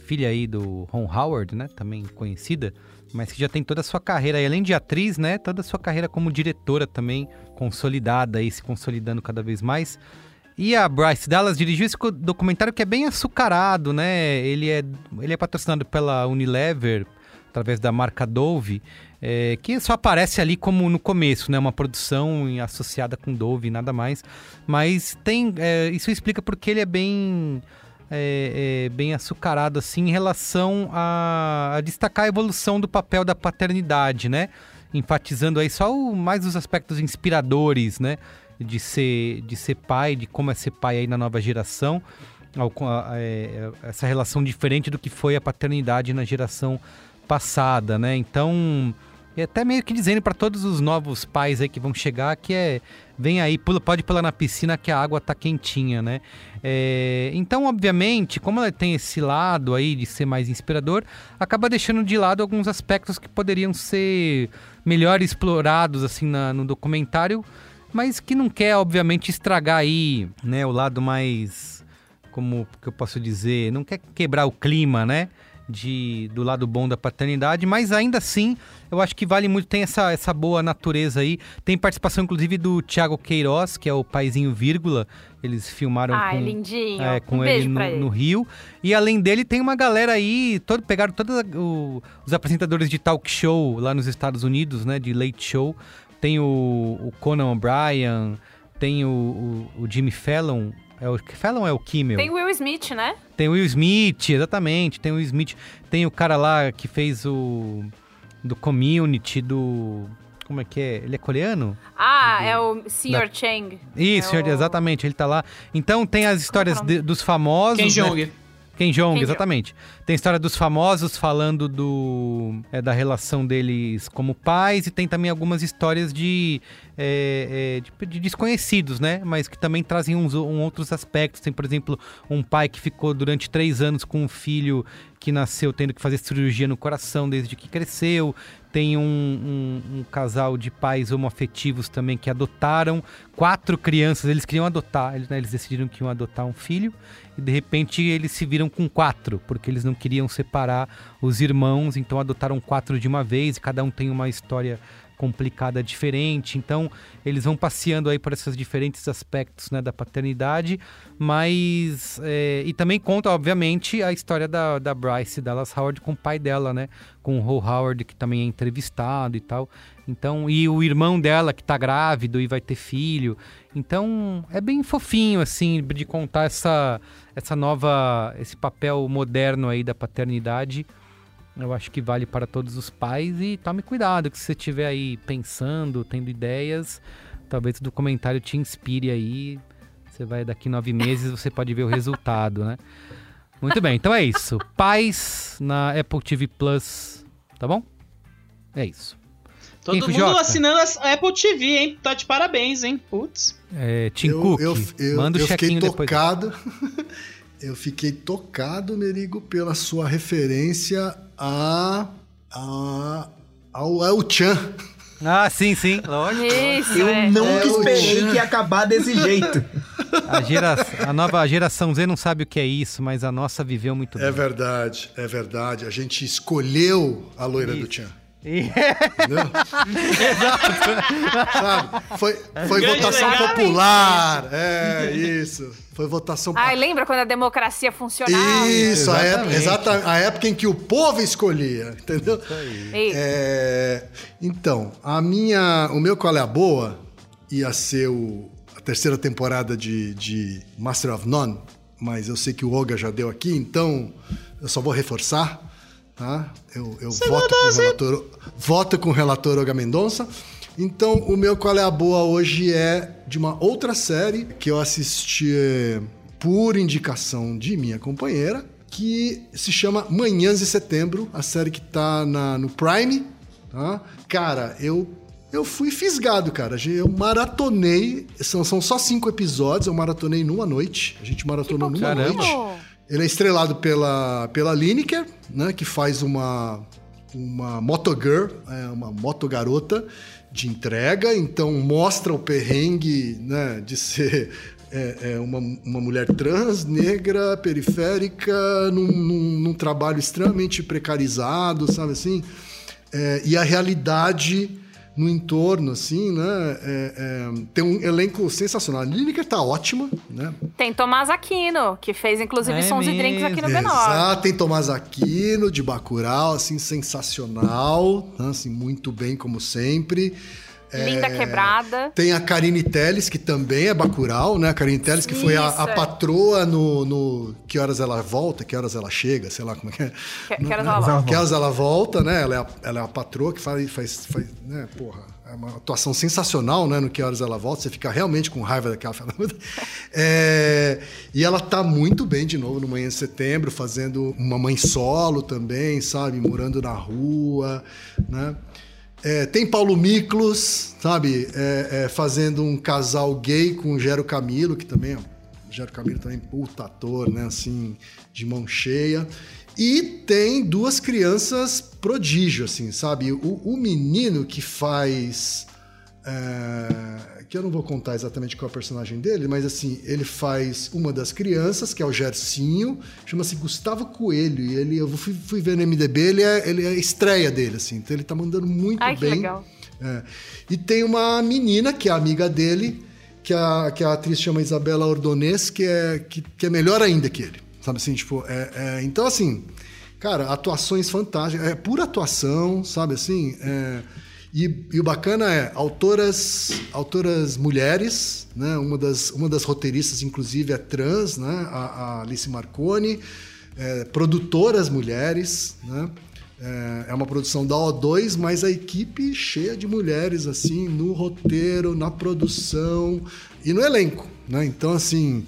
filha aí do Ron Howard, né? Também conhecida, mas que já tem toda a sua carreira, e além de atriz, né? Toda a sua carreira como diretora também, consolidada aí, se consolidando cada vez mais. E a Bryce Dallas dirigiu esse documentário que é bem açucarado, né? Ele é, ele é patrocinado pela Unilever, através da marca Dove, é, que só aparece ali como no começo, né? Uma produção associada com Dove, nada mais. Mas tem, é, isso explica porque ele é bem... É, é, bem açucarado assim em relação a, a destacar a evolução do papel da paternidade, né? Enfatizando aí só o, mais os aspectos inspiradores, né? De ser, de ser pai, de como é ser pai aí na nova geração. A, a, a, essa relação diferente do que foi a paternidade na geração passada, né? Então, é até meio que dizendo para todos os novos pais aí que vão chegar que é... Vem aí, pula, pode pular na piscina que a água tá quentinha, né? É, então, obviamente, como ela tem esse lado aí de ser mais inspirador, acaba deixando de lado alguns aspectos que poderiam ser melhor explorados, assim, na, no documentário, mas que não quer, obviamente, estragar aí, né? O lado mais, como que eu posso dizer, não quer quebrar o clima, né? De, do lado bom da paternidade, mas ainda assim eu acho que vale muito, tem essa, essa boa natureza aí, tem participação inclusive do Thiago Queiroz, que é o paizinho vírgula, eles filmaram Ai, com, lindinho. é, com um ele, beijo no, pra ele no Rio, e além dele tem uma galera aí, todo, pegaram todos o, os apresentadores de talk show lá nos Estados Unidos, né, de late show, tem o, o Conan O'Brien, tem o, o, o Jimmy Fallon. É o Fallon é o Kimmel? Tem o Will Smith, né? Tem o Will Smith, exatamente. Tem o Will Smith. Tem o cara lá que fez o... Do Community, do... Como é que é? Ele é coreano? Ah, do, é o senhor da... Chang. Isso, é o... exatamente. Ele tá lá. Então tem as histórias de, dos famosos... Ken Jeong. Né? Ken Jeong, Ken exatamente. Jeong. Tem a história dos famosos falando do, é, da relação deles como pais, e tem também algumas histórias de, é, é, de, de desconhecidos, né? Mas que também trazem uns um, outros aspectos. Tem, por exemplo, um pai que ficou durante três anos com um filho que nasceu tendo que fazer cirurgia no coração desde que cresceu. Tem um, um, um casal de pais homoafetivos também que adotaram quatro crianças. Eles queriam adotar, eles, né, eles decidiram que iam adotar um filho. E de repente eles se viram com quatro, porque eles não queriam separar os irmãos. Então adotaram quatro de uma vez e cada um tem uma história complicada diferente. Então eles vão passeando aí por esses diferentes aspectos, né, da paternidade, mas é, e também conta obviamente a história da, da Bryce Dallas Howard com o pai dela, né, com o Ron Howard, que também é entrevistado e tal. Então, e o irmão dela que tá grávido e vai ter filho. Então é bem fofinho assim de contar essa, essa nova, esse papel moderno aí da paternidade. Eu acho que vale para todos os pais, e tome cuidado que se você estiver aí pensando, tendo ideias, talvez o documentário te inspire aí. Você vai daqui nove meses, você pode ver o resultado, né? Muito bem, então é isso. Pais na Apple T V Plus, tá bom? É isso. Todo Quem mundo Jota? assinando a Apple T V, hein? Tá de parabéns, hein? Putz. É, Tim eu, Cook, eu, eu, manda o eu chequinho fiquei depois. tocado. Eu fiquei tocado, Merigo, pela sua referência a, a ao El-Chan. Ah, sim, sim, lógico. Isso, Eu é. nunca É, esperei o- que ia acabar desse jeito. A, gera, a nova geração Z não sabe o que é isso, mas a nossa viveu muito É bem. verdade, é verdade. A gente escolheu a loira do Chan. E- Entendeu? Sabe? Foi, foi Grande votação legado, popular. É, isso. Foi votação Ai, lembra quando a democracia funcionava? Isso, a época, Exatamente. exata, a época em que o povo escolhia, entendeu? Ei, É, então, a minha, o meu Qual é a Boa ia ser o, a terceira temporada de, de Master of None, mas eu sei que o Olga já deu aqui, então eu só vou reforçar, tá? Eu, eu voto, com o relator, voto com o relator Olga Mendonça. Então, o meu Qual é a Boa hoje é de uma outra série que eu assisti eh, por indicação de minha companheira, que se chama Manhãs de Setembro, a série que tá na, no Prime, tá? Cara, eu, eu fui fisgado, cara. Eu maratonei, são, são só cinco episódios, eu maratonei numa noite. A gente maratonou numa Caramba. noite. Ele é estrelado pela, pela Lineker, né, que faz uma, uma motogirl, é, uma motogarota de entrega, então mostra o perrengue, né, de ser é, é uma, uma mulher trans, negra, periférica, num, num, num trabalho extremamente precarizado, sabe assim? É, e a realidade no entorno, assim, né? É, é, tem um elenco sensacional. A Lineker tá ótima, né? Tem Tomás Aquino, que fez, inclusive, É Sons mesmo. e Drinks aqui no B nove. Exato, tem Tomás Aquino, de Bacurau, assim, sensacional, né? Assim, muito bem, como sempre. Linda É, Quebrada. Tem a Karine Telles, que também é Bacurau, né? A Karine Telles, que foi a, a Isso. patroa no, no Que Horas Ela Volta, Que Horas Ela Chega, sei lá como é que é. Que, que Não, horas né? ela volta? Que Horas Ela Volta, né? Ela é a, ela é a patroa que faz, faz, faz, né? Porra, é uma atuação sensacional, né? No Que Horas Ela Volta, você fica realmente com raiva daquela... é, e ela tá muito bem de novo no Manhã de Setembro, fazendo uma mãe solo também, sabe? Morando na rua, né? É, tem Paulo Miklos, sabe, é, é, fazendo um casal gay com o Gero Camilo, que também é o Gero Camilo também puta ator, né, assim, de mão cheia. E tem duas crianças prodígio, assim, sabe? O, o menino que faz... É, que eu não vou contar exatamente qual é o personagem dele, mas assim, ele faz uma das crianças, que é o Gercinho, chama-se Gustavo Coelho, e ele, eu fui, fui ver no M D B, ele é, ele é a estreia dele, assim, então ele tá mandando muito Ai, que bem. legal. É. E tem uma menina, que é amiga dele, que a, que a atriz chama Isabela Ordonez, que é, que, que é melhor ainda que ele, sabe assim, tipo, é, é, então assim, cara, atuações fantásticas, é pura atuação, sabe assim, é... E, e o bacana é autoras, autoras mulheres, né? Uma das, uma das roteiristas, inclusive, é trans, né? A, a Alice Marconi, é, produtoras mulheres, né? É, é uma produção da O dois, mas a equipe cheia de mulheres, assim, no roteiro, na produção e no elenco, né? Então, assim...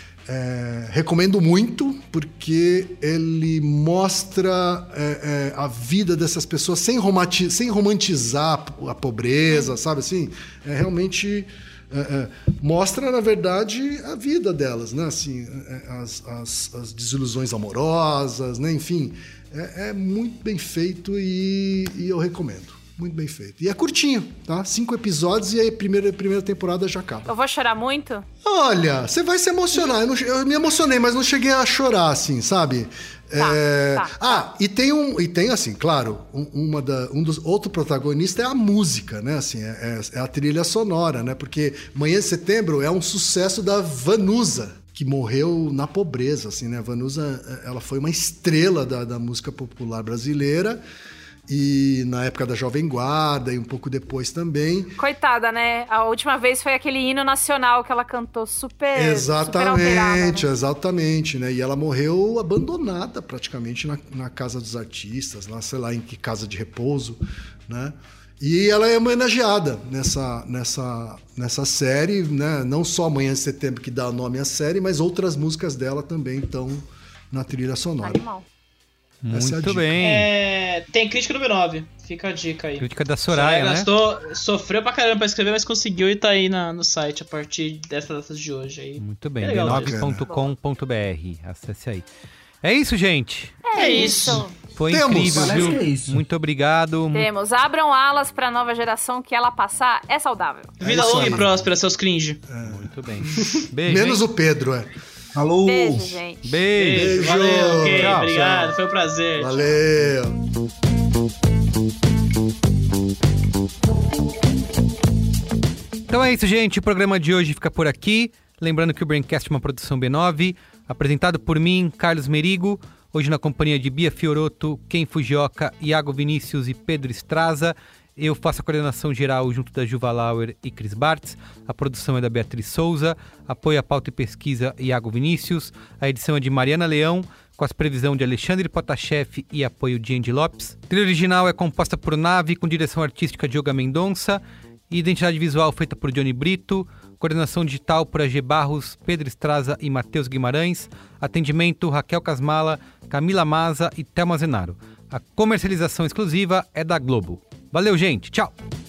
É, recomendo muito, porque ele mostra é, é, a vida dessas pessoas sem, romati- sem romantizar a pobreza, sabe assim? É, realmente é, é, mostra, na verdade, a vida delas, né? Assim, é, as, as, as desilusões amorosas, né? Enfim, é, é muito bem feito e, e eu recomendo. Muito bem feito. E é curtinho, tá? Cinco episódios e aí a primeira, a primeira temporada já acaba. Eu vou chorar muito? Olha, você vai se emocionar. Eu, não, eu me emocionei, mas não cheguei a chorar, assim, sabe? Tá, É... tá, ah, tá. e tem um, e tem assim, claro, um, uma da, um dos outro protagonista é a música, né? Assim, é, é, é a trilha sonora, né? Porque Manhã de Setembro é um sucesso da Vanusa, que morreu na pobreza, assim, né? A Vanusa, ela foi uma estrela da, da música popular brasileira. E na época da Jovem Guarda e um pouco depois também. Coitada, né? A última vez foi aquele hino nacional que ela cantou super, Exatamente, super alterada, né? exatamente, né? E ela morreu abandonada praticamente na, na Casa dos Artistas, lá, sei lá em que casa de repouso, né? E ela é homenageada nessa, nessa, nessa série, né? Não só Manhã de Setembro que dá nome à série, mas outras músicas dela também estão na trilha sonora. Animal. Essa é a Muito dica. bem. É, tem crítica no B nove. Fica a dica aí. Crítica da Soraya, né? gastou, sofreu pra caramba pra escrever, mas conseguiu e tá aí na, no site a partir dessa data de hoje. Aí. Muito bem, É b legal, nove ponto com ponto b r. Acesse aí. É isso, gente. É, isso. Foi Temos. incrível, Parece viu? que é isso. Muito obrigado. Temos. Abram alas pra nova geração, que ela passar é saudável. Vida isso longa aí. e próspera, seus cringe. Muito bem. Beijo. Menos hein? o Pedro, é. Alô! Beijo, gente. Beijo. Beijo, Beijo. valeu, ok, Tchau. obrigado, foi um prazer. Valeu! Então é isso, gente. O programa de hoje fica por aqui. Lembrando que o Braincast é uma produção B nove, apresentado por mim, Carlos Merigo, hoje na companhia de Bia Fiorotto, Ken Fujioka, Iago Vinícius e Pedro Estraza. Eu faço a coordenação geral junto da Juva Lauer e Cris Bartz. A produção é da Beatriz Souza. Apoio à pauta e pesquisa, Iago Vinícius. A edição é de Mariana Leão, com as previsão de Alexandre Potashev e apoio de Andy Lopes. A trilha original é composta por Nave, com direção artística de Yoga Mendonça. E identidade visual feita por Johnny Brito. Coordenação digital por A G Barros, Pedro Estraza e Matheus Guimarães. Atendimento Raquel Casmala, Camila Maza e Thelma Zenaro. A comercialização exclusiva é da Globo. Valeu, gente. Tchau.